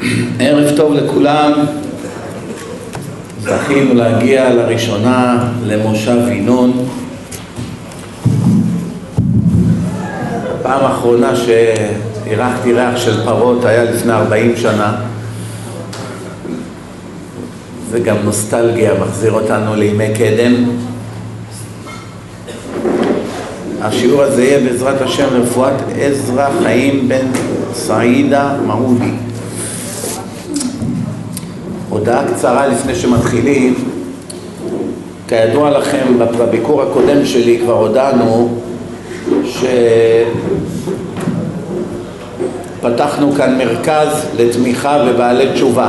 ערב טוב לכולם. זכינו להגיע לראשונה למושב ינון. הפעם האחרונה שהירחתי ריח של פרות היה לפני 40 שנה. זה גם נוסטלגיה, מחזיר אותנו לימי קדם. השיעור הזה יהיה בעזרת השם לרפואת עזרא חיים בן סעידה מעודי. הודעה קצרה לפני שמתחילים. כידוע לכם, בביקור הקודם שלי כבר הודענו שפתחנו כאן מרכז לתמיכה בבעלי תשובה.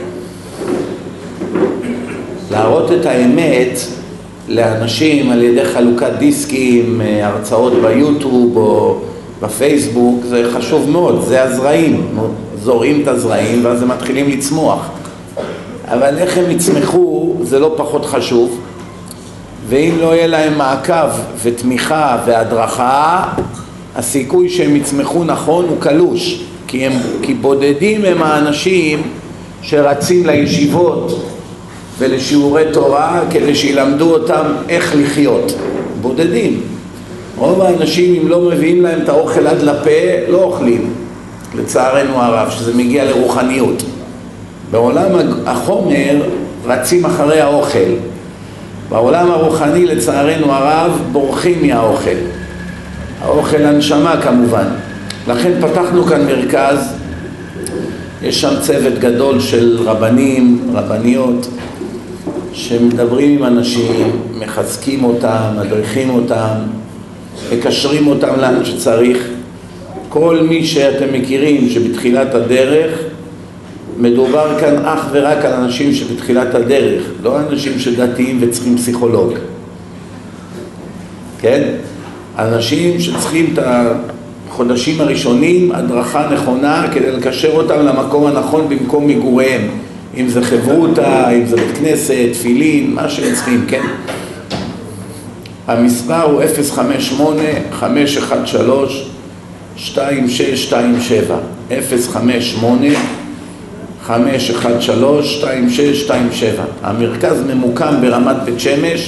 להראות את האמת לאנשים על ידי חלוקת דיסקים, הרצאות ביוטיוב או בפייסבוק, זה חשוב מאוד, זה הזרעים, זורעים את הזרעים ואז הם מתחילים לצמוח. אבל איך הם יצמחו זה לא פחות חשוב, ואם לא יהיה להם מעקב ותמיכה והדרכה, הסיכוי שהם יצמחו נכון הוא קלוש, כי בודדים הם האנשים שרצים לישיבות ולשיעורי תורה כדי שילמדו אותם איך לחיות. בודדים. רוב האנשים, אם לא מביאים להם את האוכל עד לפה, לא אוכלים, לצערנו הרב, שזה מגיע לרוחניות. בעולם החומר רצים אחרי האוכל, בעולם הרוחני לצערנו הרב בורחים מהאוכל, האוכל הנשמה כמובן. לכן פתחנו כאן מרכז, יש שם צוות גדול של רבנים, רבניות, שמדברים עם אנשים, מחזקים אותם, מדריכים אותם, מקשרים אותם לאן שצריך. כל מי שאתם מכירים שבתחילת הדרך, מדובר כאן אך ורק על אנשים שבתחילת הדרך, לא אנשים שדתיים וצריכים פסיכולוג. כן? אנשים שצריכים את החודשים הראשונים, הדרכה נכונה כדי לקשר אותם למקום הנכון במקום מגוריהם. אם זה חברותה, אם זה בית כנסת, תפילין, מה שהם צריכים, כן? המספר הוא 058-513-2627. 058-513-2627. המרכז ממוקם ברמת בית שמש.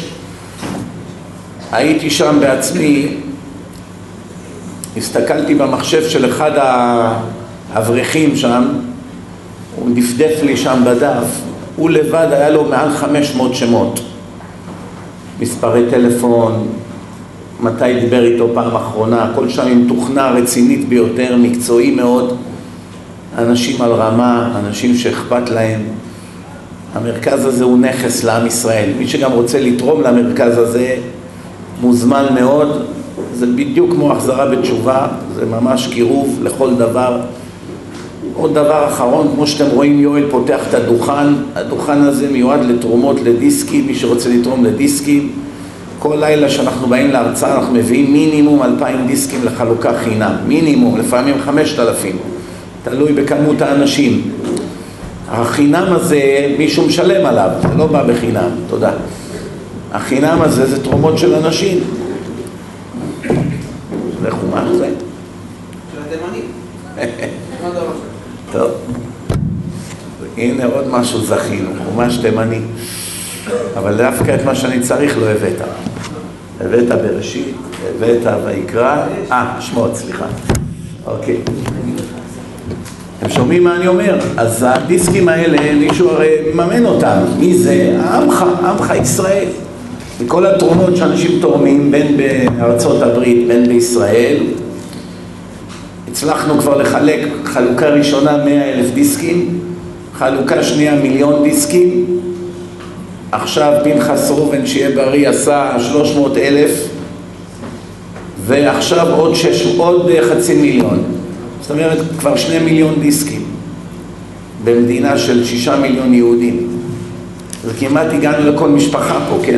הייתי שם בעצמי, הסתכלתי במחשב של אחד האברכים שם, הוא דפדף לי שם בדף, הוא לבד היה לו מעל 500 שמות, מספרי טלפון, מתי דיבר איתו פעם אחרונה, הכל שם עם תוכנה רצינית ביותר, מקצועי מאוד, אנשים על רמה, אנשים שאכפת להם. המרכז הזה הוא נכס לעם ישראל. מי שגם רוצה לתרום למרכז הזה מוזמן מאוד. זה בדיוק כמו החזרה בתשובה, זה ממש קירוב לכל דבר. עוד דבר אחרון, כמו שאתם רואים, יואל פותח את הדוכן. הדוכן הזה מיועד לתרומות לדיסקים, מי שרוצה לתרום לדיסקים. כל לילה שאנחנו באים להרצאה אנחנו מביאים מינימום 2,000 דיסקים לחלוקה חינם, מינימום, לפעמים 5,000, תלוי בכמות האנשים. החינם הזה מישהו משלם עליו, זה לא בא בחינם, תודה. החינם הזה זה תרומות של אנשים. זה חומש זה? של התימנים. טוב, הנה עוד משהו זכינו, חומש תימני. אבל דווקא את מה שאני צריך לא הבאת. הבאת בראשית, הבאת ויקרא, שמות, סליחה. אוקיי. אתם שומעים מה אני אומר? אז הדיסקים האלה, מישהו הרי מממן אותם. מי זה? עמך ישראל. וכל התרומות שאנשים תורמים, בין בארצות הברית, בין בישראל, הצלחנו כבר לחלק חלוקה ראשונה 100,000 דיסקים, חלוקה שנייה 1,000,000 דיסקים, עכשיו פנחס רובן שיהיה בריא עשה 300,000, ועכשיו עוד 500,000. זאת אומרת כבר 2,000,000 דיסקים במדינה של 6 מיליון יהודים. אז כמעט הגענו לכל משפחה פה, כן?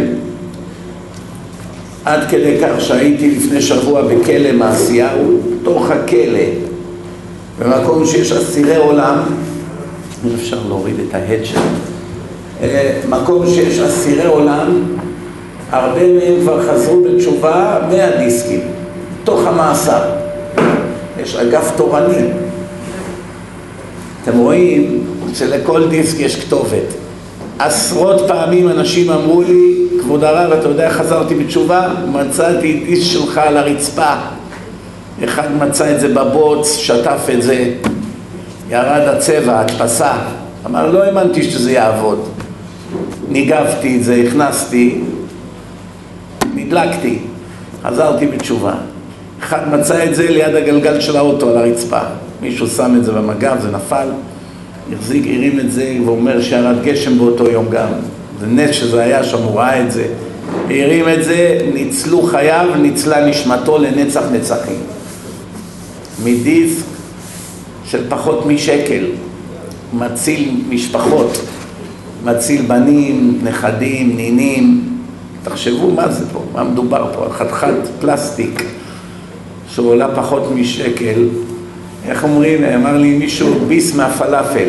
עד כדי כך שהייתי לפני שבוע בכלא מעשיהו, תוך הכלא, במקום שיש אסירי עולם, אם אפשר להוריד את ההד שלו, מקום שיש אסירי עולם, הרבה מהם כבר חזרו בתשובה 100 דיסקים, תוך המאסר. יש אגף תורני. אתם רואים שלכל דיסק יש כתובת. עשרות פעמים אנשים אמרו לי, כבוד הרב, אתה יודע, חזרתי בתשובה, מצאתי דיסק שלך על הרצפה. אחד מצא את זה בבוץ, שטף את זה, ירד הצבע, הדפסה. אמר, לא האמנתי שזה יעבוד. ניגבתי את זה, הכנסתי, נדלקתי, חזרתי בתשובה. אחד מצא את זה ליד הגלגל של האוטו על הרצפה. מישהו שם את זה במגב, זה נפל, החזיק, הרים את זה, ואומר שירד גשם באותו יום גם. זה נס שזה היה שם, הוא ראה את זה. הרים את זה, ניצלו חייו, ניצלה נשמתו לנצח נצחים. מדיסק של פחות משקל, מציל משפחות, מציל בנים, נכדים, נינים. תחשבו מה זה פה, מה מדובר פה, חתיכת פלסטיק שעולה פחות משקל. איך אומרים, אמר לי מישהו, ביס מהפלאפל,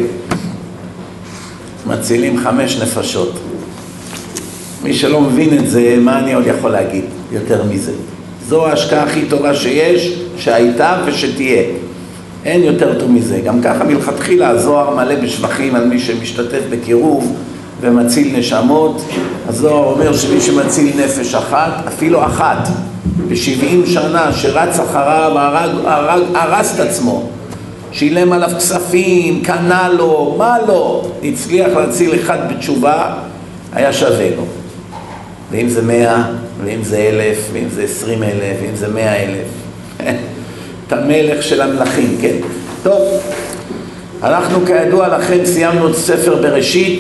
מצילים 5 נפשות. מי שלא מבין את זה, מה אני עוד יכול להגיד יותר מזה? זו ההשקעה הכי טובה שיש, שהייתה ושתהיה. אין יותר טוב מזה. גם ככה מלכתחילה הזוהר מלא בשבחים על מי שמשתתף בקירוב ומציל נשמות. הזוהר אומר שמי שמציל נפש אחת, אפילו אחת, ב70 שנה שרץ אחריו, הרס את עצמו, שילם עליו כספים, קנה לו, מה לא, הצליח להציל אחד בתשובה, היה שווה לו. ואם זה 100, ואם זה 1,000, ואם זה 20,000, ואם זה 100,000. את המלך של המלכים, כן? טוב, אנחנו כידוע לכם סיימנו את ספר בראשית,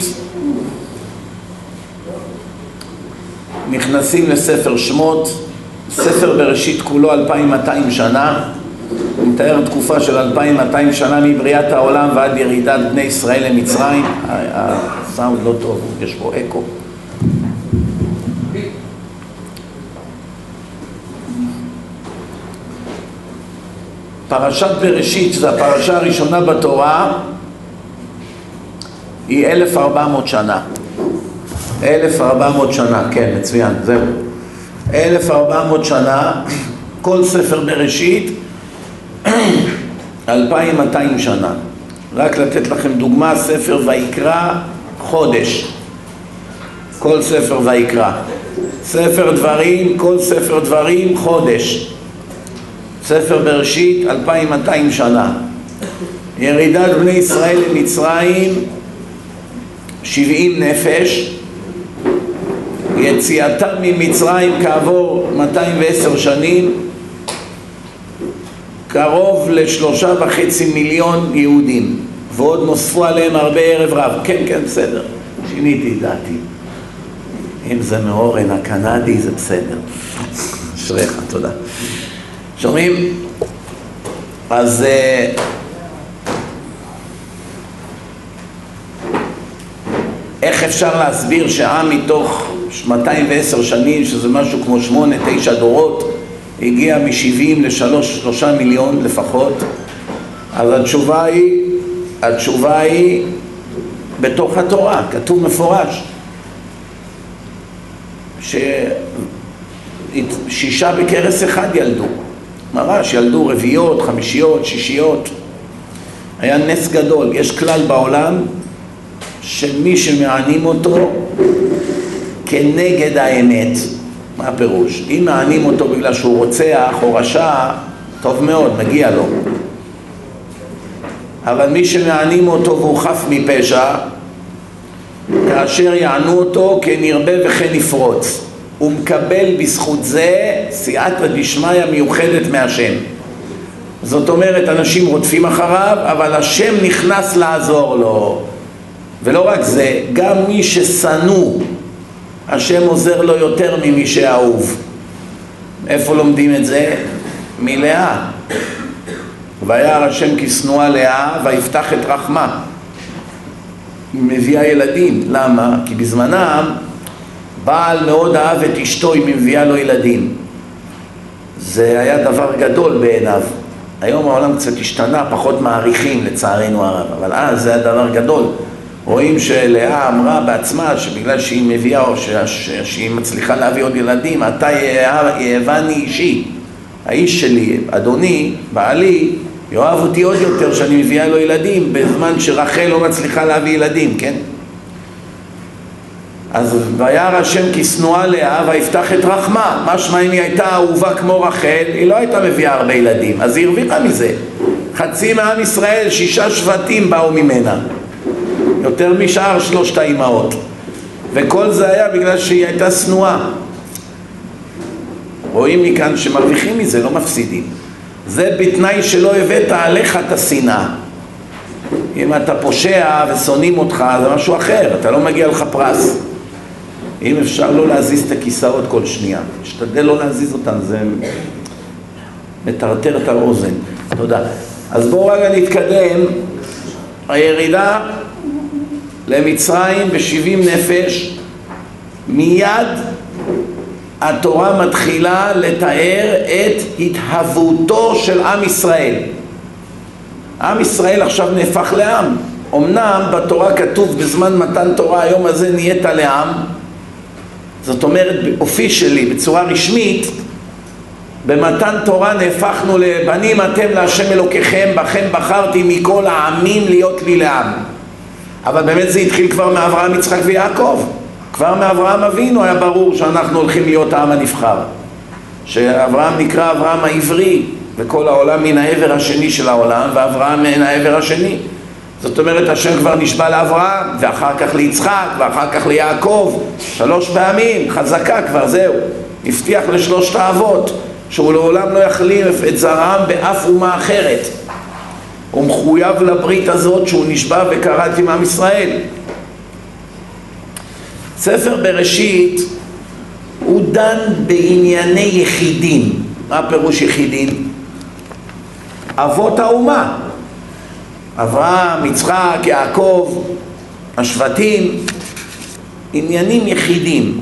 נכנסים לספר שמות. ספר בראשית כולו 2200 שנה, הוא מתאר תקופה של 2200 שנה מבריאת העולם ועד ירידת בני ישראל למצרים. הסאונד לא טוב, יש פה אקו. פרשת בראשית, זו הפרשה הראשונה בתורה, היא 1400 שנה. 1400 שנה, כן, מצוין, זהו. 1400 שנה, כל ספר בראשית, 2200 שנה. רק לתת לכם דוגמה, ספר ויקרא, חודש. כל ספר ויקרא. ספר דברים, כל ספר דברים, חודש. ספר בראשית, 2200 שנה. ירידת בני ישראל למצרים, 70 נפש. יציאתם ממצרים כעבור 210 שנים, קרוב ל3.5 מיליון יהודים, ועוד נוספו עליהם הרבה ערב רב. כן, כן, בסדר, שיניתי דעתי. אם זה מאורן הקנדי זה בסדר. אשריך, תודה. שומעים? אז איך אפשר להסביר שעם מתוך 210 שנים, שזה משהו כמו 8-9 דורות, הגיע מ70 ל3 מיליון לפחות? אז התשובה היא בתוך התורה, כתוב מפורש ש6 בקרס אחד ילדו, ממש ילדו רביעיות, חמישיות, שישיות. היה נס גדול. יש כלל בעולם שמי שמענים אותו כנגד האמת. מה הפירוש? אם מענים אותו בגלל שהוא רוצח או רשע, טוב מאוד, מגיע לו. אבל מי שמענים אותו והוא חף מפשע, כאשר יענו אותו כן ירבה וכן יפרוץ, הוא מקבל בזכות זה סייעתא דשמיא מיוחדת מהשם. זאת אומרת, אנשים רודפים אחריו, אבל השם נכנס לעזור לו. ולא רק זה, גם מי ששנוא, השם עוזר לו יותר ממי שאהוב. איפה לומדים את זה? מלאה. וירא השם כי שנואה לאה ויפתח את רחמה. היא מביאה ילדים. למה? כי בזמנם בעל מאוד אהב את אשתו, היא מביאה לו ילדים. זה היה דבר גדול בעיניו. היום העולם קצת השתנה, פחות מעריכים לצערנו הרב, אבל אז זה היה דבר גדול. רואים שלאה אמרה בעצמה שבגלל שהיא מביאה או שהיא מצליחה להביא עוד ילדים, אתה יאהבני אישי, האיש שלי, אדוני, בעלי, יאהב אותי עוד יותר שאני מביאה לו ילדים, בזמן שרחל לא מצליחה להביא ילדים, כן? אז וירא השם כי שנואה לאה ויפתח את רחמה. משמע אם היא הייתה אהובה כמו רחל, היא לא הייתה מביאה הרבה ילדים, אז היא הרוויחה מזה. חצי מעם ישראל, 6 שבטים באו ממנה, יותר משאר 3 האימהות, וכל זה היה בגלל שהיא הייתה שנואה. רואים מכאן שמרוויחים מזה, לא מפסידים. זה בתנאי שלא הבאת עליך את השנאה. אם אתה פושע ושונאים אותך, זה משהו אחר, אתה לא מגיע לך פרס. אם אפשר לא להזיז את הכיסאות כל שנייה, תשתדל לא להזיז אותן, זה מטרטר את האוזן. תודה. אז בואו רגע נתקדם. הירידה למצרים ב70 נפש, מיד התורה מתחילה לתאר את התהוותו של עם ישראל. עם ישראל עכשיו נהפך לעם. אמנם בתורה כתוב בזמן מתן תורה היום הזה נהיית לעם, זאת אומרת באופי שלי בצורה רשמית במתן תורה נהפכנו לבנים אתם להשם אלוקיכם, בכם בחרתי מכל העמים להיות לי לעם. אבל באמת זה התחיל כבר מאברהם, יצחק ויעקב. כבר מאברהם אבינו היה ברור שאנחנו הולכים להיות העם הנבחר, שאברהם נקרא אברהם העברי, וכל העולם מן העבר השני של העולם, ואברהם מן העבר השני. זאת אומרת השם כבר נשבע לאברהם, ואחר כך ליצחק, ואחר כך ליעקב, 3 פעמים, חזקה כבר, זהו. הבטיח ל3 האבות שהוא לעולם לא יחליף את זרעם באף אומה אחרת. הוא מחויב לברית הזאת שהוא נשבע וקראת עם עם ישראל. ספר בראשית הוא דן בענייני יחידים. מה פירוש יחידים? אבות האומה, אברהם, יצחק, יעקב, השבטים, עניינים יחידים.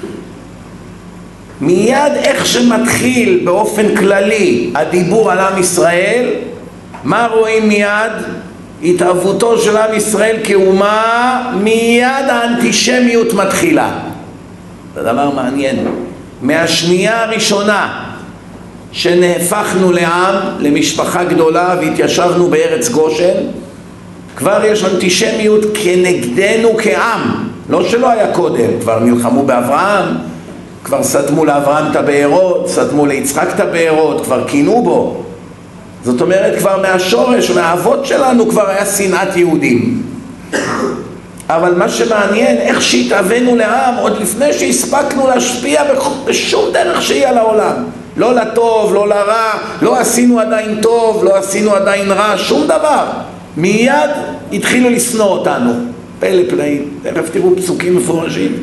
מיד איך שמתחיל באופן כללי הדיבור על עם ישראל, מה רואים מיד? התהוותו של עם ישראל כאומה, מיד האנטישמיות מתחילה. זה דבר מעניין. מהשנייה הראשונה שנהפכנו לעם, למשפחה גדולה והתיישבנו בארץ גושן, כבר יש אנטישמיות כנגדנו כעם. לא שלא היה קודם, כבר נלחמו באברהם, כבר סתמו לאברהם את הבארות, סתמו ליצחק את הבארות, כבר קינו בו. זאת אומרת כבר מהשורש, מהאבות שלנו כבר היה שנאת יהודים. אבל מה שמעניין, איך שהתאבנו לעם עוד לפני שהספקנו להשפיע בשום דרך שהיא על העולם. לא לטוב, לא לרע, לא עשינו עדיין טוב, לא עשינו עדיין רע, שום דבר. מיד התחילו לשנוא אותנו. פלא פלאים, תכף תראו פסוקים מפורשים.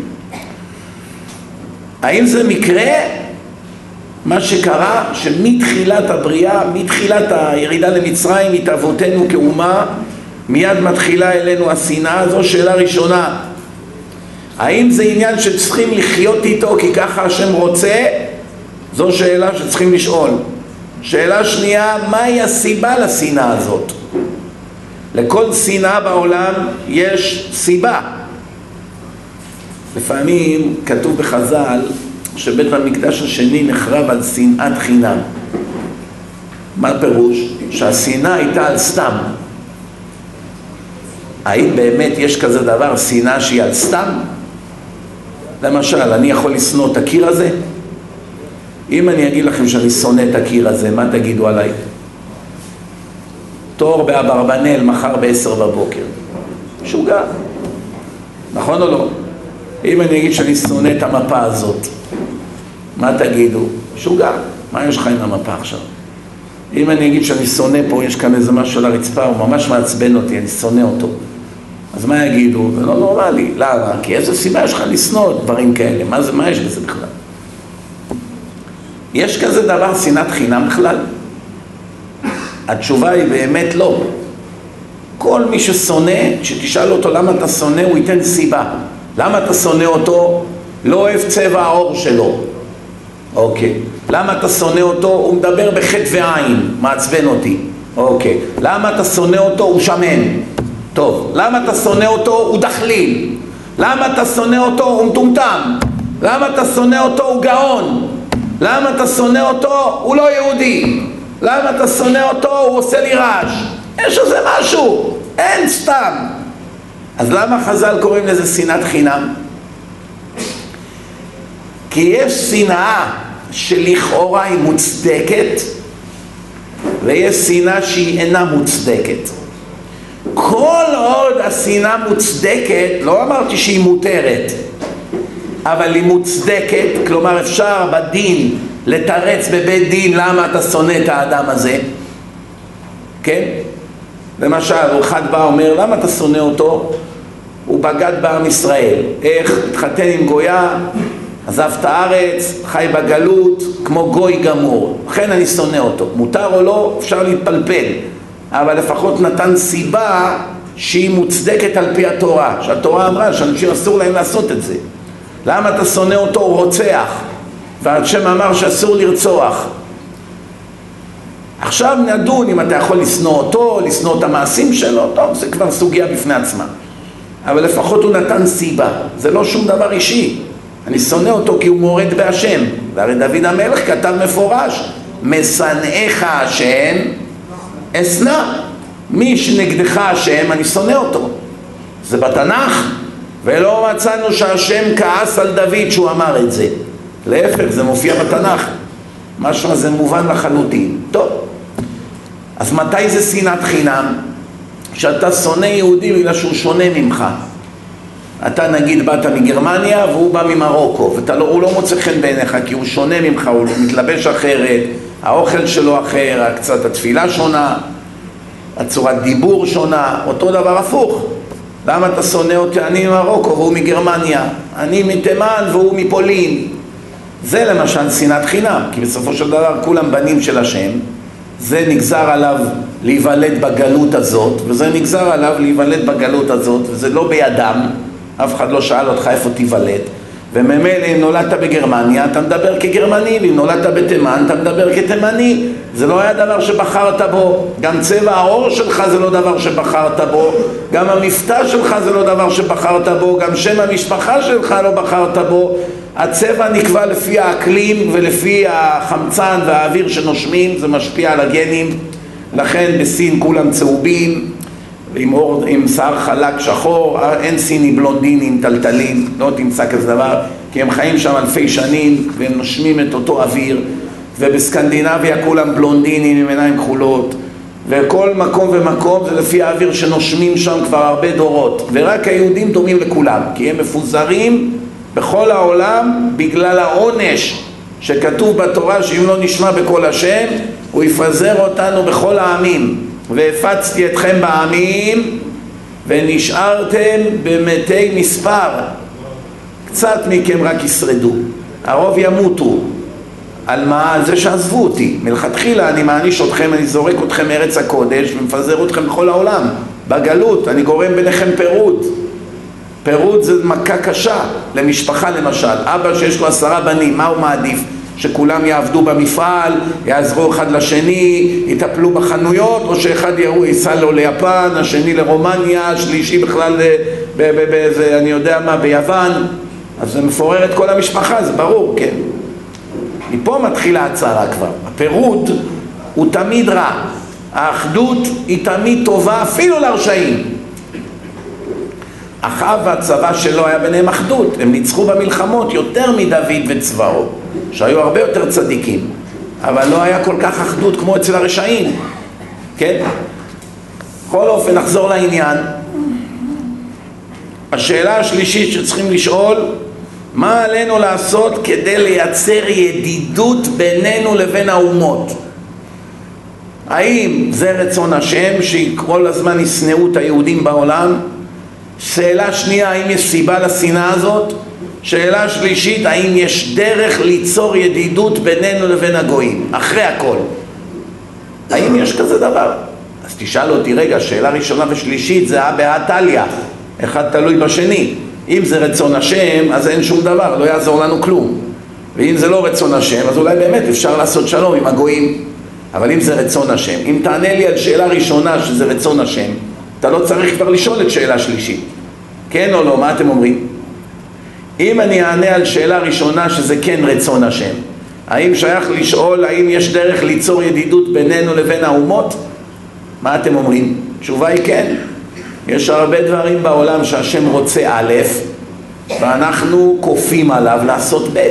האם זה מקרה? מה שקרה שמתחילת הבריאה, מתחילת הירידה למצרים, התהוותנו כאומה, מיד מתחילה אלינו השנאה. זו שאלה ראשונה. האם זה עניין שצריכים לחיות איתו כי ככה השם רוצה? זו שאלה שצריכים לשאול. שאלה שנייה, מהי הסיבה לשנאה הזאת? לכל שנאה בעולם יש סיבה. לפעמים כתוב בחז"ל שבית המקדש השני נחרב על שנאת חינם. מה פירוש? שהשנאה הייתה על סתם. האם באמת יש כזה דבר, שנאה שהיא על סתם? למשל, אני יכול לשנוא את הקיר הזה? אם אני אגיד לכם שאני שונא את הקיר הזה, מה תגידו עליי? תור באברבנל מחר ב10 בבוקר. משוגע. נכון או לא? אם אני אגיד שאני שונא את המפה הזאת, מה תגידו? משוגע. מה יש לך עם המפה עכשיו? אם אני אגיד שאני שונא פה, יש כאן איזה משהו על הרצפה, הוא ממש מעצבן אותי, אני שונא אותו. אז מה יגידו? זה לא נורמלי. למה? כי איזו סיבה יש לך לשנוא דברים כאלה. מה יש בזה בכלל? יש כזה דבר שנאת חינם בכלל? התשובה היא באמת לא. כל מי ששונא, שתשאל אותו למה אתה שונא, הוא ייתן סיבה. למה אתה שונא אותו? לא אוהב צבע העור שלו. אוקיי. למה אתה שונא אותו? הוא מדבר בחטא ועין, מעצבן אותי. אוקיי. למה אתה שונא אותו? הוא שמן. טוב. למה אתה שונא אותו? הוא דחליל. למה אתה שונא אותו? הוא מטומטם. למה אתה שונא אותו? הוא גאון. למה אתה שונא אותו? הוא לא יהודי. למה אתה שונא אותו? הוא עושה לי רעש. יש איזה משהו, אין סתם. אז למה חז"ל קוראים לזה שנאת חינם? כי יש שנאה שלכאורה היא מוצדקת, ויש שנאה שהיא אינה מוצדקת. כל עוד השנאה מוצדקת, לא אמרתי שהיא מותרת, אבל היא מוצדקת, כלומר אפשר בדין לתרץ בבית דין למה אתה שונא את האדם הזה, כן? למשל, אחד בא אומר, למה אתה שונא אותו? הוא בגד בעם ישראל. איך? התחתן עם גויה, עזב את הארץ, חי בגלות, כמו גוי גמור. לכן אני שונא אותו. מותר או לא? אפשר להתפלפל. אבל לפחות נתן סיבה שהיא מוצדקת על פי התורה. שהתורה אמרה שאנשים אסור להם לעשות את זה. למה אתה שונא אותו? הוא רוצח. והשם אמר שאסור לרצוח. עכשיו נדון אם אתה יכול לשנוא אותו, לשנוא את המעשים שלו, טוב, זה כבר סוגיה בפני עצמה. אבל לפחות הוא נתן סיבה. זה לא שום דבר אישי. אני שונא אותו כי הוא מורד בהשם. והרי דוד המלך כתב מפורש, משנאיך השם אשנא. מי שנגדך השם, אני שונא אותו. זה בתנ"ך. ולא מצאנו שהשם כעס על דוד שהוא אמר את זה. להפך, זה מופיע בתנ"ך. משהו הזה מובן לחלוטין. טוב. אז מתי זה שנאת חינם? שאתה שונא יהודי בגלל שהוא שונה ממך. אתה נגיד באת מגרמניה והוא בא ממרוקו, והוא לא מוצא חן בעיניך כי הוא שונה ממך, הוא מתלבש אחרת, האוכל שלו אחר, קצת התפילה שונה, הצורת דיבור שונה, אותו דבר הפוך. למה אתה שונא אותי? אני ממרוקו והוא מגרמניה, אני מתימן והוא מפולין. זה למשל שנאת חינם, כי בסופו של דבר כולם בנים של השם, זה נגזר עליו להיוולד בגלות הזאת, וזה נגזר עליו להיוולד בגלות הזאת, וזה לא בידם, אף אחד לא שאל אותך איפה תיוולד, וממילא אם נולדת בגרמניה אתה מדבר כגרמני, ואם נולדת בתימן אתה מדבר כתימני. זה לא היה דבר שבחרת בו, גם צבע העור שלך זה לא דבר שבחרת בו, גם המבטא שלך זה לא דבר שבחרת בו, גם שם המשפחה שלך לא בחרת בו. הצבע נקבע לפי האקלים ולפי החמצן והאוויר שנושמים, זה משפיע על הגנים. לכן בסין כולם צהובים עם שיער חלק שחור, אין סיני בלונדינים טלטלים, לא תמצא כזה דבר, כי הם חיים שם אלפי שנים והם נושמים את אותו אוויר. ובסקנדינביה כולם בלונדינים עם עיניים כחולות, וכל מקום ומקום זה לפי האוויר שנושמים שם כבר הרבה דורות, ורק היהודים דומים לכולם כי הם מפוזרים בכל העולם בגלל העונש שכתוב בתורה שאם לא נשמע בקול השם הוא יפזר אותנו בכל העמים. והפצתי אתכם בעמים ונשארתם במתי מספר, קצת מכם רק ישרדו, הרוב ימותו. על מה? על זה שעזבו אותי. מלכתחילה אני מעניש אתכם, אני זורק אתכם מארץ הקודש ומפזר אתכם בכל העולם. בגלות אני גורם ביניכם פירוד. פירוד זה מכה קשה למשפחה למשל. אבא שיש לו 10 בנים, מה הוא מעדיף? שכולם יעבדו במפעל, יעזרו אחד לשני, יטפלו בחנויות, או שאחד ייסע לו ליפן, השני לרומניה, השלישי בכלל באיזה, אני יודע מה, ביוון. אז זה מפורר את כל המשפחה, זה ברור, כן. מפה מתחילה הצרה כבר. הפירוד הוא תמיד רע. האחדות היא תמיד טובה, אפילו לרשעים. אחאב והצבא שלו היה ביניהם אחדות. הם ניצחו במלחמות יותר מדוד וצבאו, שהיו הרבה יותר צדיקים. אבל לא היה כל כך אחדות כמו אצל הרשעים. כן? בכל אופן, נחזור לעניין. השאלה השלישית שצריכים לשאול, מה עלינו לעשות כדי לייצר ידידות בינינו לבין האומות? האם זה רצון השם שכל הזמן ישנאו את היהודים בעולם? שאלה שנייה, האם יש סיבה לשנאה הזאת? שאלה שלישית, האם יש דרך ליצור ידידות בינינו לבין הגויים? אחרי הכל, האם יש כזה דבר? אז תשאל אותי, רגע, שאלה ראשונה ושלישית זה בהתליה, אחד תלוי בשני. אם זה רצון השם, אז אין שום דבר, לא יעזור לנו כלום. ואם זה לא רצון השם, אז אולי באמת אפשר לעשות שלום עם הגויים. אבל אם זה רצון השם, אם תענה לי על שאלה ראשונה שזה רצון השם, אתה לא צריך כבר לשאול את שאלה שלישית. כן או לא? מה אתם אומרים? אם אני אענה על שאלה ראשונה שזה כן רצון השם, האם שייך לשאול האם יש דרך ליצור ידידות בינינו לבין האומות? מה אתם אומרים? תשובה היא כן. יש הרבה דברים בעולם שהשם רוצה א' ואנחנו כופים עליו לעשות ב'.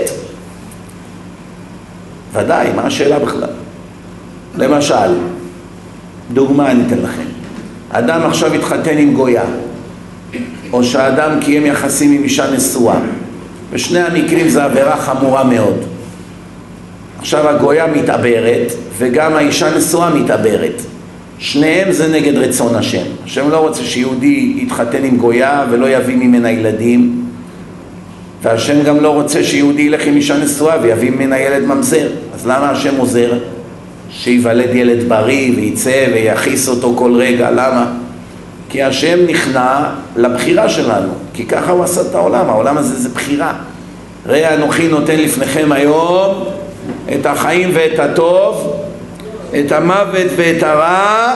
ודאי, מה השאלה בכלל? למשל, דוגמה אני אתן לכם. אדם עכשיו התחתן עם גויה, או שהאדם קיים יחסים עם אישה נשואה. בשני המקרים זה עבירה חמורה מאוד. עכשיו הגויה מתעברת וגם האישה נשואה מתעברת. שניהם זה נגד רצון השם. השם לא רוצה שיהודי יתחתן עם גויה ולא יביא ממנה ילדים, והשם גם לא רוצה שיהודי ילך עם אישה נשואה ויביא ממנה ילד ממזר. אז למה השם עוזר? שיוולד ילד בריא וייצא ויחיס אותו כל רגע. למה? כי השם נכנע לבחירה שלנו, כי ככה הוא עשה את העולם. העולם הזה זה בחירה. ראה אנוכי נותן לפניכם היום את החיים ואת הטוב, את המוות ואת הרע,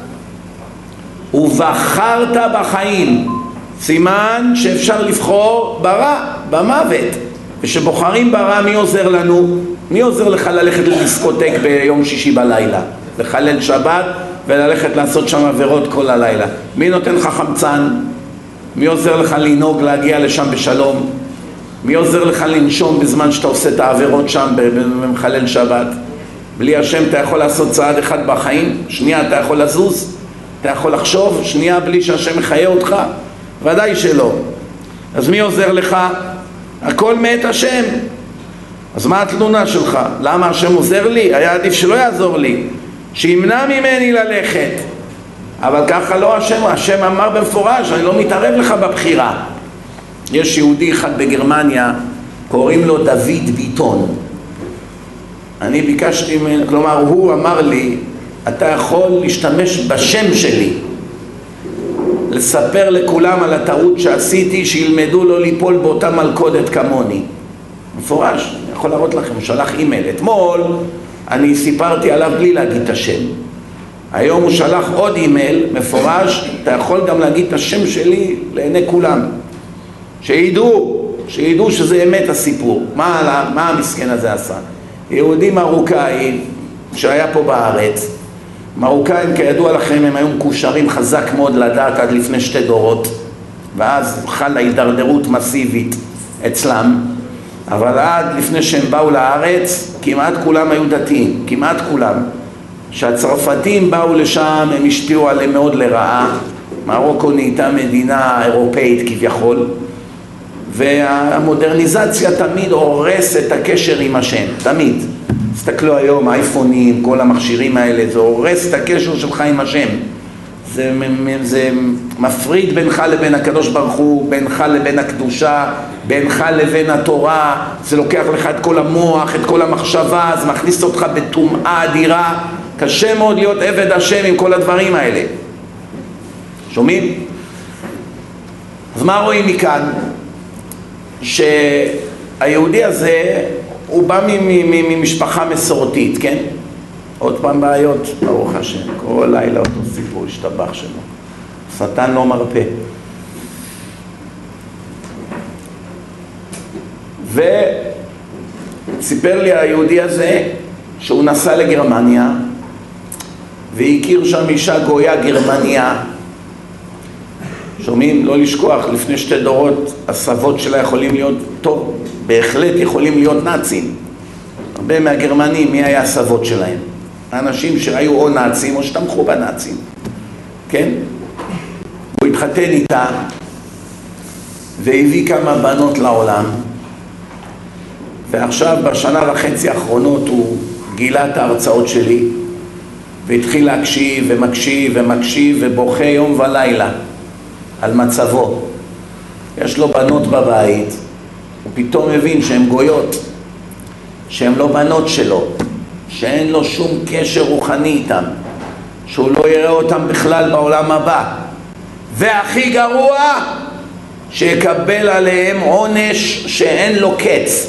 ובחרת בחיים. סימן שאפשר לבחור ברע, במוות. ושבוחרים ברע, מי עוזר לנו? מי עוזר לך ללכת לדיסקוטק ביום שישי בלילה? לחלל שבת וללכת לעשות שם עבירות כל הלילה? מי נותן לך חמצן? מי עוזר לך לנהוג להגיע לשם בשלום? מי עוזר לך לנשום בזמן שאתה עושה את העבירות שם במחלל שבת? בלי השם אתה יכול לעשות צעד אחד בחיים, שנייה אתה יכול לזוז, אתה יכול לחשוב, שנייה בלי שהשם מחיה אותך? ודאי שלא. אז מי עוזר לך? הכל מאת השם. אז מה התלונה שלך? למה השם עוזר לי? היה עדיף שלא יעזור לי, שימנע ממני ללכת. אבל ככה לא השם. השם אמר במפורש, אני לא מתערב לך בבחירה. יש יהודי אחד בגרמניה, קוראים לו דוד ביטון. אני ביקשתי, כלומר הוא אמר לי, אתה יכול להשתמש בשם שלי, לספר לכולם על הטעות שעשיתי, שילמדו לא ליפול באותה מלכודת כמוני. מפורש, אני יכול להראות לכם, הוא שלח אימייל. אתמול אני סיפרתי עליו בלי להגיד את השם. היום הוא שלח עוד אימייל מפורש, אתה יכול גם להגיד את השם שלי לעיני כולם. שידעו שזה אמת הסיפור. מה המסכן הזה עשה? יהודי מרוקאי שהיה פה בארץ. מרוקאים כידוע לכם הם היו מקושרים חזק מאוד לדעת עד לפני 2 דורות, ואז חלה הידרדרות מסיבית אצלם. אבל עד לפני שהם באו לארץ כמעט כולם היו דתיים, כמעט כולם. כשהצרפתים באו לשם הם השפיעו עליהם מאוד לרעה. מרוקו נהייתה מדינה אירופאית כביכול, והמודרניזציה תמיד הורס את הקשר עם השם, תמיד. תסתכלו היום, האייפונים, כל המכשירים האלה, זה הורס את הקשר שלך עם השם. זה מפריד בינך לבין הקדוש ברוך הוא, בינך לבין הקדושה, בינך לבין התורה. זה לוקח לך את כל המוח, את כל המחשבה, זה מכניס אותך בטומאה אדירה. קשה מאוד להיות עבד השם עם כל הדברים האלה. שומעים? אז מה רואים מכאן? שהיהודי הזה הוא בא ממשפחה מסורתית, כן? עוד פעם בעיות, ברוך השם, כל לילה אותו סיפור השתבח שלו, שטן לא מרפא. וסיפר לי היהודי הזה שהוא נסע לגרמניה והכיר שם אישה גויה גרמניה. שומעים? לא לשכוח, לפני 2 דורות הסבות שלה יכולים להיות טוב, בהחלט יכולים להיות נאצים. הרבה מהגרמנים, מי היה הסבות שלהם? האנשים שהיו או נאצים או שתמכו בנאצים, כן? הוא התחתן איתה והביא כמה בנות לעולם, ועכשיו בשנה וחצי האחרונות הוא גילה את ההרצאות שלי והתחיל להקשיב ומקשיב ומקשיב ובוכה יום ולילה על מצבו. יש לו בנות בבית, הוא פתאום מבין שהן גויות, שהן לא בנות שלו, שאין לו שום קשר רוחני איתם, שהוא לא יראה אותם בכלל בעולם הבא, והכי גרוע שיקבל עליהם עונש שאין לו קץ.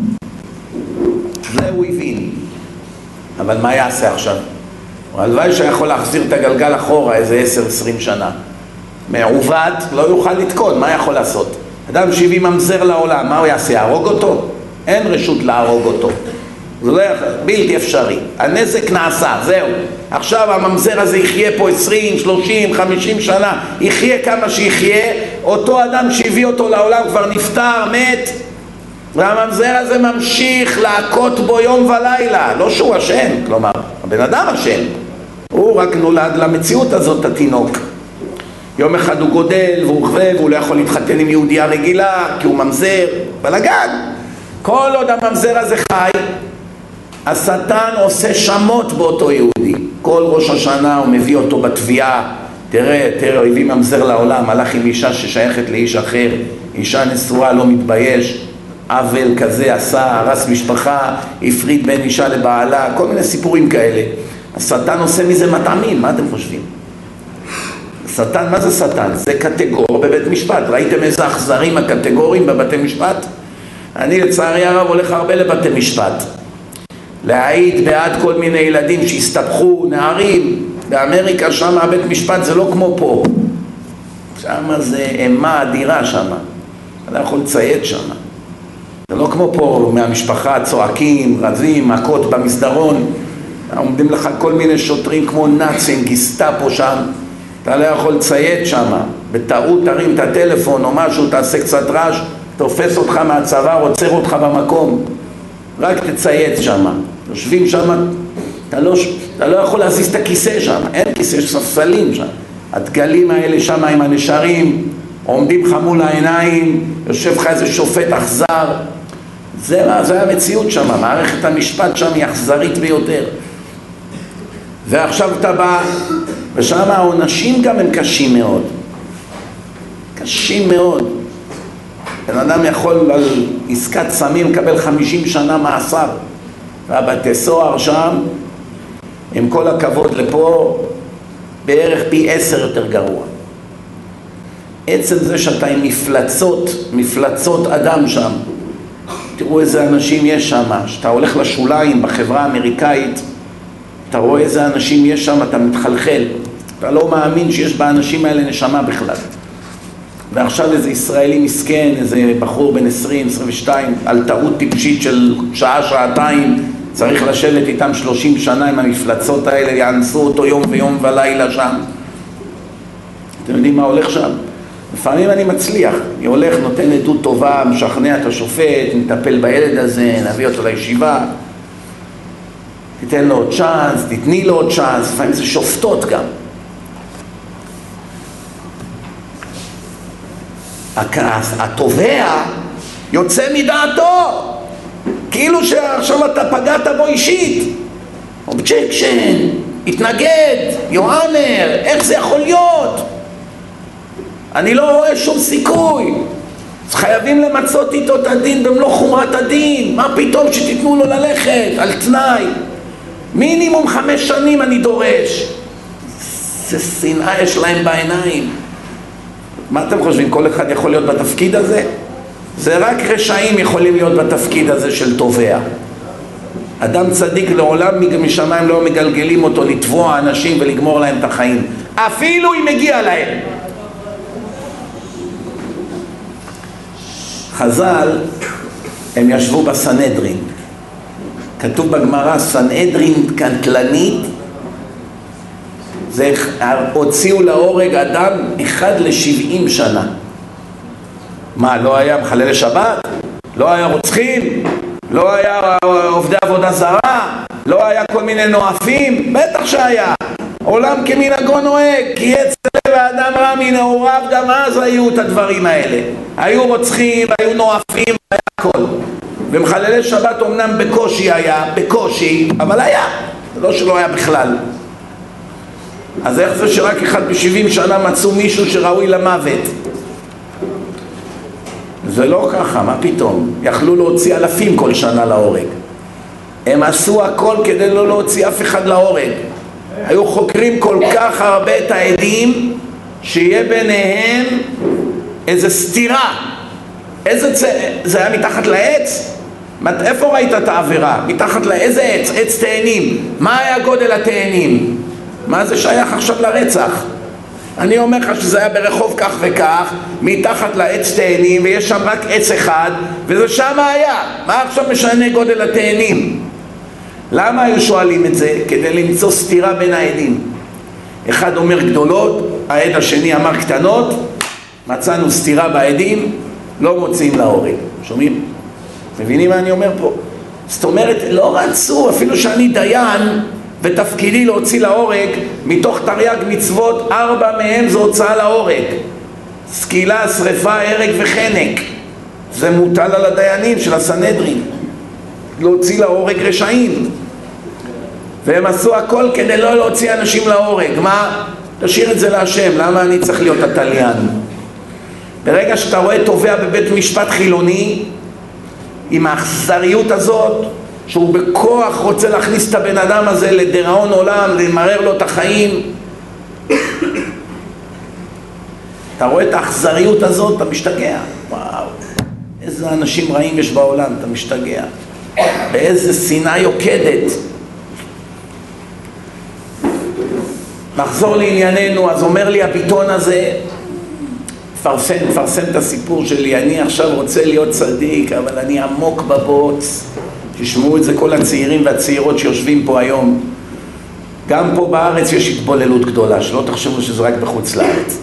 זה הוא הבין. אבל מה יעשה עכשיו? הלוואי שיכול להחזיר את הגלגל אחורה איזה 10-20 שנה. מעוות לא יוכל לתקון, מה יכול לעשות? אדם שהביא ממזר לעולם, מה הוא יעשה? יהרוג אותו? אין רשות להרוג אותו. זה לא בלתי אפשרי. הנזק נעשה, זהו. עכשיו הממזר הזה יחיה פה 20, 30, 50 שנה, יחיה כמה שיחיה, אותו אדם שהביא אותו לעולם כבר נפטר, מת, והממזר הזה ממשיך להכות בו יום ולילה. לא שהוא אשם, כלומר, הבן אדם אשם. הוא רק נולד למציאות הזאת, התינוק. יום אחד הוא גודל והוא חווה, והוא לא יכול להתחתן עם יהודייה רגילה, כי הוא ממזר, בלגן. כל עוד הממזר הזה חי, השטן עושה שמות באותו יהודי. כל ראש השנה הוא מביא אותו בתביעה. תראה, הביא ממזר לעולם, הלך עם אישה ששייכת לאיש אחר, אישה נשואה, לא מתבייש, עוול כזה עשה, הרס משפחה, הפריד בין אישה לבעלה, כל מיני סיפורים כאלה. השטן עושה מזה מטעמים, מה אתם חושבים? שטן, מה זה שטן? זה קטגור בבית משפט. ראיתם איזה אכזרים הקטגורים בבתי משפט? אני לצערי הרב הולך הרבה לבתי משפט. להעיד בעד כל מיני ילדים שהסתבכו, נערים. באמריקה שם הבית משפט זה לא כמו פה. שם זה אימה אדירה שם. אתה יכול לציית שם. זה לא כמו פה מהמשפחה, צועקים, רזים, מכות במסדרון. עומדים לך כל מיני שוטרים כמו נאצים, גיסטאפו שם. אתה לא יכול לציית שם. בטעות תרים את הטלפון או משהו, תעשה קצת רעש, תופס אותך מהצבא, עוצר אותך במקום. רק תציית שם. יושבים שם, אתה לא יכול להזיז את הכיסא שם. אין כיסא, יש ספסלים שם. הדגלים האלה שם עם הנשרים, עומדים לך מול העיניים, יושב לך איזה שופט אכזר. זה המציאות שם. מערכת המשפט שם היא אכזרית ביותר. ועכשיו אתה בא, ושם העונשים גם הם קשים מאוד. קשים מאוד. בן אדם יכול על עסקת סמים לקבל 50 שנה מאסר. והבתי סוהר שם, עם כל הכבוד לפה, בערך פי 10 יותר גרוע. עצם זה שאתה עם מפלצות אדם שם. תראו איזה אנשים יש שם. שאתה הולך לשוליים בחברה האמריקאית, אתה רואה איזה אנשים יש שם, אתה מתחלחל. אתה לא מאמין שיש באנשים האלה נשמה בכלל. ועכשיו איזה ישראלי מסכן, איזה בחור בן 20, 22, על טעות טיפשית של שעה, שעתיים, צריך לשבת איתם 30 שנה עם המפלצות האלה, יאנסו אותו יום ויום ולילה שם. אתם יודעים מה הולך שם? לפעמים אני מצליח, אני הולך, נותן עדות טובה, משכנע את השופט, נטפל בילד הזה, נביא אותו לישיבה, תיתן לו עוד צ'אנס, תתני לו עוד צ'אנס, לפעמים זה שופטות גם. התובע יוצא מדעתו, כאילו שעכשיו אתה פגעת בו אישית. אובג'קשן, התנגד, יוהנר, איך זה יכול להיות? אני לא רואה שום סיכוי. אז חייבים למצות איתו את הדין במלוא חומרת הדין. מה פתאום שתיתנו לו ללכת על תנאי? מינימום 5 שנים אני דורש. זה שנאה יש להם בעיניים. מה אתם חושבים? כל אחד יכול להיות בתפקיד הזה? זה רק רשעים יכולים להיות בתפקיד הזה של תובע. אדם צדיק לעולם משמיים לא מגלגלים אותו לתבוע אנשים ולגמור להם את החיים. אפילו אם מגיע להם. חז"ל, הם ישבו בסנהדרין. כתוב בגמרא, סנהדרין קטלנית, זה הוציאו להורג אדם 1 ל-70 שנה. מה, לא היה מחלל שבת? לא היה רוצחים? לא היה עובדי עבודה זרה? לא היה כל מיני נואפים? בטח שהיה. עולם כמנהגו נוהג, כי יצא והאדם רע מנעוריו, גם אז היו את הדברים האלה. היו רוצחים, היו נואפים, היה הכל. ומחללי שבת אומנם בקושי היה, בקושי, אבל היה. זה לא שלא היה בכלל. אז איך זה שרק 1 ב-70 שנה מצאו מישהו שראוי למוות? זה לא ככה, מה פתאום? יכלו להוציא אלפים כל שנה להורג. הם עשו הכל כדי לא להוציא אף אחד להורג. היו חוקרים כל כך הרבה את העדים, שיהיה ביניהם איזה סתירה. זה היה מתחת לעץ? איפה ראית את העבירה? מתחת לאיזה עץ? עץ תאנים. מה היה גודל התאנים? מה זה שייך עכשיו לרצח? אני אומר לך שזה היה ברחוב כך וכך, מתחת לעץ תאנים, ויש שם רק עץ אחד, וזה שם היה. מה עכשיו משנה גודל התאנים? למה היו שואלים את זה? כדי למצוא סתירה בין העדים. אחד אומר גדולות, העד השני אמר קטנות, מצאנו סתירה בעדים, לא מוצאים להורג. שומעים? מבינים מה אני אומר פה? זאת אומרת, לא רצו, אפילו שאני דיין ותפקידי להוציא להורג, מתוך תרי"ג מצוות 4 מהם זו הוצאה להורג. סקילה, שריפה, הרג וחנק. זה מוטל על הדיינים של הסנהדרין. להוציא להורג רשעים. והם עשו הכל כדי לא להוציא אנשים להורג. מה? תשאיר את זה להשם, למה אני צריך להיות התליין? ברגע שאתה רואה תובע בבית משפט חילוני, עם האכזריות הזאת, שהוא בכוח רוצה להכניס את הבן אדם הזה לדיראון עולם, למרר לו את החיים, אתה רואה את האכזריות הזאת, אתה משתגע. וואו, איזה אנשים רעים יש בעולם, אתה משתגע. באיזה שנאה יוקדת. נחזור לענייננו. אז אומר לי הביטון הזה, פרסם את הסיפור שלי, אני עכשיו רוצה להיות צדיק, אבל אני עמוק בבוץ. תשמעו את זה כל הצעירים והצעירות שיושבים פה היום. גם פה בארץ יש התבוללות גדולה, שלא תחשבו שזה רק בחוץ לארץ.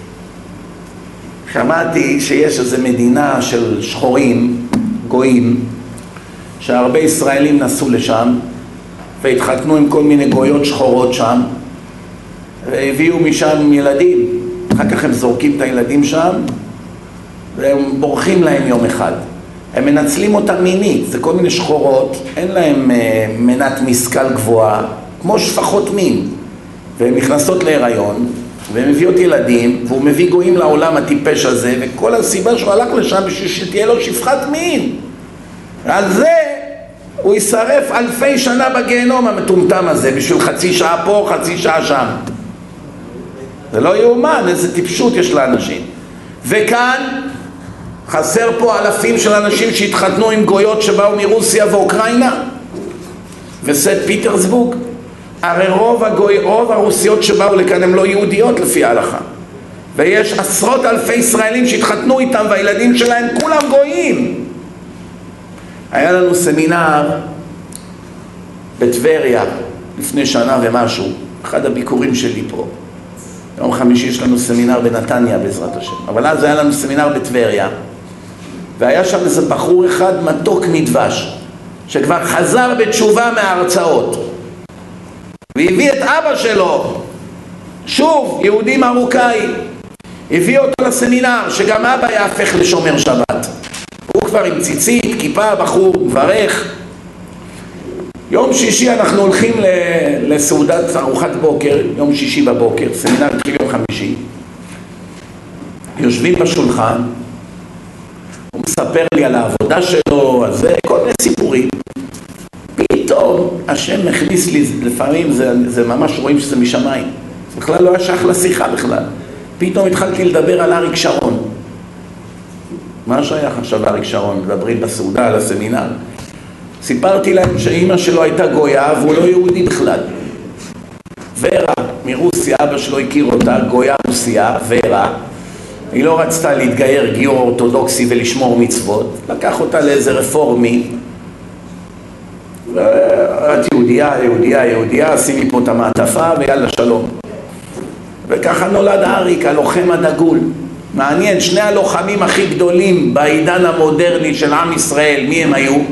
שמעתי שיש איזו מדינה של שחורים, גויים, שהרבה ישראלים נסעו לשם והתחתנו עם כל מיני גויות שחורות שם והביאו משם ילדים. אחר כך הם זורקים את הילדים שם והם בורחים להם יום אחד. הם מנצלים אותם מינית, זה כל מיני שחורות, אין להם מנת משכל גבוהה, כמו שפחות מין, והן נכנסות להיריון והם מביאות ילדים, והוא מביא גויים לעולם הטיפש הזה, וכל הסיבה שהוא הלך לשם בשביל שתהיה לו שפחת מין. על זה הוא יישרף 1000 שנה בגיהנום המטומטם הזה, בשביל חצי שעה פה, חצי שעה שם. זה לא יאומן, איזה טיפשות יש לאנשים. וכאן חסר פה אלפים של אנשים שהתחתנו עם גויות שבאו מרוסיה ואוקראינה וסט פיטרסבורג. הרי רוב הרוסיות שבאו לכאן הם לא יהודיות לפי ההלכה, ויש עשרות אלפי ישראלים שהתחתנו איתם והילדים שלהם כולם גויים. היה לנו סמינר בטבריה לפני שנה ומשהו, אחד הביקורים שלי פה. יום חמישי יש לנו סמינר בנתניה בעזרת השם, אבל אז היה לנו סמינר בטבריה, והיה שם איזה בחור אחד מתוק מדבש שכבר חזר בתשובה מההרצאות, והביא את אבא שלו, שוב יהודי מרוקאי, הביא אותו לסמינר, שגם אבא יהפך לשומר שבת. הוא כבר עם ציצית, כיפה, בחור, מברך. יום שישי אנחנו הולכים לסעודת ארוחת בוקר, יום שישי בבוקר, סמינר התחיל יום חמישי. יושבים בשולחן, הוא מספר לי על העבודה שלו, על זה, כל מיני סיפורים. פתאום השם מכניס לי, לפעמים זה ממש רואים שזה משמיים, זה בכלל לא היה שייך לשיחה בכלל. פתאום התחלתי לדבר על אריק שרון. מה שייך עכשיו אריק שרון? מדברים בסעודה על הסמינר. סיפרתי להם שאמא שלו הייתה גויה והוא לא יהודי בכלל. ורה מרוסיה, אבא שלו הכיר אותה, גויה רוסיה, ורה. היא לא רצתה להתגייר גיור אורתודוקסי ולשמור מצוות, לקח אותה לאיזה רפורמי. את יהודיה, שימי פה את המעטפה ויאללה שלום. וככה נולד אריק, הלוחם הדגול. מעניין, שני הלוחמים הכי גדולים בעידן המודרני של עם ישראל, מי הם היו?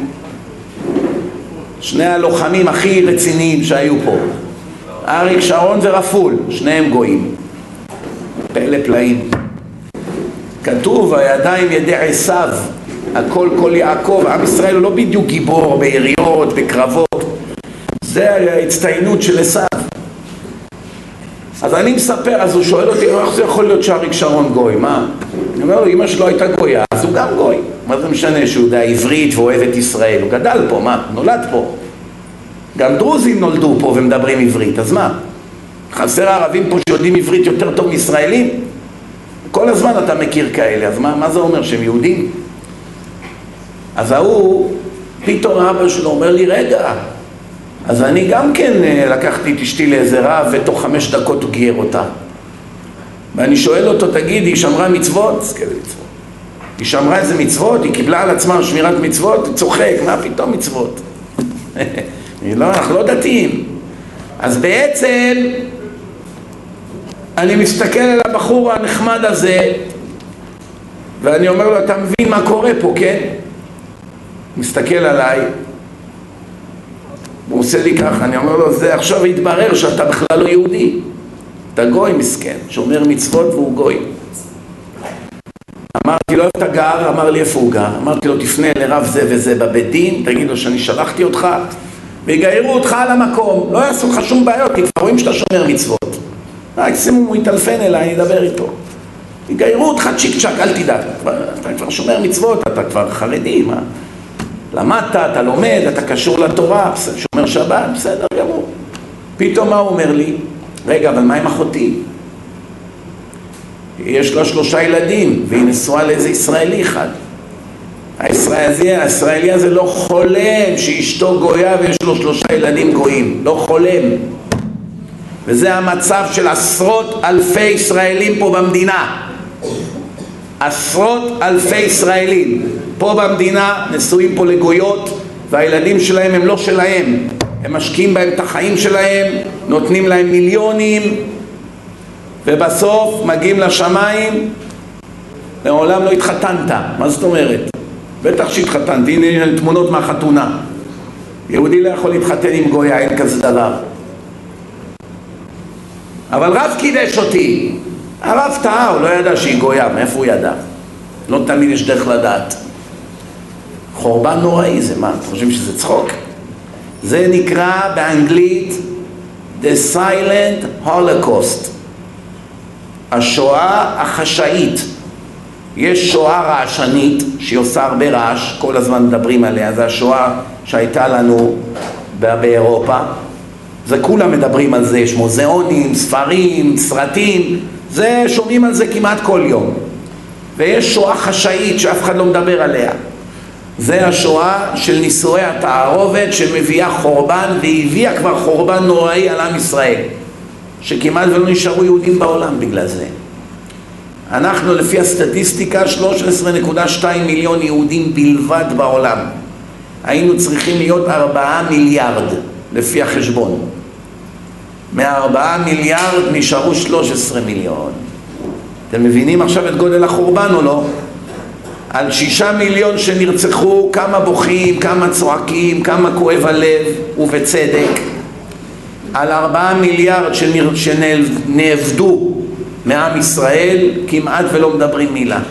שני הלוחמים הכי רציניים שהיו פה, אריק שרון ורפול, שניהם גויים. פלא פלאים. כתוב, הידיים ידי עשיו, הכל כל יעקב. עם ישראל הוא לא בדיוק גיבור ביריות, בקרבות, זה ההצטיינות של עשיו. אז אני מספר, אז הוא שואל אותי, איך זה יכול להיות שאריק שרון גוי? מה? אני אומר לו, אמא שלו הייתה גויה, אז הוא גם גוי. מה זה משנה שהוא יודע עברית ואוהב את ישראל? הוא גדל פה, מה? נולד פה. גם דרוזים נולדו פה ומדברים עברית, אז מה? חסר הערבים פה שיודעים עברית יותר טוב מישראלים? כל הזמן אתה מכיר כאלה, אז מה זה אומר, שהם יהודים? אז ההוא, פתאום אבא שלו אומר לי, רגע, אז אני גם כן לקחתי את אשתי לאיזה רב, ותוך 5 דקות הוא גייר אותה. ואני שואל אותו, תגיד, היא שמרה מצוות? כאלה מצוות. היא שמרה איזה מצוות? היא קיבלה על עצמה שמירת מצוות? היא צוחק, מה פתאום מצוות? אנחנו לא דתיים. אז בעצם אני מסתכל על הבחור הנחמד הזה ואני אומר לו, אתה מבין מה קורה פה, כן? מסתכל עליי, הוא עושה לי ככה, אני אומר לו, זה עכשיו יתברר שאתה בכלל לא יהודי, אתה גוי מסכן, שומר מצוות והוא גוי. אמרתי לו, איפה אתה גר? אמר לי, איפה הוא גר? אמרתי לו, תפנה לרב זה וזה בבית דין, תגיד לו שאני שלחתי אותך ויגיירו אותך על המקום, לא יעשו לך שום בעיות, כי כבר רואים שאתה שומר מצוות. מקסימום הוא יטלפן אליי, אני אדבר איתו. יגיירו אותך צ'יק צ'ק, אל תדאג, אתה כבר שומר מצוות, אתה כבר חרדי, מה? למדת, אתה לומד, אתה קשור לתורה, שומר שבת, בסדר גמור. פתאום מה הוא אומר לי? רגע, אבל מה עם אחותי? יש לה 3 ילדים, והיא נשואה לאיזה ישראלי אחד. הישראלי הזה לא חולם שאשתו גויה ויש לו 3 ילדים גויים, לא חולם. וזה המצב של עשרות אלפי ישראלים פה במדינה. עשרות אלפי ישראלים פה במדינה נשואים פה לגויות, והילדים שלהם הם לא שלהם, הם משקיעים בהם את החיים שלהם, נותנים להם מיליונים, ובסוף מגיעים לשמיים, לעולם לא התחתנת. מה זאת אומרת? בטח שהתחתנתי, הנה תמונות מהחתונה. יהודי לא יכול להתחתן עם גויה, אין כזה דבר. אבל רב קידש אותי, הרב טעה, הוא לא ידע שהיא גויה, מאיפה הוא ידע? לא תמיד יש דרך לדעת. חורבן נוראי זה, מה? אתם חושבים שזה צחוק? זה נקרא באנגלית The Silent Holocaust, השואה החשאית. יש שואה רעשנית שהיא עושה הרבה רעש, כל הזמן מדברים עליה, זה השואה שהייתה לנו באירופה, זה כולם מדברים על זה, יש מוזיאונים, ספרים, סרטים, זה שומעים על זה כמעט כל יום. ויש שואה חשאית שאף אחד לא מדבר עליה, זה השואה של נישואי התערובת שמביאה חורבן, והביאה כבר חורבן נוראי על עם ישראל, שכמעט ולא נשארו יהודים בעולם בגלל זה. אנחנו לפי הסטטיסטיקה 13.2 מיליון יהודים בלבד בעולם. היינו צריכים להיות 4 מיליארד לפי החשבון. מ4 מיליארד נשארו 13 מיליון. אתם מבינים עכשיו את גודל החורבן או לא? על 6 מיליון שנרצחו, כמה בוכים, כמה צועקים, כמה כואב הלב, ובצדק. על 4 מיליארד שנאבדו מעם ישראל, כמעט ולא מדברים מילה.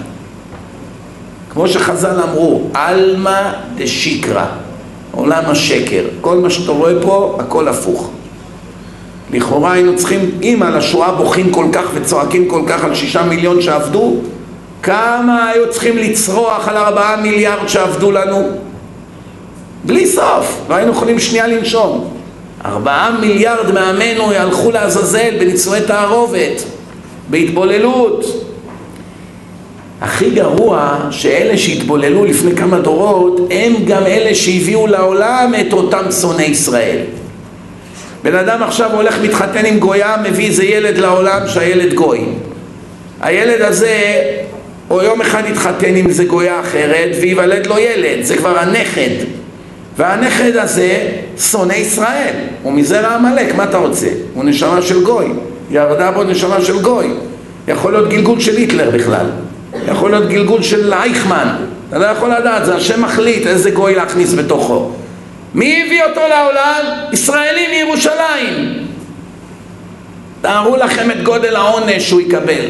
כמו שחז"ל אמרו, אלמה דשיקרא, עולם השקר. כל מה שאתה רואה פה, הכל הפוך. לכאורה היינו צריכים, אם על השואה בוכים כל כך וצועקים כל כך על 6 מיליון שעבדו, כמה היו צריכים לצרוח על 4 מיליארד שעבדו לנו? בלי סוף, לא היינו יכולים שנייה לנשום. 4 מיליארד מעמנו הלכו לעזאזל בנישואי תערובת, בהתבוללות. הכי גרוע שאלה שהתבוללו לפני כמה דורות הם גם אלה שהביאו לעולם את אותם שונאי ישראל. בן אדם עכשיו הולך מתחתן עם גויה, מביא איזה ילד לעולם שהילד גוי. הילד הזה או יום אחד יתחתן עם איזה גויה אחרת ויוולד לו ילד, זה כבר הנכד. והנכד הזה שונא ישראל, הוא מזרע עמלק, מה אתה רוצה? הוא נשמה של גוי, ירדה בו נשמה של גוי. יכול להיות גלגול של היטלר בכלל, יכול להיות גלגול של אייכמן, אתה לא יכול לדעת, זה השם מחליט איזה גוי להכניס בתוכו. מי הביא אותו לעולם? ישראלי מירושלים. תארו לכם את גודל העונש שהוא יקבל.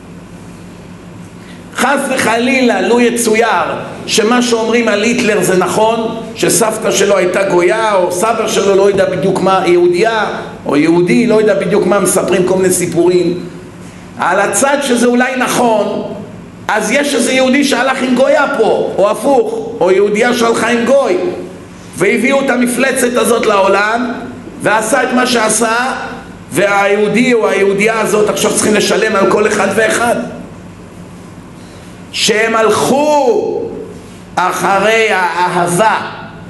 חס וחלילה לו יצויר שמה שאומרים על היטלר זה נכון, שסבתא שלו הייתה גויה או סבא שלו לא יודע בדיוק מה, יהודייה או יהודי, לא יודע בדיוק מה, מספרים כל מיני סיפורים. על הצד שזה אולי נכון, אז יש איזה יהודי שהלך עם גויה פה, או הפוך, או יהודייה שהלכה עם גוי, והביאו את המפלצת הזאת לעולם ועשה את מה שעשה, והיהודי או היהודייה הזאת עכשיו צריכים לשלם על כל אחד ואחד. שהם הלכו אחרי האהבה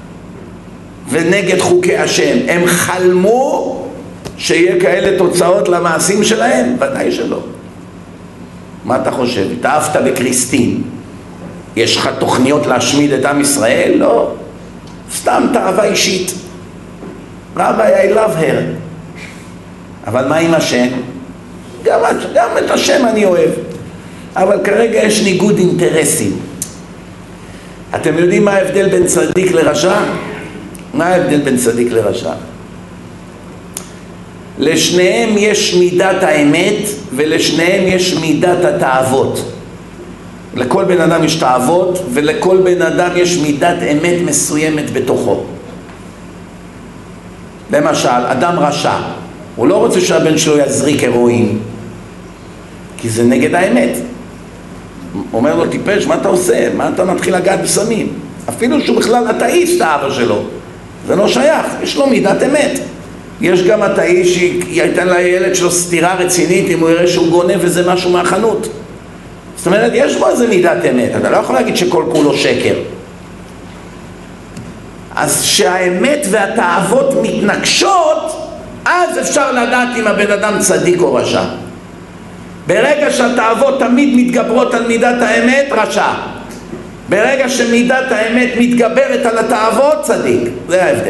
ונגד חוקי השם, הם חלמו שיהיה כאלה תוצאות למעשים שלהם? ודאי שלא. מה אתה חושב? התאהבת בקריסטין, יש לך תוכניות להשמיד את עם ישראל? לא, סתם תאווה אישית. רבי, I love her. אבל מה עם השם? גם את השם אני אוהב. אבל כרגע יש ניגוד אינטרסים. אתם יודעים מה ההבדל בין צדיק לרשע? מה ההבדל בין צדיק לרשע? לשניהם יש מידת האמת ולשניהם יש מידת התאוות. לכל בן אדם יש תאוות ולכל בן אדם יש מידת אמת מסוימת בתוכו. למשל, אדם רשע, הוא לא רוצה שהבן שלו יזריק הרואין, כי זה נגד האמת. אומר לו, טיפש, מה אתה עושה? מה אתה מתחיל לגעת בסמים? אפילו שהוא בכלל אתאיסט, האבא שלו. זה לא שייך, יש לו מידת אמת. יש גם אתאיסט שייתן לילד שלו סתירה רצינית אם הוא יראה שהוא גונב וזה משהו מהחנות. זאת אומרת, יש בו איזה מידת אמת. אתה לא יכול להגיד שכל כולו שקר. אז שהאמת והתאוות מתנגשות, אז אפשר לדעת אם הבן אדם צדיק או רשע. ברגע שהתאוות תמיד מתגברות על מידת האמת, רשע. ברגע שמידת האמת מתגברת על התאוות, צדיק. זה ההבדל.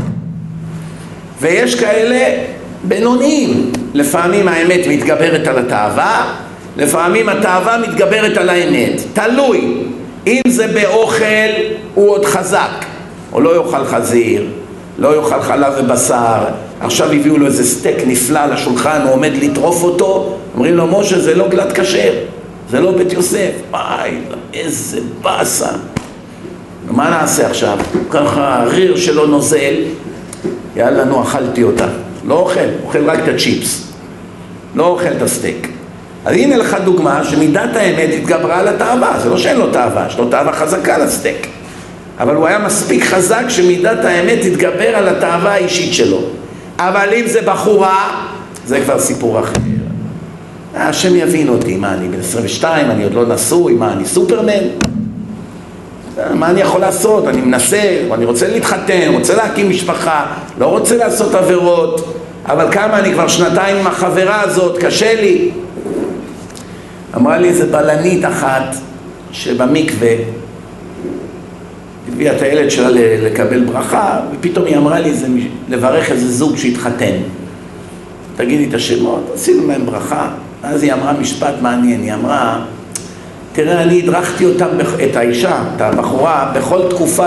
ויש כאלה בינוניים. לפעמים האמת מתגברת על התאווה, לפעמים התאווה מתגברת על האמת. תלוי. אם זה באוכל, הוא עוד חזק. הוא לא יאכל חזיר, לא יאכל חלב ובשר. עכשיו הביאו לו איזה סטייק נפלא לשולחן, הוא עומד לטרוף אותו. אומרים לו, משה, זה לא גלת כשר, זה לא בית יוסף. איזה בסה. מה נעשה עכשיו? ככה הריר שלו נוזל. יאללה, נו, אכלתי אותה. לא אוכל רק את הצ'יפס. לא אוכל את הסטייק. אז הנה לך דוגמה שמידת האמת התגברה על התאווה. זה לא שאין לו תאווה, יש לו תאווה חזקה לסטייק. אבל הוא היה מספיק חזק שמידת האמת התגבר על התאווה האישית שלו. אבל אם זה בחורה, זה כבר סיפור אחר. השם יבין אותי, מה אני בן 22, אני עוד לא נשוי, מה אני סופרמן? מה אני יכול לעשות? אני מנסה, אני רוצה להתחתן, רוצה להקים משפחה, לא רוצה לעשות עבירות, אבל כמה אני כבר שנתיים עם החברה הזאת, קשה לי. אמרה לי איזה בלנית אחת שבמקווה הביאה את הילד שלה לקבל ברכה, ופתאום היא אמרה לי לברך איזה זוג שהתחתן. תגידי את השמות, עשינו להם ברכה. אז היא אמרה משפט מעניין, היא אמרה, תראה, אני הדרכתי אותם, את האישה, את הבחורה, בכל תקופת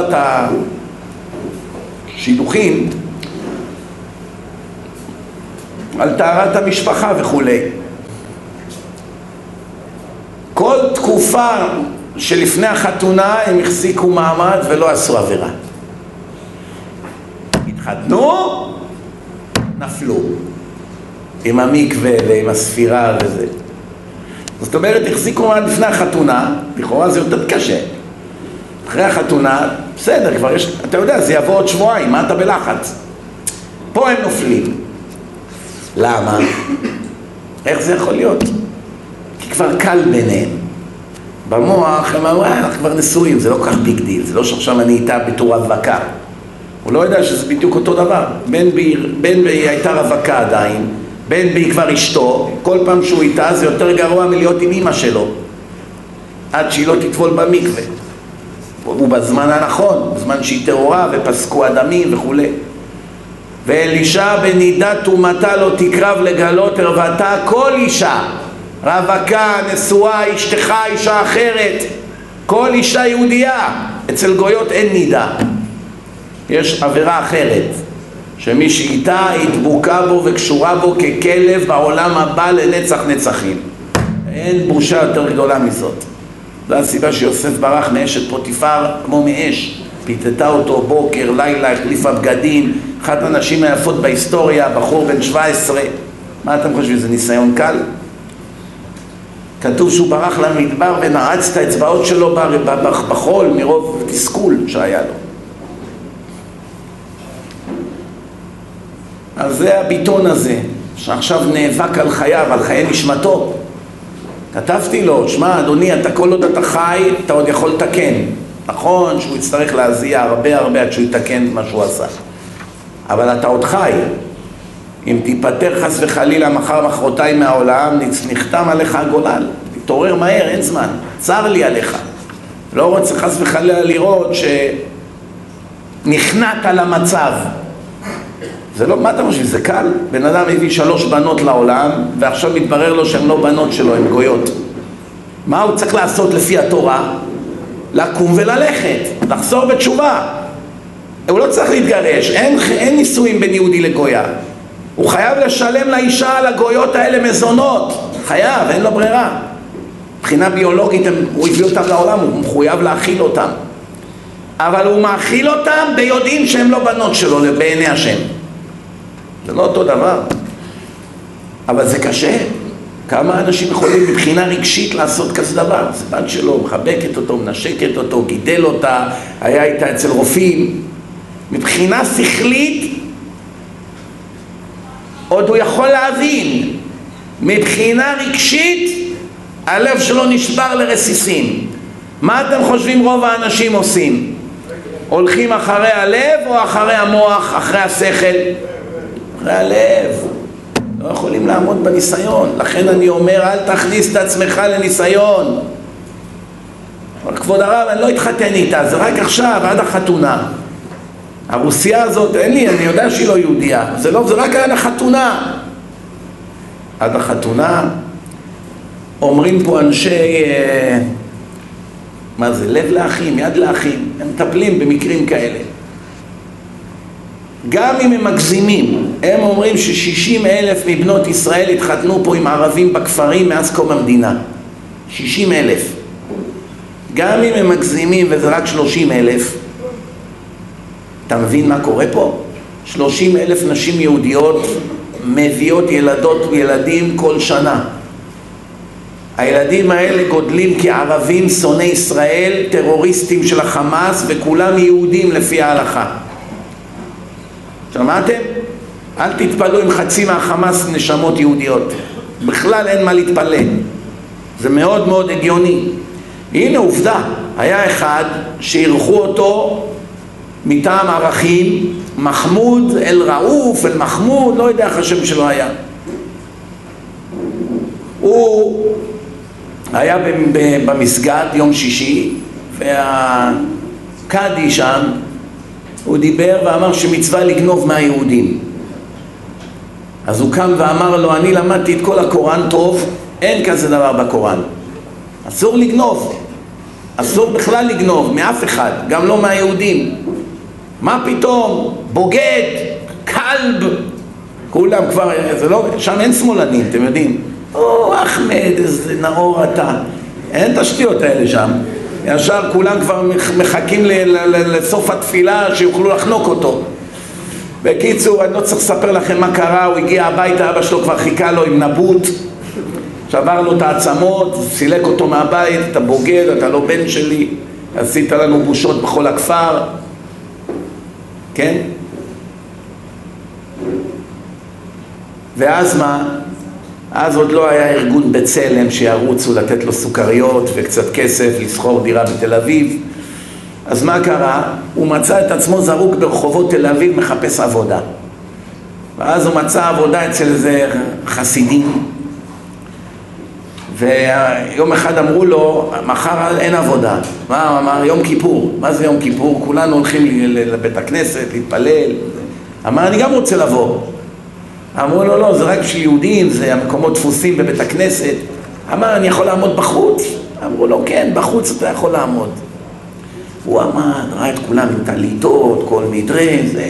השידוכים, על טהרת המשפחה וכו'. כל תקופה שלפני החתונה הם החזיקו מעמד ולא עשו עבירה. התחתנו, נפלו. עם המקווה ועם הספירה וזה. זאת אומרת, החזיקו מעמד לפני החתונה, לכאורה זה יותר קשה. אחרי החתונה, בסדר, כבר יש, אתה יודע, זה יבוא עוד שבועיים, מה אתה בלחץ? פה הם נופלים. למה? איך זה יכול להיות? כי כבר קל ביניהם. במוח הם אמרו, אנחנו כבר נשואים, זה לא כך ביג דיל, זה לא שעכשיו אני איתה בתור רווקה. הוא לא יודע שזה בדיוק אותו דבר. בן בי הייתה רווקה עדיין, בן בי כבר אשתו, כל פעם שהוא איתה זה יותר גרוע מלהיות עם אמא שלו, עד שהיא לא תטבול במקווה. הוא בזמן הנכון, בזמן שהיא טהורה ופסקו אדמים וכו'. ואלישע בנידת תומתה לא תקרב לגלות ערוותה. כל אישה, רווקה, נשואה, אשתך, אישה אחרת, כל אישה יהודייה, אצל גויות אין נידה. יש עבירה אחרת, שמי שאיתה התבוקה בו וקשורה בו ככלב בעולם הבא לנצח נצחים. אין בושה יותר גדולה מזאת. זו הסיבה שיוסף ברח מאשת פוטיפר כמו מאש. פיתתה אותו בוקר, לילה, החליפה בגדים. אחת הנשים היפות בהיסטוריה, בחור בן 17. מה אתם חושבים? זה ניסיון קל? כתוב שהוא ברח למדבר ונעץ את האצבעות שלו בחול מרוב תסכול שהיה לו. אז זה הביטון הזה, שעכשיו נאבק על חייו, על חיי נשמתו. כתבתי לו, שמע אדוני, אתה כל עוד אתה חי, אתה עוד יכול לתקן. נכון שהוא יצטרך להזיע הרבה עד שהוא יתקן מה שהוא עשה. אבל אתה עוד חי. אם תיפטר חס וחלילה מחר מחרתיים מהעולם, נחתם עליך הגולל. תתעורר מהר, אין זמן. צר לי עליך. לא רוצה חס וחלילה לראות שנכנעת על המצב. זה לא, מה אתה חושב, זה קל? בן אדם הביא 3 בנות לעולם, ועכשיו מתברר לו שהן לא בנות שלו, הן גויות. מה הוא צריך לעשות לפי התורה? לקום וללכת, לחזור בתשובה. הוא לא צריך להתגרש, אין נישואים בין יהודי לגויה. הוא חייב לשלם לאישה על הגויות האלה מזונות. חייב, אין לו ברירה. מבחינה ביולוגית הוא הביא אותם לעולם, הוא מחויב להאכיל אותם. אבל הוא מאכיל אותם ביודעים שהם לא בנות שלו, בעיני השם. זה לא אותו דבר. אבל זה קשה. כמה אנשים יכולים מבחינה רגשית לעשות כזה דבר? זה בת שלו, מחבקת אותו, מנשקת אותו, גידל אותה, היה איתה אצל רופאים. מבחינה שכלית עוד הוא יכול להבין. מבחינה רגשית הלב שלו נשבר לרסיסים. מה אתם חושבים רוב האנשים עושים? הולכים אחרי הלב או אחרי המוח, אחרי השכל? אחרי הלב. לא יכולים לעמוד בניסיון. לכן אני אומר, אל תכניס את עצמך לניסיון. אבל כבוד הרב, אני לא התחתן איתה, זה רק עכשיו, עד החתונה. הרוסיה הזאת, אין לי, אני יודע שהיא לא יהודיה. זה רק עד החתונה. עד החתונה, אומרים פה אנשי, מה זה, לב לאחים, יד לאחים. הם מטפלים במקרים כאלה. גם אם הם מגזימים, הם אומרים ש60,000 מבנות ישראל התחתנו פה עם ערבים בכפרים מאז קום המדינה. 60,000. גם אם הם מגזימים וזה רק 30,000, אתה מבין מה קורה פה? 30,000 נשים יהודיות מביאות ילדות וילדים כל שנה. הילדים האלה גודלים כערבים, שונאי ישראל, טרוריסטים של החמאס, וכולם יהודים לפי ההלכה. שמעתם? אל תתפלו עם חצי מהחמאס נשמות יהודיות. בכלל אין מה להתפלא. זה מאוד מאוד הגיוני. הנה עובדה, היה אחד שערכו אותו מטעם ערכים, מחמוד אל-ראוף, אל-מחמוד, לא יודע איך השם שלו היה. הוא היה במסגד יום שישי, והקאדי שם, הוא דיבר ואמר שמצווה לגנוב מהיהודים. אז הוא קם ואמר לו, אני למדתי את כל הקוראן טוב, אין כזה דבר בקוראן. אסור לגנוב. אסור בכלל לגנוב מאף אחד, גם לא מהיהודים. מה פתאום? בוגד, כלב. כולם כבר, זה לא, שם אין שמאלנים, אתם יודעים. או, אחמד, איזה נאור אתה. אין תשתיות האלה שם. ישר כולם כבר מחכים לסוף התפילה שיוכלו לחנוק אותו. בקיצור, אני לא צריך לספר לכם מה קרה, הוא הגיע הביתה, אבא שלו כבר חיכה לו עם נבוט, שבר לו את העצמות, סילק אותו מהבית, אתה בוגד, אתה לא בן שלי, עשית לנו בושות בכל הכפר, כן? ואז מה? אז עוד לא היה ארגון בצלם שירוצו לתת לו סוכריות וקצת כסף לסחור דירה בתל אביב. אז מה קרה? הוא מצא את עצמו זרוק ברחובות תל אביב מחפש עבודה. ואז הוא מצא עבודה אצל איזה חסידים. ויום אחד אמרו לו, מחר אין עבודה. מה הוא אמר? יום כיפור. מה זה יום כיפור? כולנו הולכים לבית הכנסת, להתפלל. אמר, אני גם רוצה לבוא. אמרו לו, לא, זה רק של יהודים, זה המקומות דפוסים בבית הכנסת. אמר, אני יכול לעמוד בחוץ? אמרו לו, כן, בחוץ אתה יכול לעמוד. הוא עמד, ראה את כולם עם טליתות, כל מדרה, זה...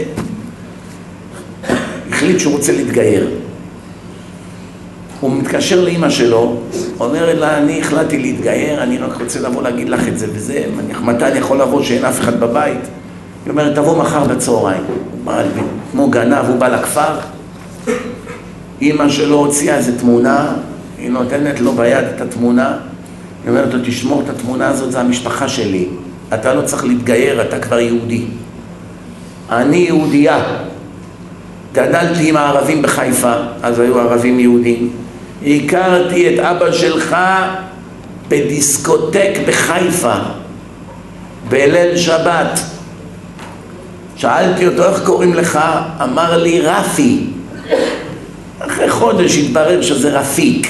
החליט שהוא רוצה להתגייר. הוא מתקשר לאמא שלו, אומר לה, אני החלטתי להתגייר, אני רק רוצה לבוא להגיד לך את זה וזה, מתי אני יכול לבוא שאין אף אחד בבית? היא אומרת, תבוא מחר בצהריים. הוא בא, כמו גנב, הוא בא לכפר, אמא שלו הוציאה איזו תמונה, היא נותנת לו ביד את התמונה, היא אומרת לו, תשמור את התמונה הזאת, זה המשפחה שלי. אתה לא צריך להתגייר, אתה כבר יהודי. אני יהודייה. גדלתי עם הערבים בחיפה, אז היו ערבים יהודים. הכרתי את אבא שלך בדיסקוטק בחיפה, בליל שבת. שאלתי אותו, איך קוראים לך? אמר לי, רפי. אחרי חודש התברר שזה רפיק.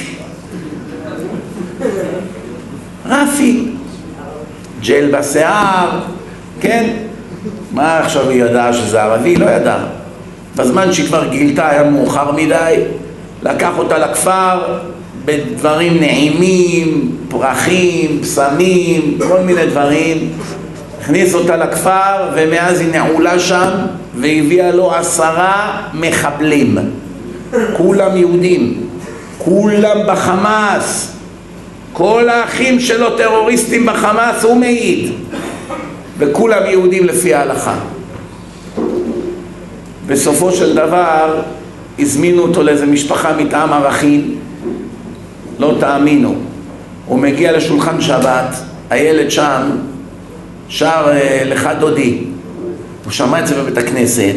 רפי. ג'ל בשיער, כן? מה עכשיו היא ידעה שזה ערבי? לא ידעה. בזמן שהיא כבר גילתה היה מאוחר מדי, לקח אותה לכפר בדברים נעימים, פרחים, פסמים, כל מיני דברים, הכניס אותה לכפר, ומאז היא נעולה שם והביאה לו 10 מחבלים, כולם יהודים, כולם בחמאס, כל האחים שלו טרוריסטים בחמאס, הוא מעיד, וכולם יהודים לפי ההלכה. בסופו של דבר הזמינו אותו לאיזה משפחה מטעם ערכים, לא תאמינו, הוא מגיע לשולחן שבת, הילד שם שר לך דודי, הוא שמע את זה בבית הכנסת,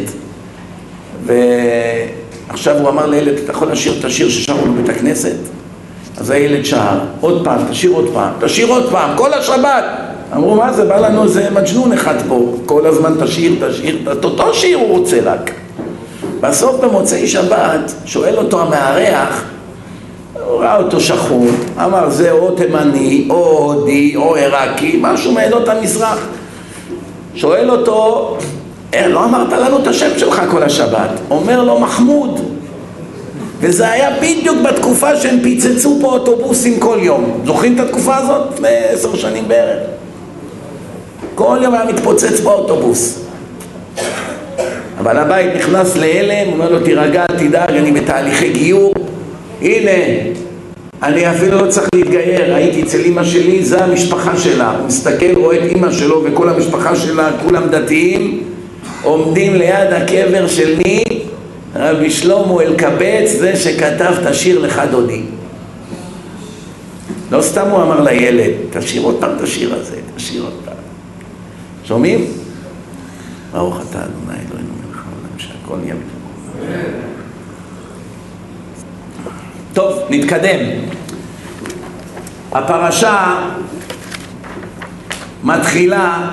ועכשיו הוא אמר לילד, אתה יכול לשיר את השיר ששרו בבית הכנסת? אז הילד שר, עוד פעם, תשיר עוד פעם, תשיר עוד פעם, כל השבת. אמרו, מה זה, בא לנו איזה מג'נון אחד פה, כל הזמן תשיר, אותו שיר הוא רוצה רק. בסוף במוצאי שבת, שואל אותו המארח, הוא ראה אותו שחור, אמר זה או תימני, או הודי, או עיראקי, משהו מעדות המזרח. שואל אותו, לא אמרת לנו את השם שלך כל השבת? אומר לו מחמוד. וזה היה בדיוק בתקופה שהם פיצצו פה אוטובוסים כל יום. זוכרים את התקופה הזאת? לפני 10 שנים בערך. כל יום היה מתפוצץ באוטובוס. אבל הבית נכנס להלם, הוא אומר לו תירגע, תדאג, אני בתהליכי גיור. הנה, אני אפילו לא צריך להתגייר, הייתי אצל אמא שלי, זה המשפחה שלה. הוא מסתכל, רואה את אמא שלו וכל המשפחה שלה, כולם דתיים, עומדים ליד הקבר של מי? רבי שלמה אלקבץ, זה שכתב תשיר לך דודי. לא סתם הוא אמר לילד, תשיר עוד פעם את השיר הזה, תשיר עוד פעם. שומעים? ברוך אתה אדוני אלוהינו מלך העולם שהכל נהיה בדברו. טוב, נתקדם. הפרשה מתחילה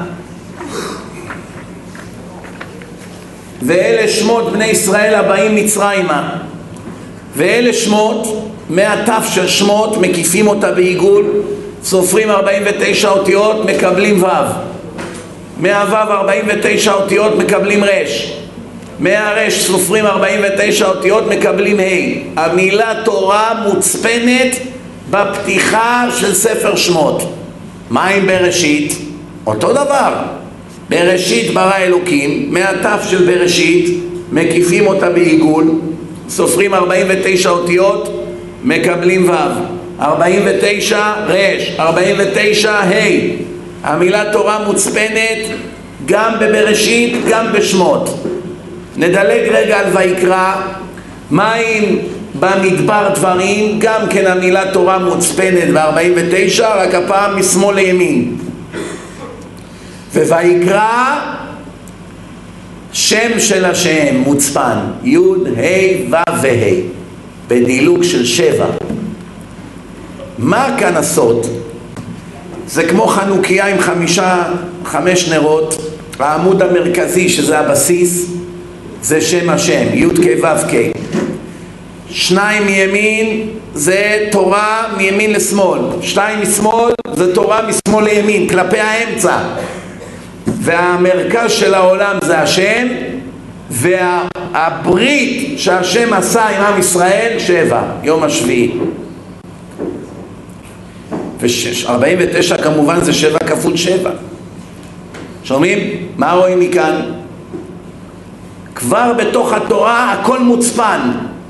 ואלה שמות בני ישראל הבאים מצרימה, ואלה שמות מהתף של שמות מקיפים אותה בעיגול, סופרים 49 אותיות מקבלים ו', מהו' 49 אותיות מקבלים ר', מהר' סופרים 49 אותיות מקבלים ה'. המילה תורה מוצפנת בפתיחה של ספר שמות. מה עם בראשית? אותו דבר. בראשית ברא אלוקים, מהתף של בראשית מקיפים אותה בעיגול, סופרים 49 אותיות מקבלים ו', 49 ר', 49 ה'. המילה תורה מוצפנת גם בבראשית גם בשמות. נדלג רגע על ויקרא. מים במדבר דברים, גם כן המילה תורה מוצפנת ב-49, רק הפעם משמאל לימין. וויקרא שם של השם מוצפן י' ה' ו' וה' בדילוג של 7. מה כאן הסוד? זה כמו חנוכיה עם 5 נרות. העמוד המרכזי שזה הבסיס זה שם השם י' כ' ו' כ'. 2 מימין זה תורה מימין לשמאל, 2 משמאל זה תורה משמאל לימין, כלפי האמצע. והמרכז של העולם זה השם, והברית שהשם עשה עם עם ישראל 7, יום השביעי. ו-49 כמובן זה 7 כפול 7. שומעים? מה רואים מכאן? כבר בתוך התורה הכל מוצפן,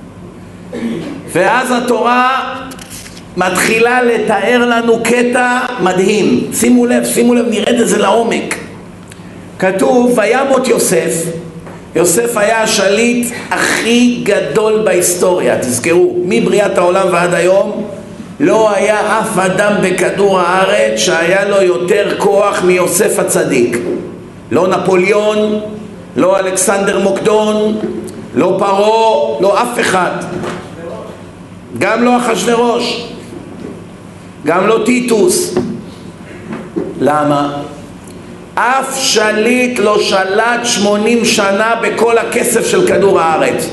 ואז התורה מתחילה לתאר לנו קטע מדהים. שימו לב, נרד את זה לעומק. כתוב וימות יוסף. יוסף היה השליט הכי גדול בהיסטוריה. תזכרו, מבריאת העולם ועד היום לא היה אף אדם בכדור הארץ שהיה לו יותר כוח מיוסף הצדיק. לא נפוליאון, לא אלכסנדר מוקדון, לא פרעה, לא אף אחד. גם לא אחשוורוש, גם לא טיטוס. למה? אף שליט לא שלט 80 שנה בכל הכסף של כדור הארץ,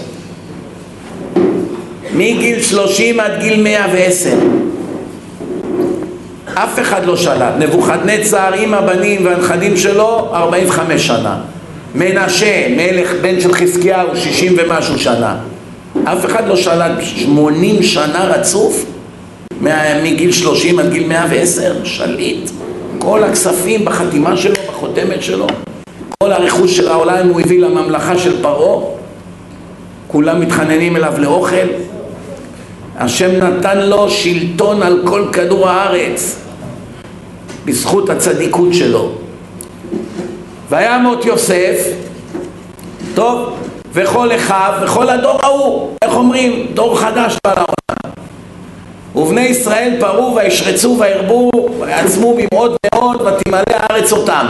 מגיל 30 עד גיל 110. אף אחד לא שלט. נבוכדנצר עם הבנים והנכדים שלו 45 שנה. מנשה, מלך בן של חזקיהו, 60 ומשהו שנה. אף אחד לא שלט 80 שנה רצוף, מגיל 30 עד גיל 110, שליט. כל הכספים בחתימה שלו, בחותמת שלו, כל הרכוש של העולם הוא הביא לממלכה של פרעה, כולם מתחננים אליו לאוכל. השם נתן לו שלטון על כל כדור הארץ, בזכות הצדיקות שלו. וימות יוסף, טוב, וכל אחיו, וכל הדור ההוא, איך אומרים? דור חדש בא לעולם. ובני ישראל פרו וישרצו וירבו ויעצמו במאוד מאוד ותמלא הארץ אותם.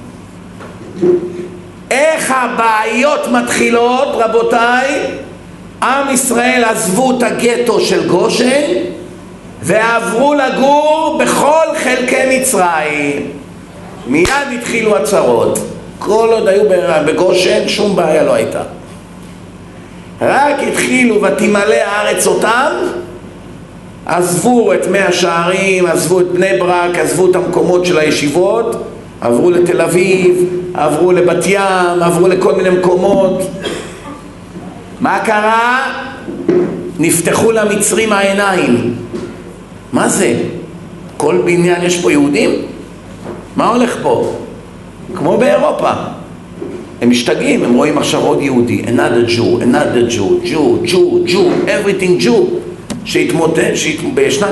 איך הבעיות מתחילות, רבותיי? עם ישראל עזבו את הגטו של גושן ועברו לגור בכל חלקי מצרים. מיד התחילו הצרות. כל עוד היו בגושן שום בעיה לא הייתה. רק התחילו ותמלא הארץ אותם, עזבו את מאה שערים, עזבו את בני ברק, עזבו את המקומות של הישיבות, עברו לתל אביב, עברו לבת ים, עברו לכל מיני מקומות. מה קרה? נפתחו למצרים העיניים. מה זה? כל בניין יש פה יהודים? מה הולך פה? כמו באירופה. הם משתגעים, הם רואים עכשיו עוד יהודי, another Jew, another Jew, Jew, Jew, Jew, everything Jew, שהתמודד, בשנת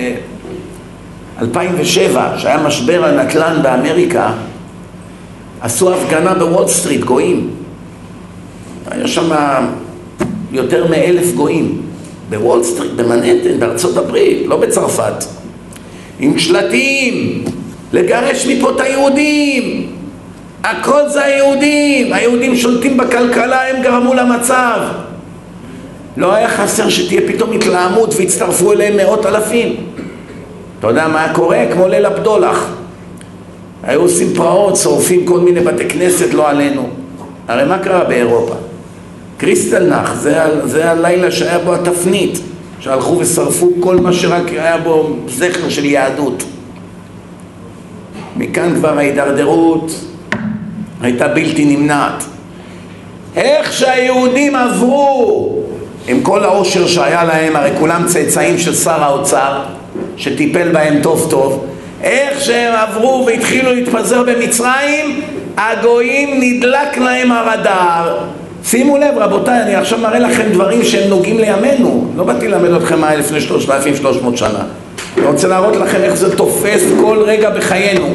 2007, שהיה משבר הנדל"ן באמריקה, עשו הפגנה בוול סטריט, גויים. היה שם יותר מ1,000 גויים, בוול סטריט, במנהטן, בארצות הברית, לא בצרפת, עם שלטים, לגרש מפה את היהודים. הכל זה היהודים, היהודים שולטים בכלכלה, הם גרמו למצב. לא היה חסר שתהיה פתאום התלהמות והצטרפו אליהם מאות אלפים. אתה יודע מה היה קורה? כמו ליל הבדולח. היו עושים פרעות, שורפים כל מיני בתי כנסת, לא עלינו. הרי מה קרה באירופה? קריסטלנאך, זה הלילה שהיה בו התפנית, שהלכו ושרפו כל מה שרק היה בו זכר של יהדות. מכאן כבר ההידרדרות הייתה בלתי נמנעת. איך שהיהודים עברו עם כל העושר שהיה להם, הרי כולם צאצאים של שר האוצר שטיפל בהם טוב טוב, איך שהם עברו והתחילו להתפזר במצרים, הגויים נדלק להם הרדאר. שימו לב רבותיי, אני עכשיו מראה לכם דברים שהם נוגעים לימינו, לא באתי ללמד אתכם מה לפני 3,300 שנה. אני רוצה להראות לכם איך זה תופס כל רגע בחיינו.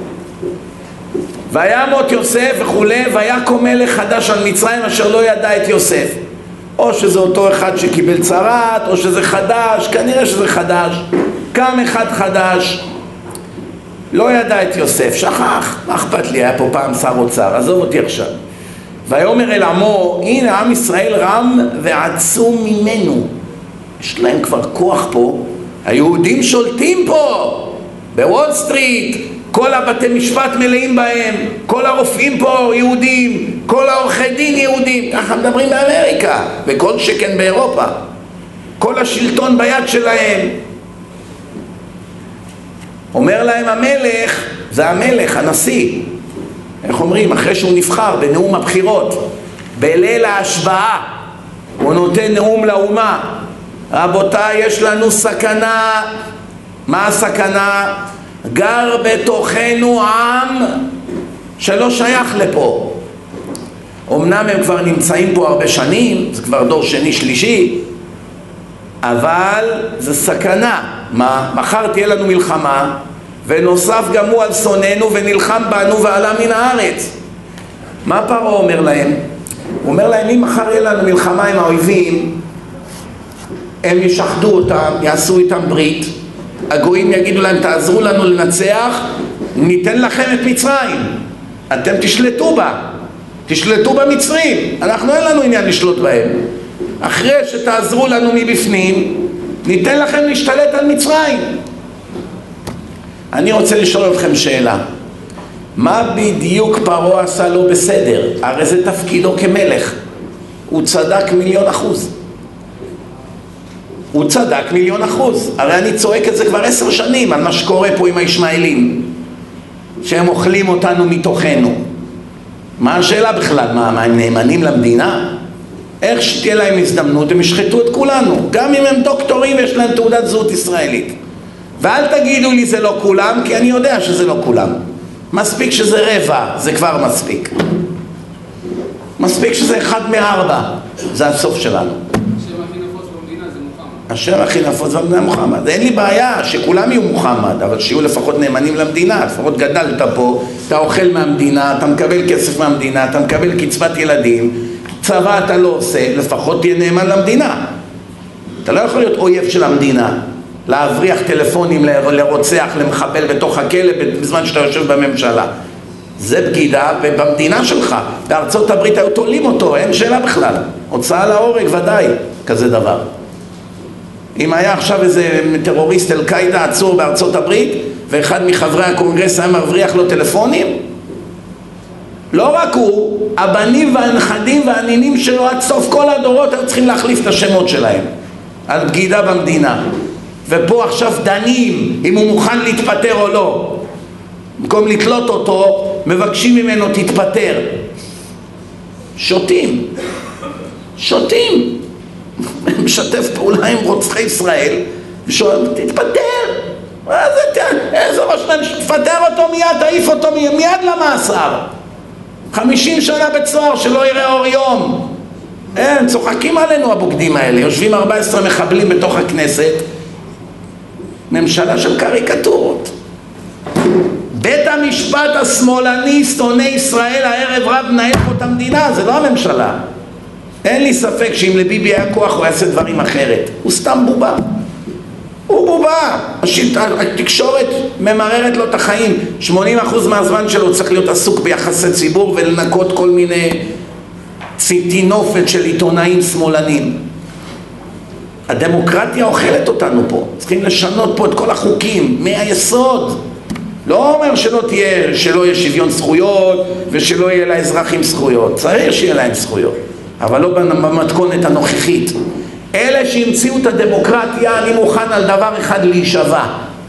וימות יוסף וכולי, ויקום מלך חדש על מצרים אשר לא ידע את יוסף. או שזה אותו אחד שקיבל צרת, או שזה חדש, כנראה שזה חדש. קם אחד חדש, לא ידע את יוסף, שכח, מה אכפת לי, היה פה פעם שר אוצר, עזוב אותי עכשיו. ויאמר אל עמו, הנה עם ישראל רם ועצום ממנו. יש להם כבר כוח פה, היהודים שולטים פה, בוול סטריט, כל הבתי משפט מלאים בהם, כל הרופאים פה יהודים, כל העורכי דין יהודים, ככה מדברים באמריקה, וכל שכן באירופה. כל השלטון ביד שלהם. אומר להם המלך, זה המלך, הנשיא, איך אומרים, אחרי שהוא נבחר בנאום הבחירות, בליל ההשבעה, הוא נותן נאום לאומה. רבותיי, יש לנו סכנה. מה הסכנה? גר בתוכנו עם שלא שייך לפה. אמנם הם כבר נמצאים פה הרבה שנים, זה כבר דור שני שלישי, אבל זה סכנה. מה? מחר תהיה לנו מלחמה, ונוסף גם הוא על שונאינו ונלחם בנו ועלה מן הארץ. מה פרעה אומר להם? הוא אומר להם, אם מחר יהיה לנו מלחמה עם האויבים, הם ישחדו אותם, יעשו איתם ברית, הגויים יגידו להם, תעזרו לנו לנצח, ניתן לכם את מצרים, אתם תשלטו בה, תשלטו במצרים, אנחנו אין לנו עניין לשלוט בהם. אחרי שתעזרו לנו מבפנים, ניתן לכם להשתלט על מצרים. אני רוצה לשאול אתכם שאלה, מה בדיוק פרעה עשה לא בסדר? הרי זה תפקידו כמלך. הוא צדק 1,000,000%. הוא צדק 1,000,000%. הרי אני צועק את זה כבר 10 שנים על מה שקורה פה עם הישמעאלים, שהם אוכלים אותנו מתוכנו. מה השאלה בכלל? מה הם נאמנים למדינה? איך שתהיה להם הזדמנות, הם ישחטו את כולנו, גם אם הם דוקטורים ויש להם תעודת זהות ישראלית. ואל תגידו לי זה לא כולם, כי אני יודע שזה לא כולם. מספיק שזה רבע, זה כבר מספיק. מספיק שזה 1 מ-4, זה הסוף שלנו. השם הכי נפוץ במדינה זה מוחמד. השם הכי נפוץ במדינה מוחמד. אין לי בעיה שכולם יהיו מוחמד, אבל שיהיו לפחות נאמנים למדינה. לפחות גדלת פה, אתה אוכל מהמדינה, אתה מקבל כסף מהמדינה, אתה מקבל קצבת ילדים, צבא אתה לא עושה, לפחות תהיה נאמן למדינה. אתה לא יכול להיות אויב של המדינה, להבריח טלפונים לרוצח, למחבל בתוך הכלא בזמן שאתה יושב בממשלה. זה בגידה במדינה שלך. בארצות הברית היו תולים אותו, אין שאלה בכלל. הוצאה להורג ודאי, כזה דבר. אם היה עכשיו איזה טרוריסט אל-קאידה עצור בארצות הברית, ואחד מחברי הקונגרס היה מבריח לו טלפונים, לא רק הוא, הבנים והנכדים והנינים שלו עד סוף כל הדורות היו צריכים להחליף את השמות שלהם על בגידה במדינה. ופה עכשיו דנים אם הוא מוכן להתפטר או לא. במקום לתלות אותו, מבקשים ממנו תתפטר. שותים. משתף פעולה עם רוצחי ישראל ושואל, תתפטר. איזה ראש ממשלה, תפטר אותו מיד, תעיף אותו מיד למאסר. 50 שנה בצוהר שלא יראה אור יום. הם צוחקים עלינו הבוגדים האלה. יושבים 14 מחבלים בתוך הכנסת. ממשלה של קריקטורות. בית המשפט השמאלני שונא ישראל הערב רב מנהל פה את המדינה, זה לא הממשלה. אין לי ספק שאם לביבי היה כוח הוא יעשה דברים אחרת. הוא סתם בובה. הוא בובה. התקשורת ממררת לו את החיים. 80% מהזמן שלו צריך להיות עסוק ביחסי ציבור ולנקות כל מיני ציטינופת של עיתונאים שמאלנים. הדמוקרטיה אוכלת אותנו פה. צריכים לשנות פה את כל החוקים מהיסוד. לא אומר שלא יהיה שוויון זכויות ושלא יהיה לאזרחים זכויות. צריך שיהיה להם זכויות, אבל לא במתכונת הנוכחית. אלה שהמציאו את הדמוקרטיה, אני מוכן על דבר אחד להישבע,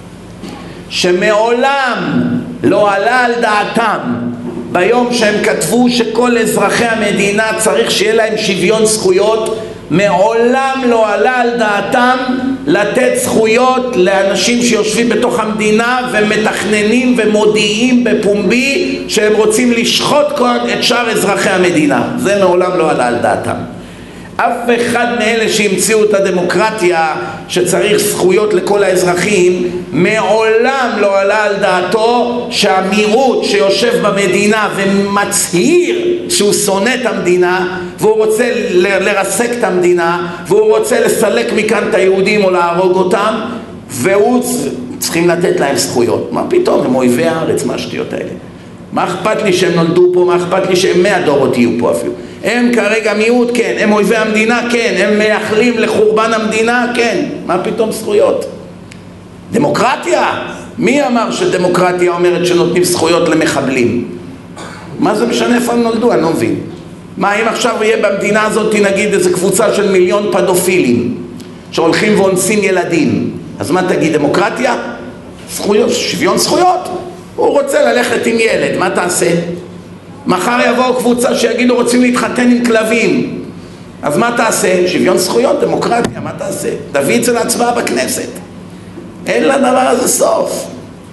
שמעולם לא עלה על דעתם ביום שהם כתבו שכל אזרחי המדינה צריך שיהיה להם שוויון זכויות, מעולם לא עלה על דעתם לתת זכויות לאנשים שיושבים בתוך המדינה ומתכננים ומודיעים בפומבי שהם רוצים לשחוט את שאר אזרחי המדינה. זה מעולם לא עלה על דעתם. אף אחד מאלה שהמציאו את הדמוקרטיה שצריך זכויות לכל האזרחים, מעולם לא עלה על דעתו שהמיעוט שיושב במדינה ומצהיר שהוא שונא את המדינה והוא רוצה לרסק את המדינה והוא רוצה לסלק מכאן את היהודים או להרוג אותם, והוא צריכים לתת להם זכויות. מה פתאום, הם אויבי הארץ, מה השטויות האלה? מה אכפת לי שהם נולדו פה, מה אכפת לי שהם 100 דורות יהיו פה אפילו? הם כרגע מיעוט, כן. הם אויבי המדינה, כן. הם מייחלים לחורבן המדינה, כן. מה פתאום זכויות? דמוקרטיה? מי אמר שדמוקרטיה אומרת שנותנים זכויות למחבלים? מה זה משנה איפה הם נולדו? אני לא מבין. מה אם עכשיו יהיה במדינה הזאת נגיד איזו קבוצה של 1,000,000 פדופילים שהולכים ואונסים ילדים, אז מה תגיד, דמוקרטיה? זכויות, שוויון זכויות. הוא רוצה ללכת עם ילד, מה תעשה? מחר יבואו קבוצה שיגידו רוצים להתחתן עם כלבים, אז מה תעשה? שוויון זכויות, דמוקרטיה, מה תעשה? תביא את זה להצבעה בכנסת. אין לדבר הזה סוף.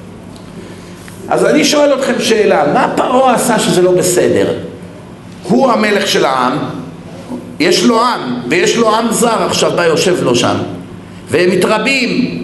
אז אני שואל אתכם שאלה, מה פרעה עשה שזה לא בסדר? הוא המלך של העם, יש לו עם, ויש לו עם זר עכשיו בא יושב לו שם, והם מתרבים,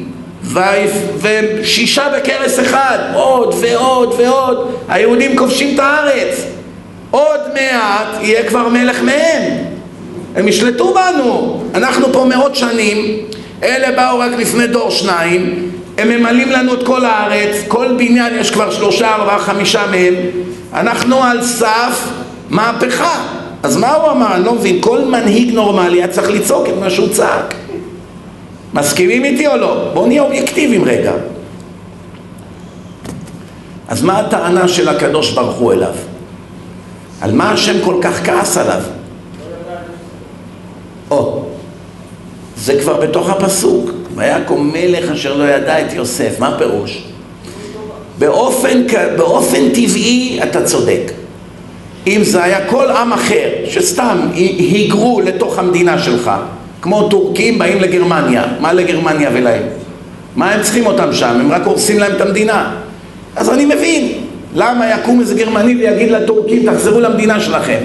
ושישה בכרס אחד, עוד ועוד ועוד, היהודים כובשים את הארץ, עוד מעט יהיה כבר מלך מהם, הם ישלטו בנו, אנחנו פה מאות שנים, אלה באו רק לפני דור שניים, הם ממלאים לנו את כל הארץ, כל בניין יש כבר 3, 4, 5 מהם, אנחנו על סף מהפכה. אז מה הוא אמר? אני לא מבין, כל מנהיג נורמלי היה צריך לצעוק את מה שהוא צעק. מסכימים איתי או לא? בואו נהיה אובייקטיביים רגע. אז מה הטענה של הקדוש ברוך הוא אליו? על מה השם כל כך כעס עליו? זה כבר בתוך הפסוק. ויקום מלך אשר לא ידע את יוסף. מה הפירוש? באופן טבעי אתה צודק. אם זה היה כל עם אחר שסתם היגרו לתוך המדינה שלך, כמו טורקים באים לגרמניה, מה לגרמניה ולהם? מה הם צריכים אותם שם? הם רק הורסים להם את המדינה. אז אני מבין למה יקום איזה גרמני ויגיד לטורקים תחזרו למדינה שלכם,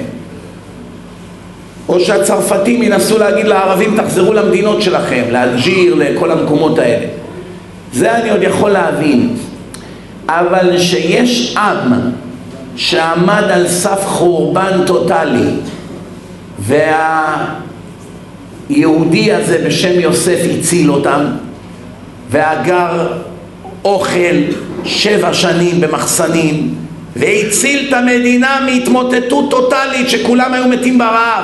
או שהצרפתים ינסו להגיד לערבים תחזרו למדינות שלכם, לאלג'יר, לכל המקומות האלה. זה אני עוד יכול להבין. אבל שיש עם שעמד על סף חורבן טוטלי, והיהודי הזה בשם יוסף הציל אותם, ואגר אוכל 7 שנים במחסנים, והציל את המדינה מהתמוטטות טוטלית שכולם היו מתים ברעב.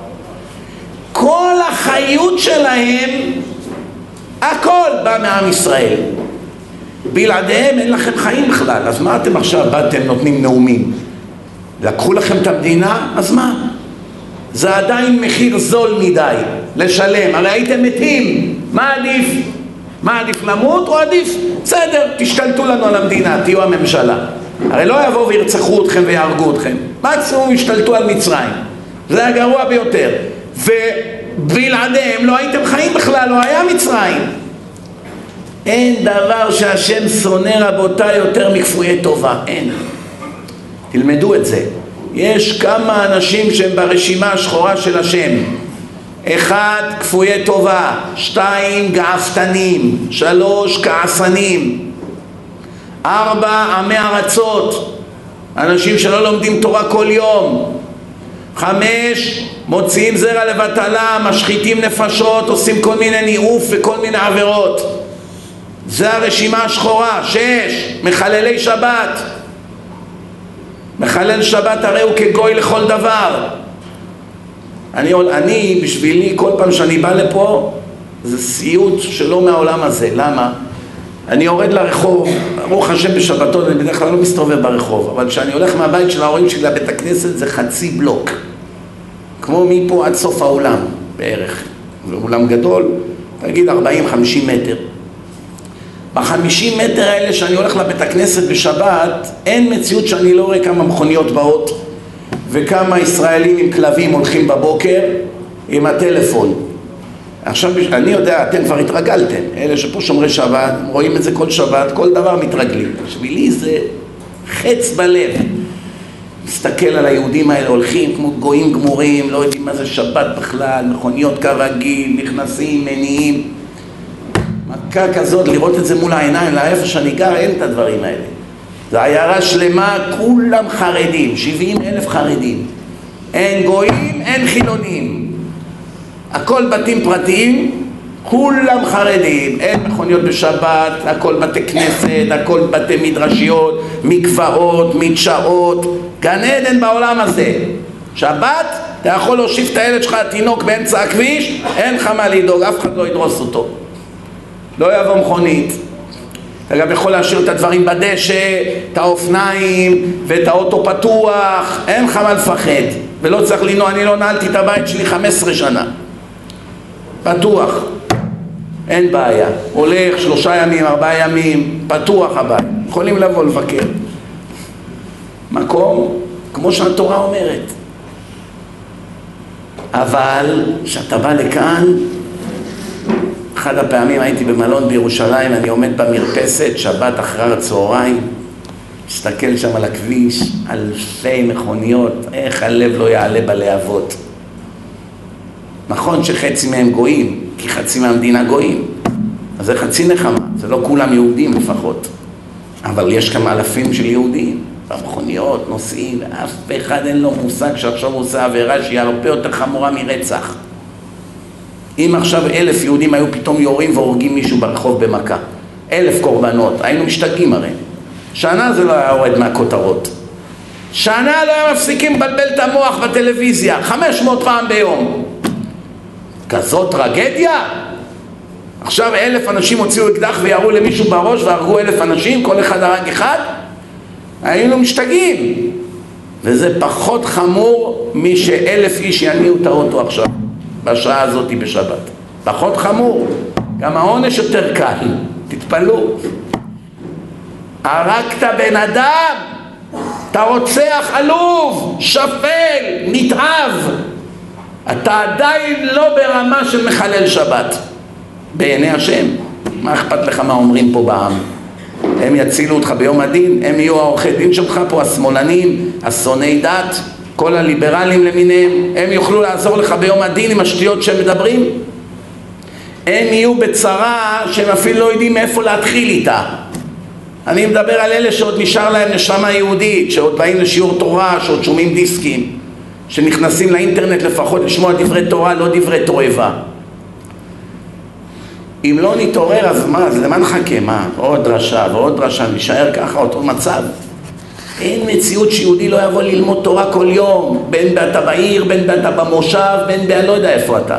כל החיות שלהם, הכל בא מעם ישראל. בלעדיהם אין לכם חיים בכלל. אז מה אתם עכשיו באתם נותנים נאומים? לקחו לכם את המדינה? אז מה? זה עדיין מחיר זול מדי לשלם. הרי הייתם מתים. מה עדיף? מה עדיף, למות או עדיף? בסדר, תשתלטו לנו על המדינה, תהיו הממשלה. הרי לא יבואו וירצחו אתכם ויהרגו אתכם. מקסימום ישתלטו על מצרים. זה הגרוע ביותר. ובלעדיהם לא הייתם חיים בכלל, לא היה מצרים. אין דבר שהשם שונא רבותיי יותר מכפויי טובה, אין. תלמדו את זה. יש כמה אנשים שהם ברשימה השחורה של השם. 1, כפויי טובה. 2, גאוותנים. 3, כעסנים. 4, עמי ארצות. אנשים שלא לומדים תורה כל יום. 5, מוציאים זרע לבטלה, משחיתים נפשות, עושים כל מיני ניאוף וכל מיני עבירות. זה הרשימה השחורה. 6, מחללי שבת. מחלל שבת הרי הוא כגוי לכל דבר. אני בשבילי כל פעם שאני בא לפה זה סיוט שלא מהעולם הזה. למה? אני יורד לרחוב, ברוך השם בשבתות, אני בדרך כלל לא מסתובב ברחוב, אבל כשאני הולך מהבית של ההורים שלי לבית הכנסת זה חצי בלוק, כמו מפה עד סוף האולם בערך. זה אולם גדול, תגיד 40-50 מטר. ב-50 מטר האלה שאני הולך לבית הכנסת בשבת, אין מציאות שאני לא רואה כמה מכוניות באות וכמה ישראלים עם כלבים הולכים בבוקר עם הטלפון. עכשיו אני יודע, אתם כבר התרגלתם, אלה שפה שומרי שבת, רואים את זה כל שבת, כל דבר מתרגלים. בשבילי זה חץ בלב. מסתכל על היהודים האלה, הולכים כמו גויים גמורים, לא יודעים מה זה שבת בכלל, מכוניות כרגיל, נכנסים, מניעים. מכה כזאת, לראות את זה מול העיניים, לאיפה שאני גר, אין את הדברים האלה. זה עיירה שלמה, כולם חרדים, 70,000 חרדים. אין גויים, אין חילונים. הכל בתים פרטיים, כולם חרדים. אין מכוניות בשבת, הכל בתי כנסת, הכל בתי מדרשיות, מקוואות, מדשאות. גן עדן בעולם הזה. שבת, אתה יכול להושיב את הילד שלך, התינוק באמצע הכביש, אין לך מה לדאוג, אף אחד לא ידרוס אותו. לא יבוא מכונית. אתה גם יכול להשאיר את הדברים בדשא, את האופניים ואת האוטו פתוח, אין לך מה לפחד. ולא צריך לנוע, אני לא נעלתי את הבית שלי 15 שנה. פתוח, אין בעיה. הולך 3 ימים, 4 ימים, פתוח הבית. יכולים לבוא לבקר. מקום כמו שהתורה אומרת. אבל כשאתה בא לכאן, אחד הפעמים הייתי במלון בירושלים, אני עומד במרפסת, שבת אחר הצהריים, מסתכל שם על הכביש, אלפי מכוניות, איך הלב לא יעלה בלהבות. נכון שחצי מהם גויים, כי חצי מהמדינה גויים, אז זה חצי נחמה, זה לא כולם יהודים לפחות, אבל יש כמה אלפים של יהודים, במכוניות, נוסעים, ואף אחד אין לו מושג שעכשיו הוא עושה עבירה שהיא הרבה יותר חמורה מרצח. אם עכשיו 1,000 יהודים היו פתאום יורים והורגים מישהו ברחוב במכה, 1,000 קורבנות, היינו משתגעים הרי. שנה זה לא היה יורד מהכותרות. שנה לא היה מפסיקים לבלבל את המוח בטלוויזיה, 500 פעם ביום. כזאת טרגדיה? עכשיו 1,000 אנשים הוציאו אקדח וירו למישהו בראש והרגו 1,000 אנשים, כל אחד הרג אחד? היינו משתגעים. וזה פחות חמור מש1,000 איש יניעו את האוטו עכשיו. בשעה הזאת בשבת. פחות חמור. גם העונש יותר קל. תתפלו. הרגת בן אדם, אתה רוצח עלוב, שפל, נתעב. אתה עדיין לא ברמה של מחלל שבת. בעיני השם. מה אכפת לך מה אומרים פה בעם? הם יצילו אותך ביום הדין, הם יהיו העורכי דין שלך פה, השמאלנים, השונאי דת, כל הליברלים למיניהם, הם יוכלו לעזור לך ביום הדין עם השטויות שהם מדברים? הם יהיו בצרה שהם אפילו לא יודעים מאיפה להתחיל איתה. אני מדבר על אלה שעוד נשאר להם נשמה יהודית, שעוד באים לשיעור תורה, שעוד שומעים דיסקים, שנכנסים לאינטרנט לפחות לשמוע דברי תורה, לא דברי תועבה. אם לא נתעורר, אז מה? אז למה נחכה? מה? עוד דרשה ועוד דרשה, נשאר ככה אותו מצב. אין מציאות שיהודי לא יבוא ללמוד תורה כל יום, בין אתה בעיר, בין אתה במושב, בין לא יודע איפה אתה.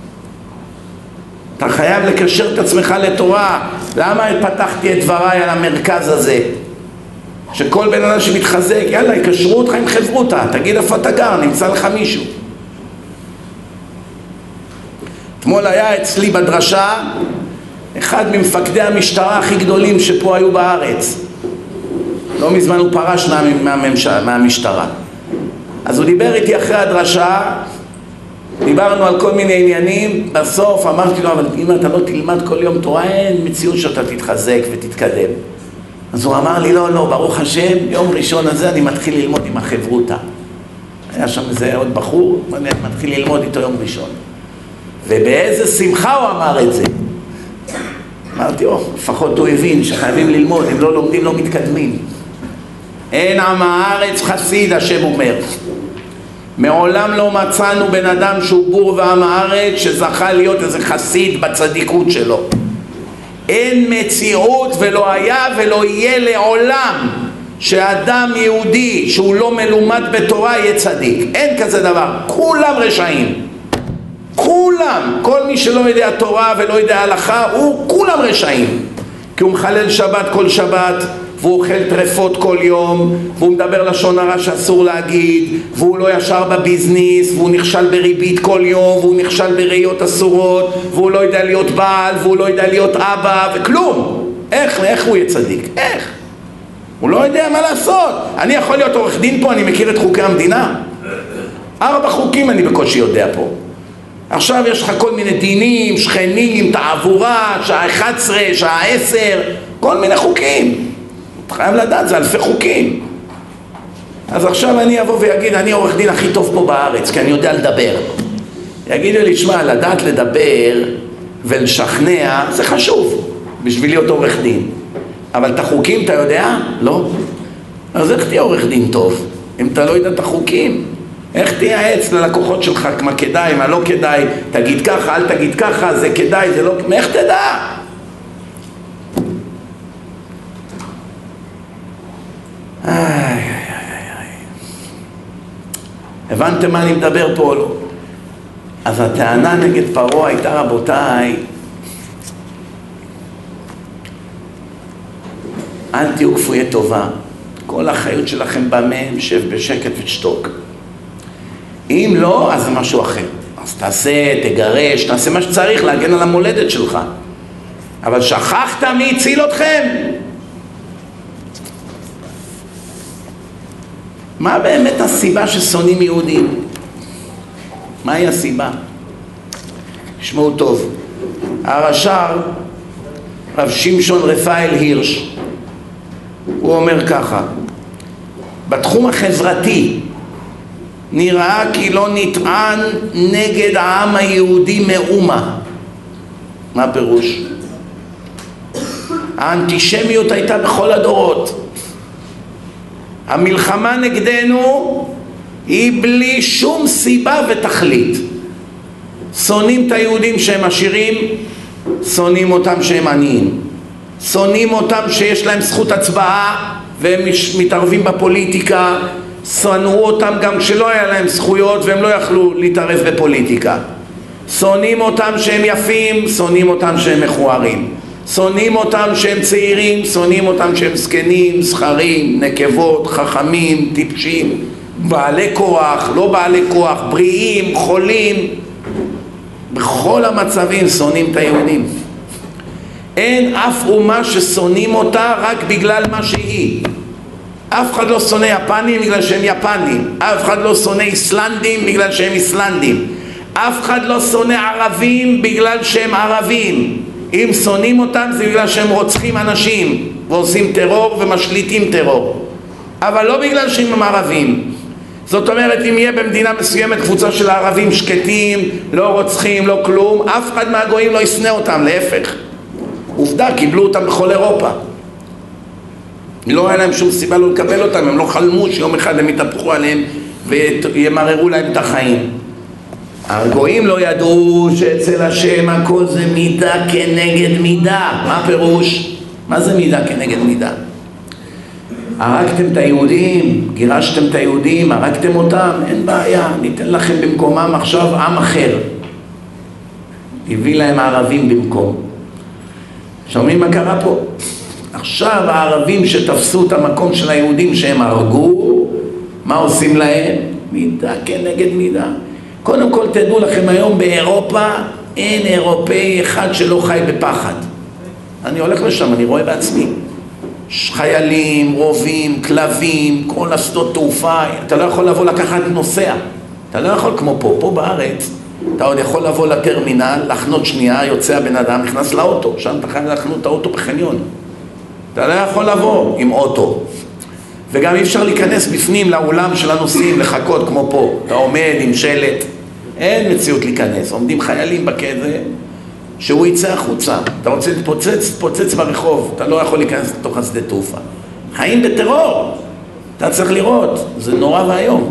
אתה חייב לקשר את עצמך לתורה. למה פתחתי את דבריי על המרכז הזה? שכל בן אדם שמתחזק, יאללה, יקשרו אותך עם חברותה, תגיד איפה אתה גר, נמצא לך מישהו. אתמול היה אצלי בדרשה אחד ממפקדי המשטרה הכי גדולים שפה היו בארץ. לא מזמן הוא פרש מהמשטרה. אז הוא דיבר איתי אחרי הדרשה, דיברנו על כל מיני עניינים, בסוף אמרתי לו, אבל אם אתה לא תלמד כל יום תורה, אין מציאות שאתה תתחזק ותתקדם. אז הוא אמר לי, לא, ברוך השם, יום ראשון הזה אני מתחיל ללמוד עם החברותה. היה שם איזה עוד בחור, ואני מתחיל ללמוד איתו יום ראשון. ובאיזה שמחה הוא אמר את זה. אמרתי, לפחות הוא הבין שחייבים ללמוד, אם לא לומדים לא מתקדמים. אין עם הארץ חסיד, השם אומר. מעולם לא מצאנו בן אדם שהוא בור ועם הארץ שזכה להיות איזה חסיד בצדיקות שלו. אין מציאות ולא היה ולא יהיה לעולם שאדם יהודי שהוא לא מלומד בתורה יהיה צדיק. אין כזה דבר. כולם רשעים. כולם. כל מי שלא יודע תורה ולא יודע הלכה, כולם רשעים. כי הוא מחלל שבת כל שבת, והוא אוכל טרפות כל יום, והוא מדבר לשון הרע שאסור להגיד, והוא לא ישר בביזניס, והוא נכשל בריבית כל יום, והוא נכשל בראיות אסורות, והוא לא יודע להיות בעל, והוא לא יודע להיות אבא, וכלום. איך הוא יהיה צדיק? איך? הוא לא יודע מה לעשות. אני יכול להיות עורך דין פה, אני מכיר את חוקי המדינה. 4 חוקים אני בקושי יודע פה. עכשיו יש לך כל מיני דינים, שכנים, תעבורה, שעה 11, שעה 10, כל מיני חוקים. אתה חייב לדעת, זה אלפי חוקים. אז עכשיו אני אבוא ויגיד, אני עורך דין הכי טוב פה בארץ, כי אני יודע לדבר. יגידו לי, שמע, לדעת לדבר ולשכנע, זה חשוב, בשביל להיות עורך דין. אבל את החוקים אתה יודע? לא. אז איך תהיה עורך דין טוב? אם אתה לא יודע את החוקים, איך תייעץ ללקוחות שלך מה כדאי, מה לא כדאי, תגיד ככה, אל תגיד ככה, זה כדאי, זה לא... איך תדע? הבנתם מה אני מדבר פה או לא? אז הטענה נגד פרעה הייתה, רבותיי, אל תהיו כפויי טובה. כל החיות שלכם במם, שב בשקט ושתוק. אם לא, אז זה משהו אחר. אז תעשה, תגרש, תעשה מה שצריך להגן על המולדת שלך. אבל שכחת מי הציל אתכם? מה באמת הסיבה ששונאים יהודים? מהי הסיבה? תשמעו טוב. הרש"ר, רב שמשון רפאל הירש, הוא אומר ככה, בתחום החברתי נראה כי לא נטען נגד העם היהודי מאומה. מה פירוש? האנטישמיות הייתה בכל הדורות. המלחמה נגדנו היא בלי שום סיבה ותכלית. שונאים את היהודים שהם עשירים, שונאים אותם שהם עניים. שונאים אותם שיש להם זכות הצבעה והם מתערבים בפוליטיקה. שונאו אותם גם כשלא היה להם זכויות והם לא יכלו להתערב בפוליטיקה. שונאים אותם שהם יפים, שונאים אותם שהם מכוערים. שונאים אותם שהם צעירים, שונאים אותם שהם זקנים, זכרים, נקבות, חכמים, טיפשים, בעלי כוח, לא בעלי כוח, בריאים, חולים. בכל המצבים שונאים את היהודים. אין אף אומה ששונאים אותה רק בגלל מה שהיא. אף אחד לא שונא יפנים בגלל שהם יפנים, אף אחד לא שונא איסלנדים בגלל שהם איסלנדים, אף אחד לא שונא ערבים בגלל שהם ערבים. אם שונאים אותם זה בגלל שהם רוצחים אנשים ועושים טרור ומשליטים טרור, אבל לא בגלל שהם ערבים. זאת אומרת, אם יהיה במדינה מסוימת קבוצה של הערבים שקטים, לא רוצחים, לא כלום, אף אחד מהגויים לא ישנא אותם, להפך. עובדה, קיבלו אותם בכל אירופה. לא היה להם שום סיבה לא לקבל אותם, הם לא חלמו שיום אחד הם יתהפכו עליהם וימררו להם את החיים. הגויים לא ידעו שאצל השם הכל זה מידה כנגד מידה. מה פירוש? מה זה מידה כנגד מידה? הרגתם את היהודים, גירשתם את היהודים, הרגתם אותם, אין בעיה, ניתן לכם במקומם עכשיו עם אחר. הביא להם הערבים במקום. שומעים מה קרה פה? עכשיו הערבים שתפסו את המקום של היהודים שהם הרגו, מה עושים להם? מידה כנגד מידה. קודם כל תדעו לכם, היום באירופה אין אירופאי אחד שלא חי בפחד. אני הולך לשם, אני רואה בעצמי. חיילים, רובים, כלבים, כל השדות תעופה. אתה לא יכול לבוא לקחת נוסע. אתה לא יכול כמו פה בארץ. אתה עוד יכול לבוא לטרמינל, לחנות שנייה, יוצא הבן אדם, נכנס לאוטו. שם אתה חייב לחנות את האוטו בחניון. אתה לא יכול לבוא עם אוטו. וגם אי אפשר להיכנס בפנים לאולם של הנוסעים, לחכות כמו פה. אתה עומד עם שלט. אין מציאות להיכנס. עומדים חיילים בכזה, שהוא יצא החוצה. אתה רוצה להתפוצץ ברחוב. אתה לא יכול להיכנס לתוך השדה תעופה. חיים בטרור. אתה צריך לראות. זה נורא והיום.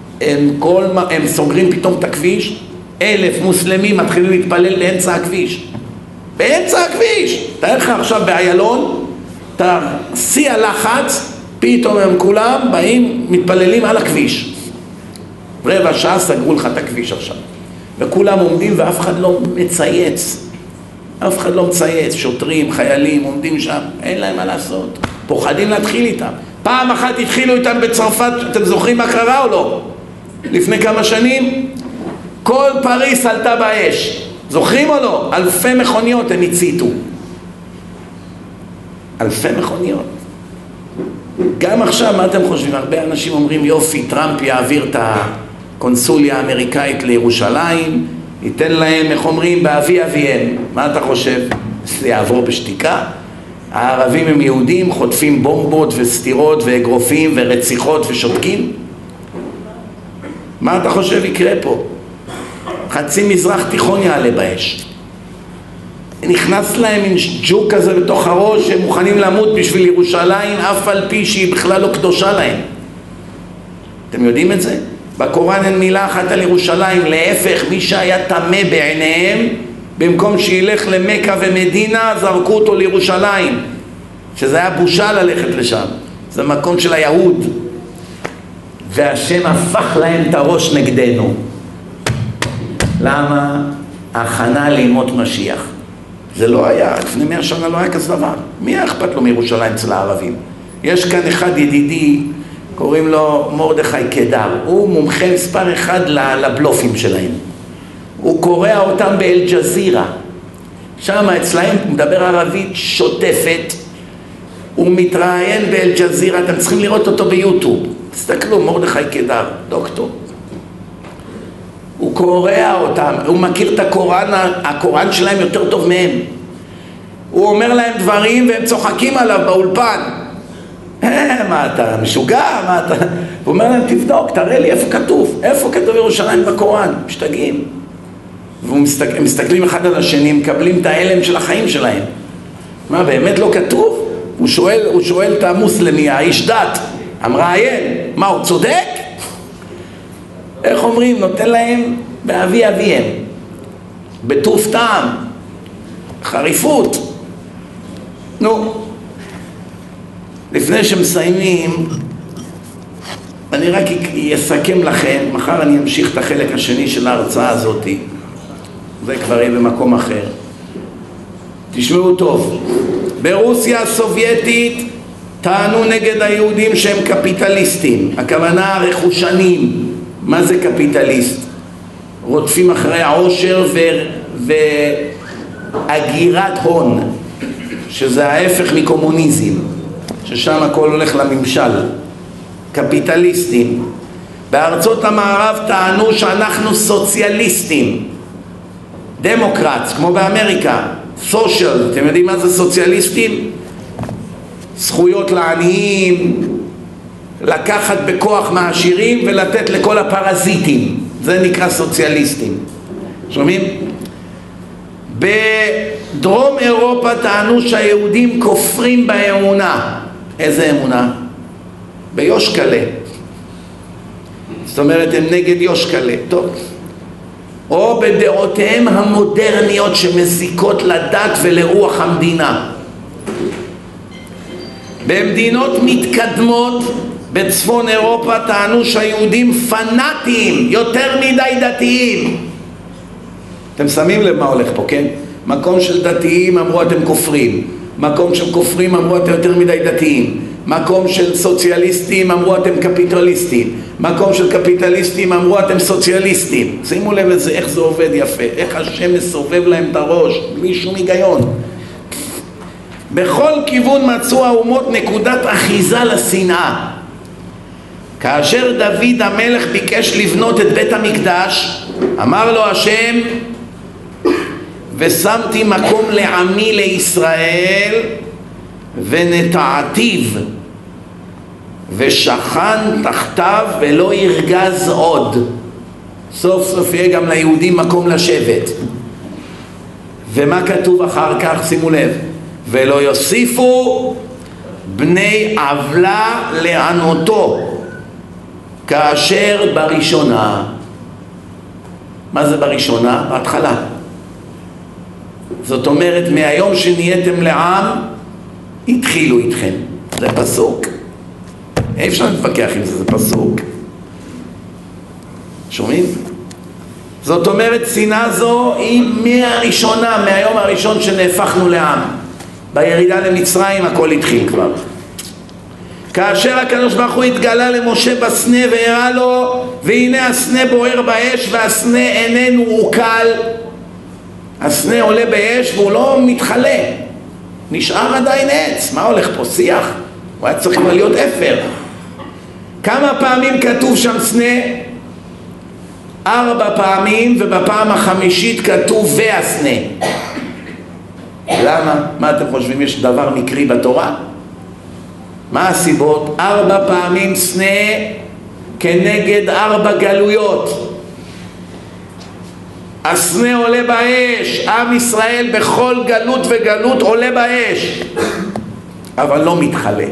הם סוגרים פתאום את הכביש. 1,000 מוסלמים מתחילים להתפלל באמצע הכביש. באמצע הכביש. תאר לך עכשיו באיילון, אתה שיא הלחץ, פתאום הם כולם באים, מתפללים על הכביש. רבע שעה סגרו לך את הכביש עכשיו. וכולם עומדים ואף אחד לא מצייץ. אף אחד לא מצייץ. שוטרים, חיילים, עומדים שם. אין להם מה לעשות. פוחדים להתחיל איתם. פעם אחת התחילו איתם בצרפת, אתם זוכרים מה קרה או לא? לפני כמה שנים? כל פריס עלתה באש. זוכרים או לא? 1,000 מכוניות הם הציתו. 1,000 מכוניות. גם עכשיו, מה אתם חושבים? הרבה אנשים אומרים, יופי, טראמפ יעביר את הקונסוליה האמריקאית לירושלים, ייתן להם, איך אומרים, באבי אביהם. מה אתה חושב? זה יעבור בשתיקה? הערבים הם יהודים, חוטפים בומבות וסתירות ואגרופים ורציחות ושותקים? מה אתה חושב יקרה פה? חצי מזרח תיכון יעלה באש. נכנס להם עם ג'וק כזה בתוך הראש, שהם מוכנים למות בשביל ירושלים, אף על פי שהיא בכלל לא קדושה להם. אתם יודעים את זה? בקוראן אין מילה אחת על ירושלים, להפך, מי שהיה טמא בעיניהם, במקום שילך למכה ומדינה, זרקו אותו לירושלים, שזה היה בושה ללכת לשם. זה מקום של היהוד. והשם הפך להם את הראש נגדנו. למה? הכנה לימות משיח. זה לא היה, לפני 100 שנה לא היה כזה דבר. מי היה אכפת לו מירושלים אצל הערבים? יש כאן אחד ידידי, קוראים לו מרדכי קדר. הוא מומחה מספר אחד לבלופים שלהם. הוא קורא אותם באל-ג'זירה. שם אצלהם הוא מדבר ערבית שוטפת. הוא מתראיין באל-ג'זירה, אתם צריכים לראות אותו ביוטיוב. תסתכלו, מרדכי קדר, דוקטור. הוא קורא אותם, הוא מכיר את הקוראן שלהם יותר טוב מהם. הוא אומר להם דברים והם צוחקים עליו באולפן. מה אתה משוגע? מה אתה... הוא אומר להם, תבדוק, תראה לי איפה כתוב. איפה כתוב ירושלים בקוראן? משתגעים. והם מסתכלים אחד על השני, מקבלים את ההלם של החיים שלהם. מה, באמת לא כתוב? הוא שואל את המוסלמי, האיש דת, המראיין, מה, הוא צודק? איך אומרים? נותן להם באבי אביהם, בטוף טעם, חריפות. נו, לפני שמסיימים, אני רק אסכם לכם, מחר אני אמשיך את החלק השני של ההרצאה הזאת, זה כבר יהיה במקום אחר. תשמעו טוב, ברוסיה הסובייטית טענו נגד היהודים שהם קפיטליסטים, הכוונה רכושנים. מה זה קפיטליסט? רודפים אחרי העושר והגירת הון, שזה ההפך מקומוניזם, ששם הכל הולך לממשל, קפיטליסטים. בארצות המערב טענו שאנחנו סוציאליסטים, דמוקרטס, כמו באמריקה, סושיאל. אתם יודעים מה זה סוציאליסטים? זכויות לעניים, לקחת בכוח מהעשירים ולתת לכל הפרזיטים, זה נקרא סוציאליסטים. שומעים? בדרום אירופה טענו שהיהודים כופרים באמונה. איזה אמונה? ביושקלה. זאת אומרת הם נגד יושקלה. טוב. או בדעותיהם המודרניות שמזיקות לדת ולרוח המדינה. במדינות מתקדמות בצפון אירופה טענו שהיהודים פנאטיים, יותר מדי דתיים. אתם שמים לב מה הולך פה, כן? מקום של דתיים אמרו אתם כופרים, מקום של כופרים אמרו אתם יותר מדי דתיים, מקום של סוציאליסטים אמרו אתם קפיטליסטים, מקום של קפיטליסטים אמרו אתם סוציאליסטים. שימו לב לזה, איך זה עובד יפה, איך השם מסובב להם את הראש בלי שום היגיון. בכל כיוון מצאו האומות נקודת אחיזה לשנאה. כאשר דוד המלך ביקש לבנות את בית המקדש, אמר לו השם, ושמתי מקום לעמי לישראל ונטעתיו ושכן תחתיו ולא ירגז עוד. סוף סוף יהיה גם ליהודים מקום לשבת. ומה כתוב אחר כך? שימו לב, ולא יוסיפו בני עוולה לענותו כאשר בראשונה. מה זה בראשונה? בהתחלה. זאת אומרת מהיום שנהייתם לעם התחילו איתכם. זה פסוק, אי אפשר להתווכח עם זה, זה פסוק. שומעים? זאת אומרת שנאה זו היא מהראשונה, מהיום הראשון שנהפכנו לעם. בירידה למצרים הכל התחיל כבר. כאשר הקדוש ברוך הוא התגלה למשה בסנה והראה לו, והנה הסנה בוער באש והסנה איננו עוקל. הסנה עולה באש והוא לא מתחלה, נשאר עדיין עץ. מה הולך פה? שיח? הוא היה צריך להיות אפר. כמה פעמים כתוב שם סנה? 4 פעמים, ובפעם החמישית כתוב והסנה. למה? מה אתם חושבים? יש דבר מקרי בתורה? מה הסיבות? 4 פעמים סנה כנגד 4 גלויות. הסנה עולה באש, עם ישראל בכל גלות וגלות עולה באש, אבל לא מתחלה.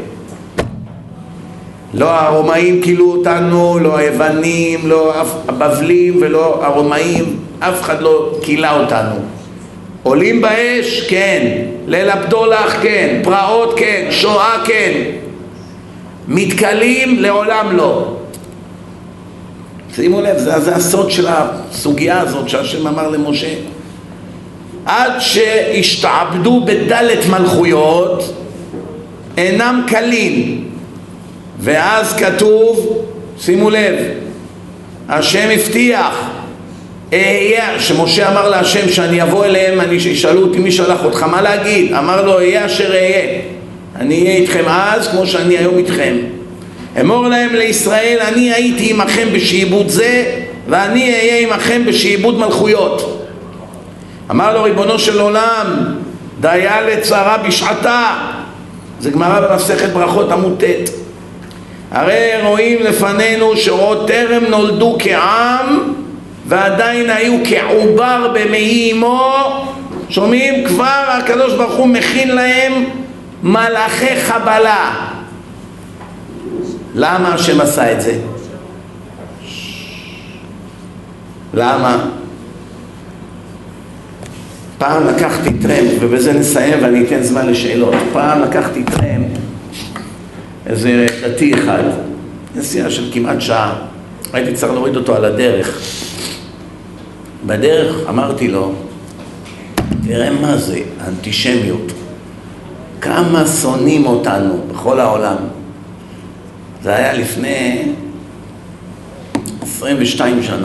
לא הרומאים קילו אותנו, לא היוונים, לא הבבלים ולא הרומאים, אף אחד לא קילה אותנו. עולים באש, כן. ליל הבדולח, כן. פרעות, כן. שואה, כן. מתקלים, לעולם לא. שימו לב, זה הסוד של הסוגיה הזאת שהשם אמר למשה. עד שהשתעבדו בדלת מלכויות אינם קלים. ואז כתוב, שימו לב, השם הבטיח, שמשה אמר להשם שאני אבוא אליהם, אני שישאלו אותי מי שלח אותך, מה להגיד? אמר לו, אהיה אשר אהיה, אני אהיה איתכם אז כמו שאני היום איתכם. אמור להם לישראל, אני הייתי עמכם בשעבוד זה ואני אהיה עמכם בשעבוד מלכויות. אמר לו ריבונו של עולם, דיה לצרה בשעתה. זה גמרא במסכת ברכות עמוד ט'. הרי רואים לפנינו שעוד טרם נולדו כעם ועדיין היו כעובר במעי אמו. שומעים? כבר הקדוש ברוך הוא מכין להם מלאכי חבלה. למה השם עשה את זה? למה? פעם לקחתי טרמפ, ובזה נסיים ואני אתן זמן לשאלות. פעם לקחתי טרמפ, איזה דתי אחד, נסיעה של כמעט שעה, הייתי צריך להוריד אותו על הדרך. בדרך אמרתי לו, תראה מה זה אנטישמיות, כמה שונאים אותנו בכל העולם. זה היה לפני 22 שנה.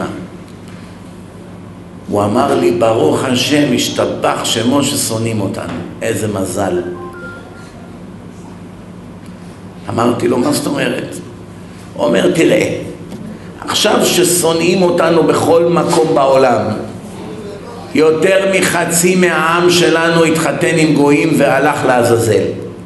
הוא אמר לי, ברוך השם, השתבח שמו ששונאים אותנו. איזה מזל. אמרתי לו, מה זאת אומרת? הוא אומר, תראה, עכשיו ששונאים אותנו בכל מקום בעולם, יותר מחצי מהעם שלנו התחתן עם גויים והלך לעזאזל.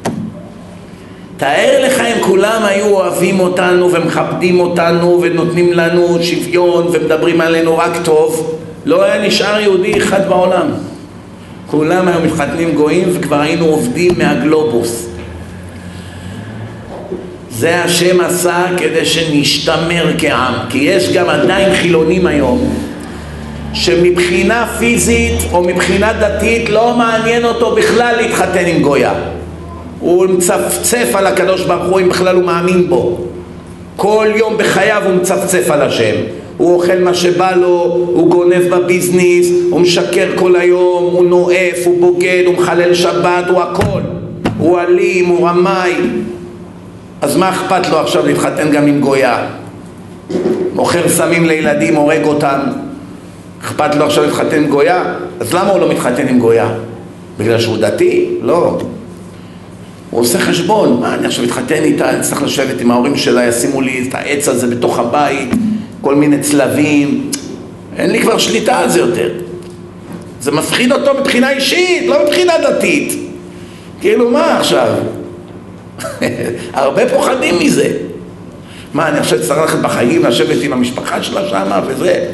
תאר לך אם כולם היו אוהבים אותנו ומכבדים אותנו ונותנים לנו שוויון ומדברים עלינו רק טוב, לא היה נשאר יהודי אחד בעולם. כולם היו מתחתנים גויים וכבר היינו עובדים מהגלובוס. זה השם עשה כדי שנשתמר כעם, כי יש גם עדיין חילונים היום שמבחינה פיזית או מבחינה דתית לא מעניין אותו בכלל להתחתן עם גויה. הוא מצפצף על הקדוש ברוך הוא אם בכלל הוא מאמין בו. כל יום בחייו הוא מצפצף על השם. הוא אוכל מה שבא לו, הוא גונב בביזניס, הוא משקר כל היום, הוא נואף, הוא בוגד, הוא מחלל שבת, הוא הכל. הוא אלים, הוא רמאי. אז מה אכפת לו עכשיו להתחתן גם עם גויה? מוכר סמים לילדים, הורג אותם. אכפת לו עכשיו להתחתן עם גויה? אז למה הוא לא מתחתן עם גויה? בגלל שהוא דתי? לא. הוא עושה חשבון, מה אני עכשיו מתחתן איתה, אני צריך לשבת עם ההורים שלה, ישימו לי את העץ הזה בתוך הבית, כל מיני צלבים, אין לי כבר שליטה על זה יותר. זה מפחיד אותו מבחינה אישית, לא מבחינה דתית. כאילו מה עכשיו? הרבה פוחדים מזה. מה, אני עכשיו צריך ללכת בחיים, לשבת עם המשפחה שלה שמה וזה?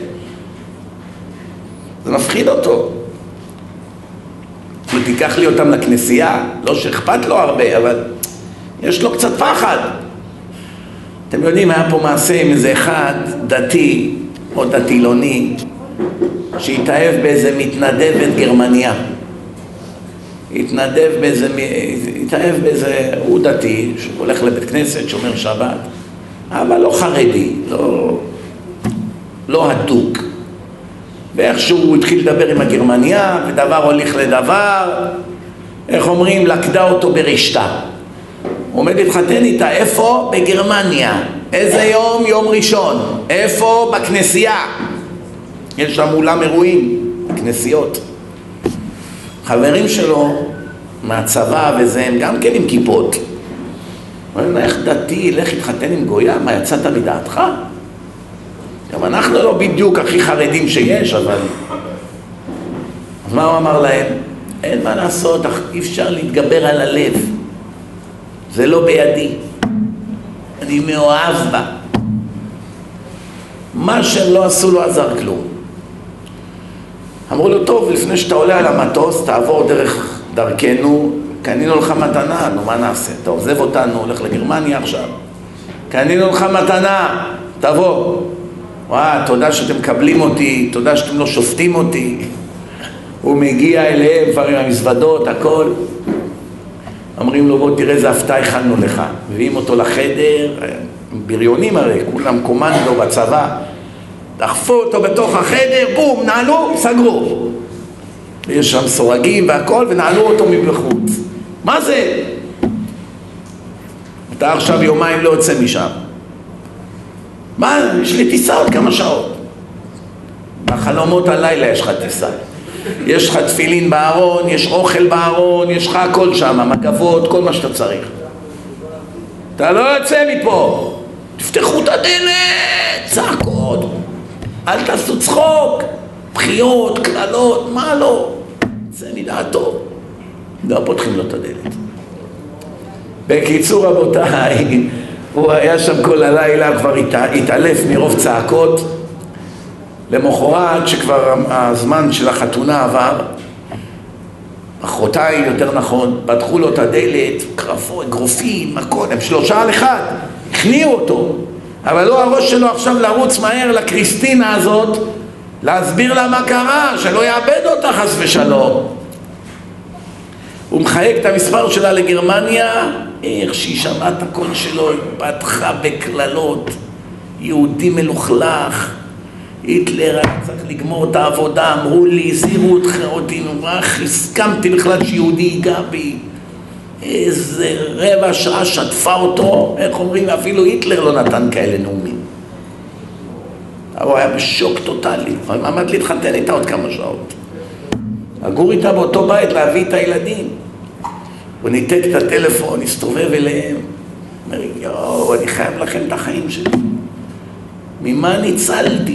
זה מפחיד אותו. ותיקח לי אותם לכנסייה, לא שאכפת לו הרבה, אבל יש לו קצת פחד. אתם יודעים, היה פה מעשה עם איזה אחד דתי או דתילוני שהתאהב באיזה מתנדבת גרמניה. התאהב באיזה, הוא דתי, שהולך לבית כנסת, שומר שבת, אבל לא חרדי, לא הדוק. ואיכשהו הוא התחיל לדבר עם הגרמניה, ודבר הוליך לדבר, איך אומרים, לקדה אותו ברשתה. הוא עומד להתחתן איתה, איפה? בגרמניה. איזה יום? יום ראשון. איפה? בכנסייה. יש שם אולם אירועים, בכנסיות. חברים שלו מהצבא וזה, הם גם כן עם כיפות. הוא אומר, איך דתי, לך להתחתן עם גויה? מה, יצאת מדעתך? גם אנחנו לא בדיוק הכי חרדים שיש, אבל... אז מה הוא אמר להם? אין מה לעשות, אי אפשר להתגבר על הלב. זה לא בידי. אני מאוהב בה. מה שהם לא עשו לא עזר כלום. אמרו לו, טוב, לפני שאתה עולה על המטוס, תעבור דרכנו, קנינו לך מתנה, נו מה נעשה? אתה עוזב אותנו, הולך לגרמניה עכשיו. קנינו לך מתנה, תבוא. וואה, תודה שאתם מקבלים אותי, תודה שאתם לא שופטים אותי. הוא מגיע אליהם כבר עם המזוודות, הכל. אומרים לו, בוא תראה איזה הפתעה הכנו לך. מביאים אותו לחדר, בריונים הרי, כולם קומנדו בצבא. דחפו אותו בתוך החדר, בום, נעלו, סגרו. ויש שם סורגים והכל, ונעלו אותו מבחוץ. מה זה? אתה עכשיו יומיים לא יוצא משם. מה? יש לי טיסה עוד כמה שעות. בחלומות הלילה יש לך טיסה. יש לך תפילין בארון, יש אוכל בארון, יש לך הכל שם, מגבות, כל מה שאתה צריך. אתה לא יוצא מפה. תפתחו את הדלת, צעקות. אל תעשו צחוק. בחיות, קללות, מה לא? זה מדעתו. לא פותחים לו את הדלת. בקיצור רבותיי, הוא היה שם כל הלילה, כבר התעלף מרוב צעקות. למחרת שכבר הזמן של החתונה עבר, אחרותיי יותר נכון, פתחו לו את הדלת, קרפו, אגרופים, הכל, הם 3 על 1, הכניעו אותו, אבל לא הראש שלו עכשיו לרוץ מהר לקריסטינה הזאת, להסביר לה מה קרה, שלא יאבד אותה חס ושלום. הוא מחייק את המספר שלה לגרמניה, איך שהיא שמעה את הקול שלו, היא פתחה בקללות, יהודי מלוכלך, היטלר היה צריך לגמור את העבודה, אמרו לי, הזהירו אותי, נורח, הסכמתי בכלל שיהודי ייגע בי. איזה רבע שעה שטפה אותו, איך אומרים, אפילו היטלר לא נתן כאלה נאומים. הוא היה בשוק טוטלי, אבל עמד להתחתן איתה עוד כמה שעות. הגור איתה באותו בית להביא את הילדים. הוא ניתק את הטלפון, הסתובב אליהם, אומר, יואו, אני חייב לכם את החיים שלי. ממה ניצלתי?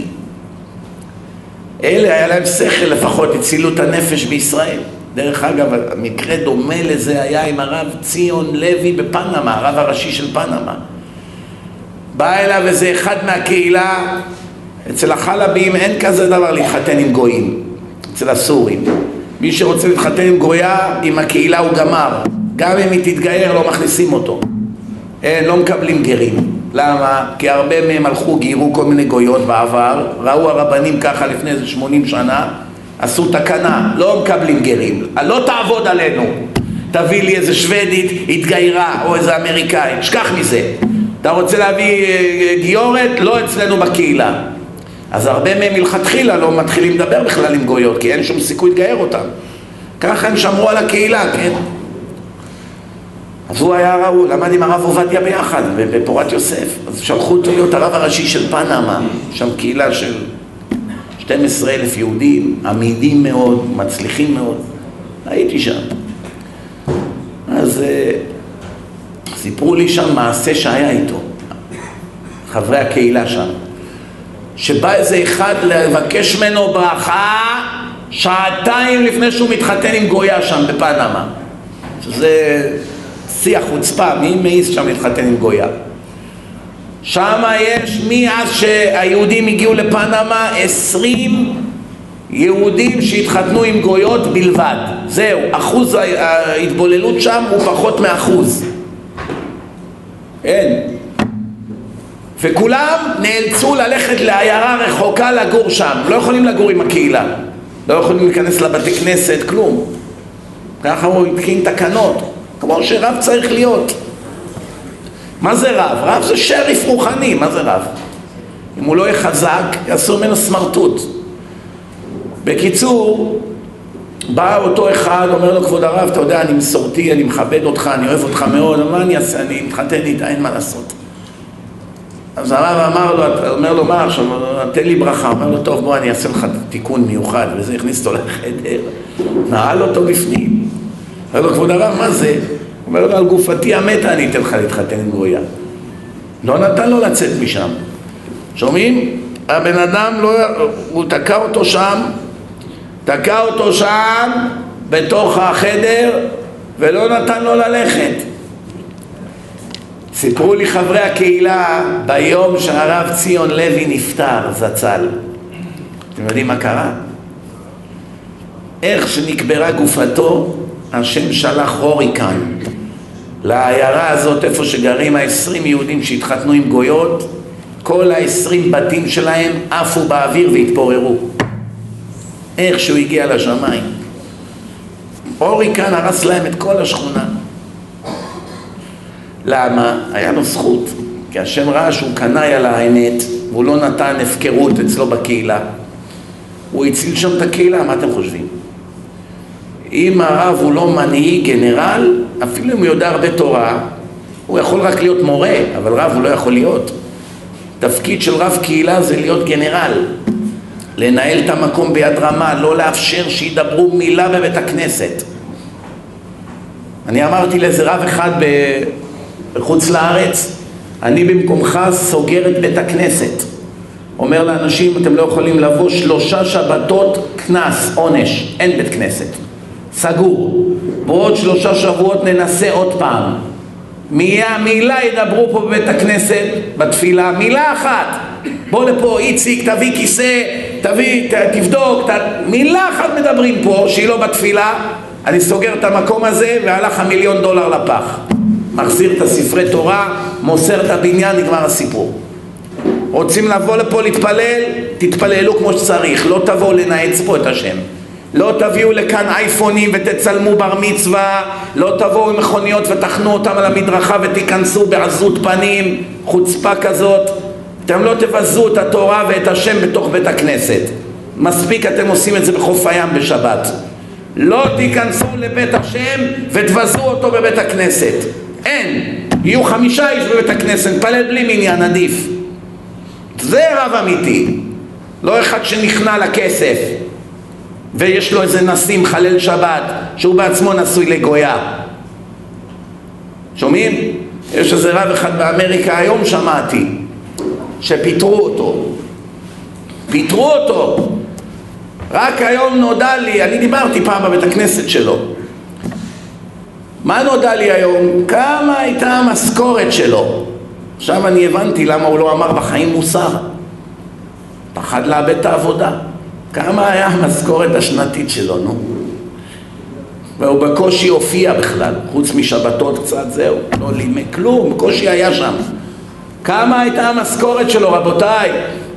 אלה היה להם שכל, לפחות הצילו את הנפש בישראל. דרך אגב, המקרה דומה לזה היה עם הרב ציון לוי בפנמה, הרב הראשי של פנמה. בא אליו איזה אחד מהקהילה, אצל החלבים אין כזה דבר להתחתן עם גויים, אצל הסורים. מי שרוצה להתחתן עם גויה, עם הקהילה הוא גמר. גם אם היא תתגייר לא מכניסים אותו. לא מקבלים גרים. למה? כי הרבה מהם הלכו, גיירו כל מיני גויות בעבר, ראו הרבנים ככה לפני איזה 80 שנה, עשו תקנה, לא מקבלים גרים, לא תעבוד עלינו, תביא לי איזה שוודית, התגיירה, או איזה אמריקאית, שכח מזה. אתה רוצה להביא גיורת? לא אצלנו בקהילה. אז הרבה מהם מלכתחילה לא מתחילים לדבר בכלל עם גויות, כי אין שום סיכוי להתגייר אותם. ככה הם שמרו על הקהילה, כן? אז הוא היה ראו, למד עם הרב עובדיה ביחד, בפורת יוסף. אז שלחו אותו להיות הרב הראשי של פנמה, שם קהילה של 12,000 יהודים, עמידים מאוד, מצליחים מאוד. הייתי שם. אז סיפרו לי שם מעשה שהיה איתו, חברי הקהילה שם, שבא איזה אחד לבקש ממנו ברכה 2 לפני שהוא מתחתן עם גויה שם בפנמה. שזה שיח חוצפה, מי מעיז שם להתחתן עם גויה? שם יש, מאז שהיהודים הגיעו לפנמה, 20 יהודים שהתחתנו עם גויות בלבד. זהו, אחוז ההתבוללות שם הוא פחות מאחוז. אין. וכולם נאלצו ללכת לעיירה רחוקה לגור שם. לא יכולים לגור עם הקהילה. לא יכולים להיכנס לבתי כנסת, כלום. ככה הוא התקין תקנות. כמו שרב צריך להיות. מה זה רב? רב זה שריף רוחני, מה זה רב? אם הוא לא יהיה חזק, יעשו ממנו סמרטוט. בקיצור, בא אותו אחד, אומר לו, כבוד הרב, אתה יודע, אני מסורתי, אני מכבד אותך, אני אוהב אותך מאוד, מה אני אעשה? אני מתחתן איתה, אין מה לעשות. אז הרב אומר לו, מה עכשיו? תן לי ברכה. אומר לו, טוב, בוא, אני אעשה לך תיקון מיוחד, וזה הכניס אותו לחדר, נעל אותו בפנים. אומר לו, כבוד הרב, מה זה? אומר לו, על גופתי המתה אני אתן לך להתחתן עם גויה. לא נתן לו לצאת משם. שומעים? הבן אדם לא, הוא תקע אותו שם בתוך החדר ולא נתן לו ללכת. סיפרו לי חברי הקהילה ביום שהרב ציון לוי נפטר, זצ"ל. אתם יודעים מה קרה? איך שנקברה גופתו, השם שלח הוריקן לעיירה הזאת, איפה שגרים 20 יהודים שהתחתנו עם גויות. כל 20 בתים שלהם עפו באוויר והתפוררו. איך שהוא הגיע לשמיים. הוריקן הרס להם את כל השכונה. למה? היה לו זכות. כי השם ראה שהוא קנאי על האמת, והוא לא נתן הפקרות אצלו בקהילה. הוא הציל שם את הקהילה, מה אתם חושבים? אם הרב הוא לא מנהיג, גנרל, אפילו אם הוא יודע הרבה תורה, הוא יכול רק להיות מורה, אבל רב הוא לא יכול להיות. תפקיד של רב קהילה זה להיות גנרל, לנהל את המקום ביד רמה, לא לאפשר שידברו מילה בבית הכנסת. אני אמרתי לאיזה רב אחד בחוץ לארץ, אני במקומך סוגר את בית הכנסת. אומר לאנשים, אתם לא יכולים לבוא 3 שבתות, כנס, עונש, אין בית כנסת. סגור. בעוד 3 שבועות ננסה עוד פעם. מילה ידברו פה בבית הכנסת, בתפילה, מילה אחת. בוא לפה, איציק, תביא כיסא, תבדוק, מילה אחת מדברים פה, שהיא לא בתפילה, אני סוגר את המקום הזה, והלך $1,000,000 לפח. מחזיר את הספרי תורה, מוסר את הבניין, נגמר הסיפור. רוצים לבוא לפה להתפלל, תתפללו כמו שצריך, לא תבואו לנעץ פה את השם. לא תביאו לכאן אייפונים ותצלמו בר מצווה, לא תבואו עם מכוניות ותחנו אותם על המדרכה ותיכנסו בעזות פנים, חוצפה כזאת. אתם לא תבזו את התורה ואת השם בתוך בית הכנסת. מספיק אתם עושים את זה בחוף הים בשבת. לא תיכנסו לבית השם ותבזו אותו בבית הכנסת. אין. יהיו 5 איש בבית הכנסת, פלל בלי מניין, עדיף. זה רב אמיתי. לא אחד שנכנע לכסף. ויש לו איזה נשיא מחלל שבת, שהוא בעצמו נשוי לגויה. שומעים? יש איזה רב אחד באמריקה, היום שמעתי, שפיטרו אותו. פיטרו אותו. רק היום נודע לי, אני דיברתי פעם בבית הכנסת שלו. מה נודע לי היום? כמה הייתה המשכורת שלו? עכשיו אני הבנתי למה הוא לא אמר בחיים מוסר. פחד לאבד את העבודה. כמה היה המשכורת השנתית שלו, נו? והוא בקושי הופיע בכלל, חוץ משבתות קצת, זהו, לא לימד כלום, בקושי היה שם. כמה הייתה המשכורת שלו, רבותיי?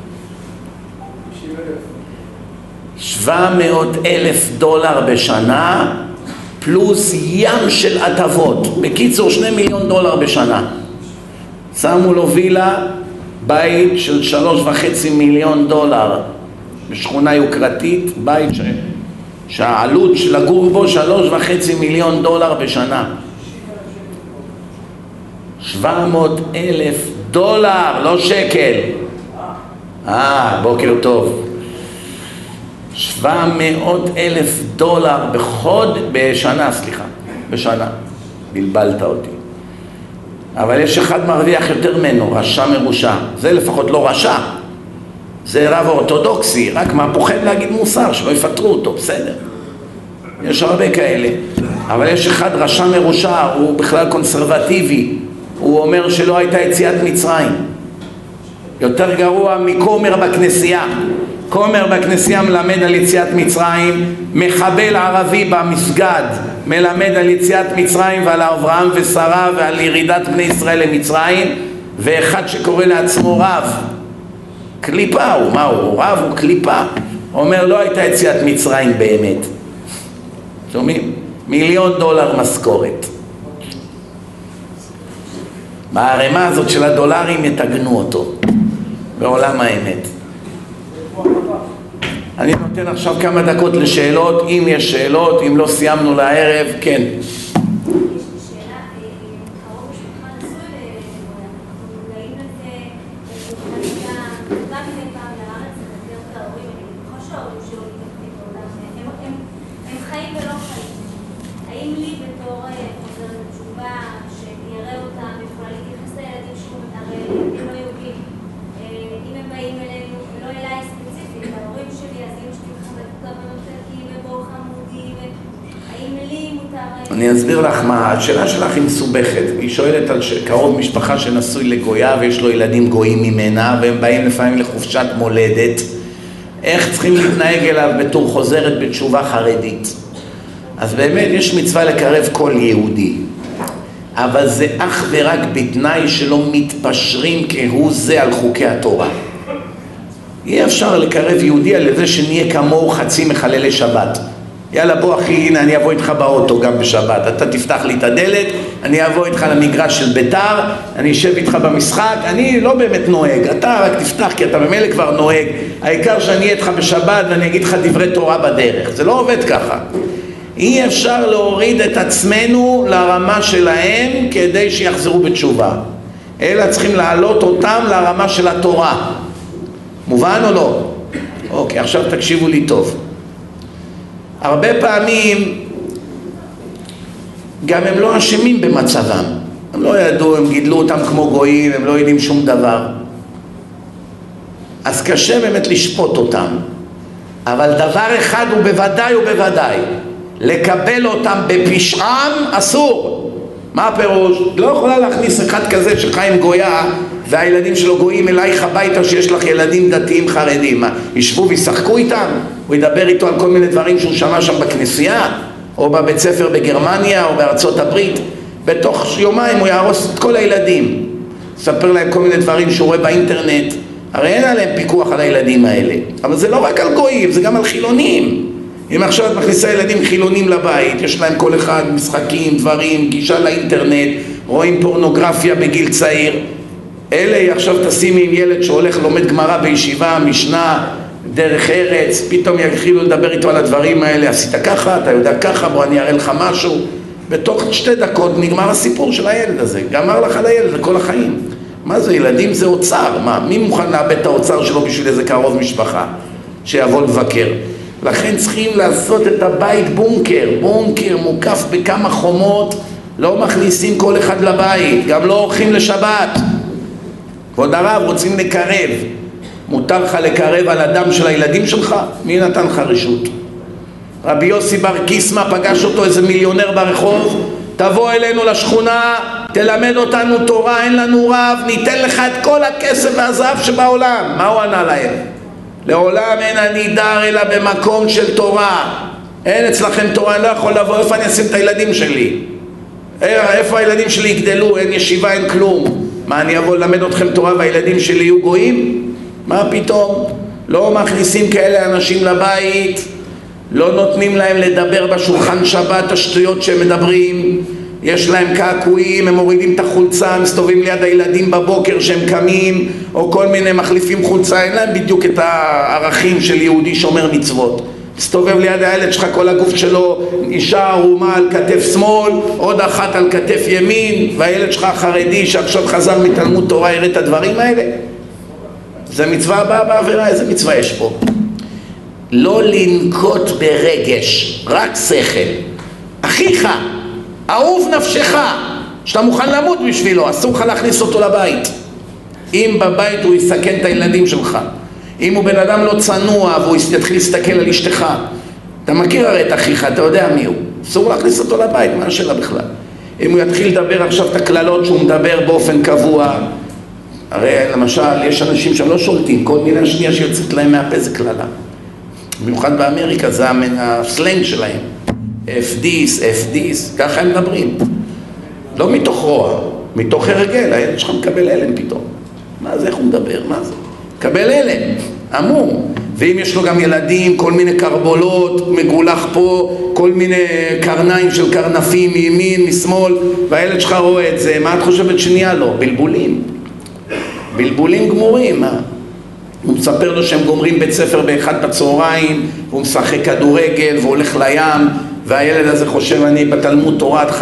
700,000 דולר בשנה, פלוס ים של הטבות. בקיצור, 2 מיליון דולר בשנה. שמו לו וילה, בית של 3.5 מיליון דולר, בשכונה יוקרתית, בית שהעלות של לגור בו 3.5 מיליון דולר בשנה. 700,000 דולר, לא שקל. בוקר טוב. 700,000 דולר בשנה, סליחה, בשנה. בלבלת אותי. אבל יש אחד מרוויח יותר ממנו, רשע מרושע. זה לפחות לא רשע. זה רב אורתודוקסי, רק מה פוחד להגיד מוסר, שלא יפטרו אותו, בסדר. יש הרבה כאלה. אבל יש אחד רשע מרושע, הוא בכלל קונסרבטיבי. הוא אומר שלא הייתה יציאת מצרים. יותר גרוע מכומר בכנסייה. כומר בכנסייה מלמד על יציאת מצרים, מחבל ערבי במסגד מלמד על יציאת מצרים ועל אברהם ושרה ועל ירידת בני ישראל למצרים, ואחד שקורא לעצמו רב, קליפה, הוא רב, הוא קליפה, אומר לא הייתה יציאת מצרים באמת. שומעים? 1,000,000 דולר משכורת. בערימה הזאת של הדולרים יתגנו אותו בעולם האמת. אני נותן עכשיו כמה דקות לשאלות, אם יש שאלות, אם לא סיימנו לערב, כן. אני אסביר לך מה, השאלה שלך היא מסובכת. היא שואלת על קרוב משפחה שנשוי לגויה ויש לו ילדים גויים ממנה והם באים לפעמים לחופשת מולדת. איך צריכים להתנהג אליו בתור חוזרת בתשובה חרדית? אז באמת יש מצווה לקרב כל יהודי, אבל זה אך ורק בתנאי שלא מתפשרים כהוא זה על חוקי התורה. אי אפשר לקרב יהודי על ידי שנהיה כמוהו חצי מחללי שבת. יאללה בוא אחי, הנה אני אבוא איתך באוטו גם בשבת, אתה תפתח לי את הדלת, אני אבוא איתך למגרש של ביתר, אני אשב איתך במשחק, אני לא באמת נוהג, אתה רק תפתח כי אתה במילא כבר נוהג, העיקר שאני אהיה איתך בשבת ואני אגיד לך דברי תורה בדרך. זה לא עובד ככה. אי אפשר להוריד את עצמנו לרמה שלהם כדי שיחזרו בתשובה, אלא צריכים להעלות אותם לרמה של התורה. מובן או לא? אוקיי, עכשיו תקשיבו לי טוב. הרבה פעמים גם הם לא אשמים במצבם, הם לא ידעו, הם גידלו אותם כמו גויים, הם לא יודעים שום דבר, אז קשה באמת לשפוט אותם. אבל דבר אחד הוא בוודאי, לקבל אותם בפשעם אסור. מה הפירוש? לא יכולה להכניס אחד כזה שחי עם גויה והילדים שלו גויים אלייך הביתה שיש לך ילדים דתיים חרדים, מה, ישבו וישחקו איתם? הוא ידבר איתו על כל מיני דברים שהוא שמע שם בכנסייה או בבית ספר בגרמניה או בארצות הברית? בתוך יומיים הוא יהרוס את כל הילדים, ספר להם כל מיני דברים שהוא רואה באינטרנט. הרי אין עליהם פיקוח על הילדים האלה. אבל זה לא רק על גויים, זה גם על חילונים. אם עכשיו את מכניסה ילדים חילונים לבית, יש להם כל אחד משחקים, דברים, גישה לאינטרנט, רואים פורנוגרפיה בגיל צעיר, אלה עכשיו תשימי עם ילד שהולך לומד גמרא בישיבה, משנה, דרך ארץ, פתאום יתחילו לדבר איתו על הדברים האלה, עשית ככה, אתה יודע ככה, בוא אני אראה לך משהו. בתוך 2 דקות נגמר הסיפור של הילד הזה, גמר לך על הילד לכל החיים. מה זה, ילדים זה אוצר, מה? מי מוכן לאבד את האוצר שלו בשביל איזה קרוב משפחה שיבוא לבקר? לכן צריכים לעשות את הבית בונקר מוקף בכמה חומות, לא מכניסים כל אחד לבית, גם לא אורחים לשבת. כבוד הרב, רוצים לקרב. מותר לך לקרב על הדם של הילדים שלך? מי נתן לך רשות? רבי יוסי בר קיסמא פגש אותו איזה מיליונר ברחוב, תבוא אלינו לשכונה, תלמד אותנו תורה, אין לנו רב, ניתן לך את כל הכסף והזהב שבעולם. מה הוא ענה להם? לעולם אין אני דר אלא במקום של תורה. אין אצלכם תורה, אני לא יכול לבוא, איפה אני אשים את הילדים שלי? איפה הילדים שלי יגדלו? אין ישיבה, אין כלום. מה, אני אבוא ללמד אתכם תורה והילדים שלי יהיו גויים? מה פתאום? לא מכניסים כאלה אנשים לבית, לא נותנים להם לדבר בשולחן שבת השטויות שהם מדברים, יש להם קעקועים, הם מורידים את החולצה, מסתובבים ליד הילדים בבוקר שהם קמים, או כל מיני מחליפים חולצה, אין להם בדיוק את הערכים של יהודי שומר מצוות. מסתובב ליד הילד שלך, כל הגוף שלו אישה ערומה על כתף שמאל, עוד אחת על כתף ימין, והילד שלך החרדי שעכשיו חזר מתלמוד תורה יראה את הדברים האלה. זה מצווה הבאה בעבירה. איזה מצווה יש פה? לא לנקוט ברגש, רק שכל. אחיך, אהוב נפשך, שאתה מוכן למות בשבילו, אסור לך להכניס אותו לבית. אם בבית הוא יסכן את הילדים שלך, אם הוא בן אדם לא צנוע והוא יתחיל להסתכל על אשתך, אתה מכיר הרי את אחיך, אתה יודע מי הוא, אסור להכניס אותו לבית, מה השאלה בכלל? אם הוא יתחיל לדבר עכשיו את הכללות שהוא מדבר באופן קבוע, הרי למשל יש אנשים שהם לא שולטים, כל מילה שנייה שיוצאת להם מהפה זה כללה. במיוחד באמריקה זה הסלנג שלהם, FDs, ככה הם מדברים. לא מתוך רוע, מתוך הרגל, הילד שלך מקבל הלם פתאום. מה זה, איך הוא מדבר, מה זה? מקבל הלם, אמור. ואם יש לו גם ילדים, כל מיני קרבולות, מגולח פה, כל מיני קרניים של קרנפים מימין, משמאל, והילד שלך רואה את זה, מה את חושבת שנייה לו? בלבולים גמורים, מה? הוא מספר לו שהם גומרים בית ספר באחד בצהריים, והוא משחק כדורגל והוא הולך לים, והילד הזה חושב אני בתלמוד תורה עד 5-6.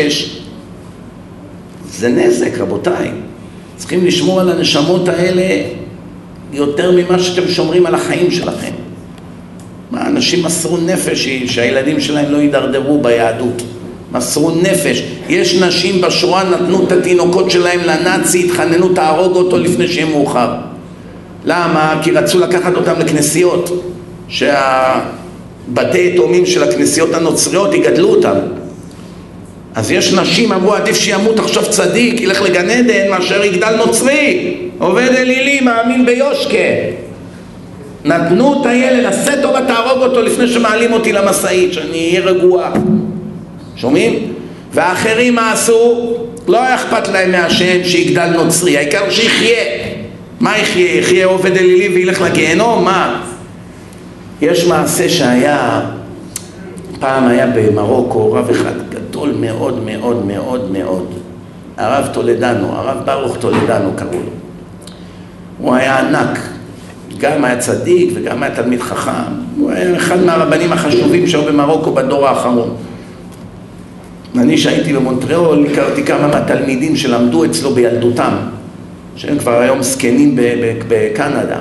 זה נזק, רבותיי. צריכים לשמור על הנשמות האלה יותר ממה שאתם שומרים על החיים שלכם. מה, אנשים מסרו נפש שהילדים שלהם לא יידרדרו ביהדות. מסרו נפש. יש נשים בשואה נתנו את התינוקות שלהם לנאצי, התחננו תהרוג אותו לפני שיהיה מאוחר. למה? כי רצו לקחת אותם לכנסיות, שהבתי יתומים של הכנסיות הנוצריות יגדלו אותם. אז יש נשים אמרו עדיף שימות עכשיו צדיק, ילך לגן עדן מאשר יגדל נוצרי, עובד אלילי, מאמין ביושקה. נתנו את הילד, עשה טובה תהרוג אותו לפני שמעלים אותי למשאית, שאני אהיה רגוע. שומעים? והאחרים מה עשו? לא היה אכפת להם מהשם שיגדל נוצרי, העיקר שיחיה. מה יחיה? יחיה עובד אלילי וילך לגיהנום? מה? יש מעשה שהיה, פעם היה במרוקו רב אחד גדול מאוד מאוד מאוד מאוד, הרב טולדנו, הרב ברוך טולדנו קראו לו. הוא היה ענק, גם היה צדיק וגם היה תלמיד חכם. הוא היה אחד מהרבנים החשובים שהיו במרוקו בדור האחרון. אני שהייתי במונטריאול, הכרתי כמה מהתלמידים שלמדו אצלו בילדותם, שהם כבר היום זקנים בקנדה.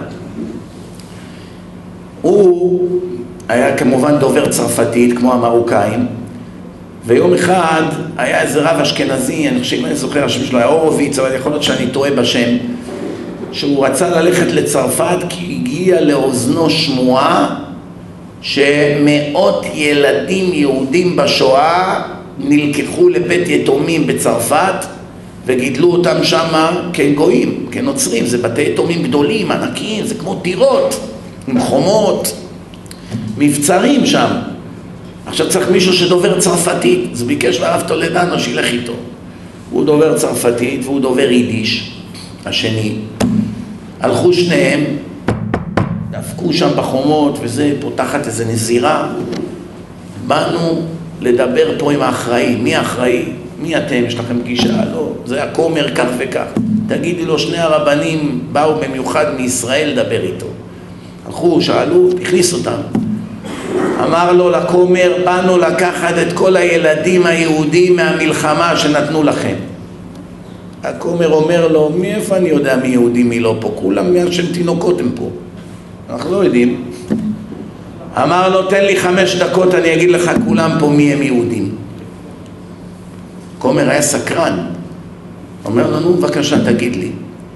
הוא היה כמובן דובר צרפתית כמו המרוקאים, ויום אחד היה איזה רב אשכנזי, אני חושב אם אני זוכר השם שלו היה הורוביץ, אבל יכול להיות שאני טועה בשם, שהוא רצה ללכת לצרפת כי הגיע לאוזנו שמועה שמאות ילדים יהודים בשואה נלקחו לבית יתומים בצרפת וגידלו אותם שם כגויים, כנוצרים. זה בתי יתומים גדולים, ענקים, זה כמו דירות עם חומות, מבצרים שם. עכשיו צריך מישהו שדובר צרפתית, אז ביקש לרב טולדנו שילך איתו. הוא דובר צרפתית והוא דובר יידיש, השני. הלכו שניהם, דפקו שם בחומות וזה, פותחת איזה נזירה. באנו לדבר פה עם האחראי. מי האחראי? מי אתם? יש לכם פגישה? לא, זה הכומר כך וכך. תגידי לו, שני הרבנים באו במיוחד מישראל לדבר איתו. הלכו, שאלו, הכניס אותם. אמר לו לכומר, באנו לקחת את כל הילדים היהודים מהמלחמה שנתנו לכם. הכומר אומר לו, מאיפה אני יודע מי יהודי מי לא פה? כולם מהשם תינוקות הם פה. אנחנו לא יודעים. אמר לו, תן לי 5 דקות, אני אגיד לך כולם פה מי הם יהודים. כומר היה סקרן. אומר לנו, בבקשה תגיד לי.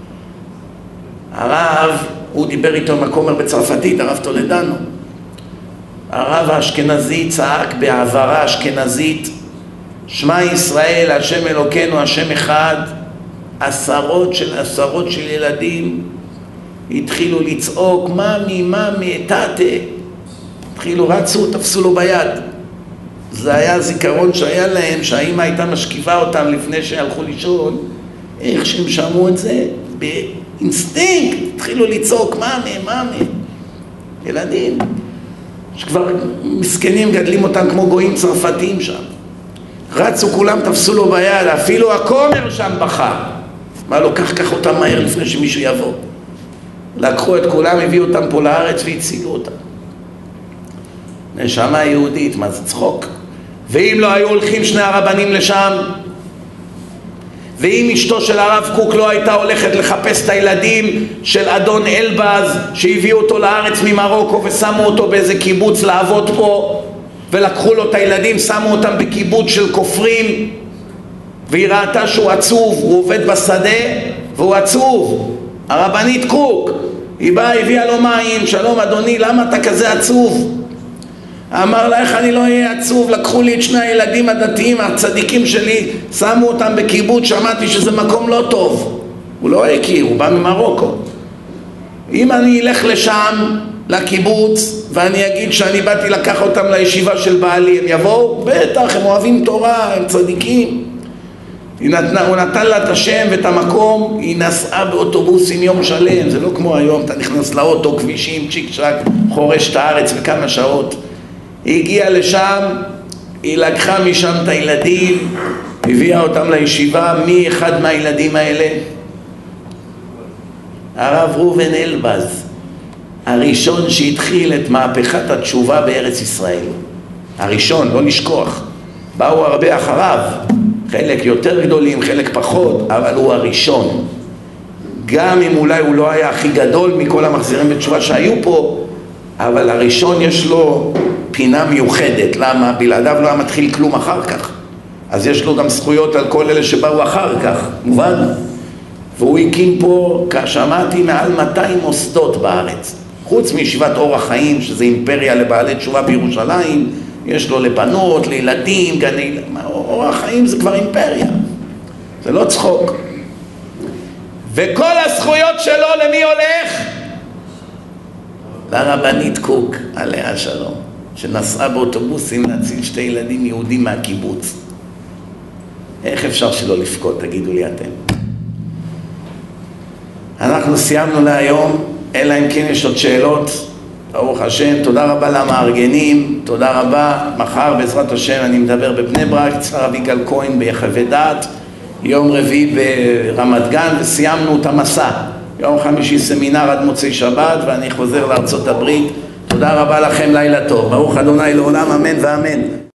הרב, הוא דיבר איתו עם הכומר בצרפתית, הרב טולדנו. הרב האשכנזי צעק בעברה אשכנזית, שמע ישראל, השם אלוקינו, השם אחד. עשרות של ילדים התחילו לצעוק, ממי, תתה. התחילו, רצו, תפסו לו ביד. זה היה זיכרון שהיה להם, שהאמא הייתה משכיבה אותם לפני שהלכו לישון, איך שהם שמעו את זה, באינסטינקט, התחילו לצעוק, ממי. ילדים, שכבר מסכנים גדלים אותם כמו גויים צרפתיים שם. רצו כולם, תפסו לו ביד, אפילו הכומר שם בכה. מה לא, קח אותם מהר לפני שמישהו יבוא. לקחו את כולם, הביאו אותם פה לארץ והצילו אותם. נשמה יהודית, מה זה צחוק? ואם לא היו הולכים שני הרבנים לשם, ואם אשתו של הרב קוק לא הייתה הולכת לחפש את הילדים של אדון אלבז שהביאו אותו לארץ ממרוקו ושמו אותו באיזה קיבוץ לעבוד פה, ולקחו לו את הילדים, שמו אותם בקיבוץ של כופרים, והיא ראתה שהוא עצוב, הוא עובד בשדה והוא עצוב. הרבנית קוק, היא באה, הביאה לו מים, שלום אדוני, למה אתה כזה עצוב? אמר לה, איך אני לא אהיה עצוב? לקחו לי את שני הילדים הדתיים, הצדיקים שלי, שמו אותם בקיבוץ, שמעתי שזה מקום לא טוב. הוא לא הכיר, הוא בא ממרוקו. אם אני אלך לשם, לקיבוץ, ואני אגיד שאני באתי לקח אותם לישיבה של בעלי, הם יבואו? בטח, הם אוהבים תורה, הם צדיקים. הוא נתן לה את השם ואת המקום, היא נסעה באוטובוסים יום שלם, זה לא כמו היום, אתה נכנס לאוטו, כבישים, צ'יק צ'ק, חורש את הארץ בכמה שעות. היא הגיעה לשם, היא לקחה משם את הילדים, הביאה אותם לישיבה. מי אחד מהילדים האלה? הרב ראובן אלבז, הראשון שהתחיל את מהפכת התשובה בארץ ישראל. הראשון, לא נשכוח. באו הרבה אחריו, חלק יותר גדולים, חלק פחות, אבל הוא הראשון. גם אם אולי הוא לא היה הכי גדול מכל המחזירים בתשובה שהיו פה, אבל הראשון יש לו פינה מיוחדת. למה? בלעדיו לא היה מתחיל כלום אחר כך. אז יש לו גם זכויות על כל אלה שבאו אחר כך, מובן? והוא הקים פה, שמעתי, מעל 200 מוסדות בארץ. חוץ מישיבת אור החיים, שזה אימפריה לבעלי תשובה בירושלים, יש לו לבנות, לילדים, גני... אור החיים זה כבר אימפריה. זה לא צחוק. וכל הזכויות שלו למי הולך? לרבנית קוק, עליה שלום, שנסעה באוטובוסים להציל שתי ילדים יהודים מהקיבוץ. איך אפשר שלא לפקוד, תגידו לי אתם. אנחנו סיימנו להיום, אלא אם כן יש עוד שאלות. ברוך השם, תודה רבה למארגנים, תודה רבה. מחר בעזרת השם אני מדבר בבני ברק, אצל הרב יגאל כהן ביחווה דעת, יום רביעי ברמת גן, וסיימנו את המסע. יום חמישי סמינר עד מוצאי שבת, ואני חוזר לארצות הברית. תודה רבה לכם, לילה טוב. ברוך אדוני לעולם, אמן ואמן.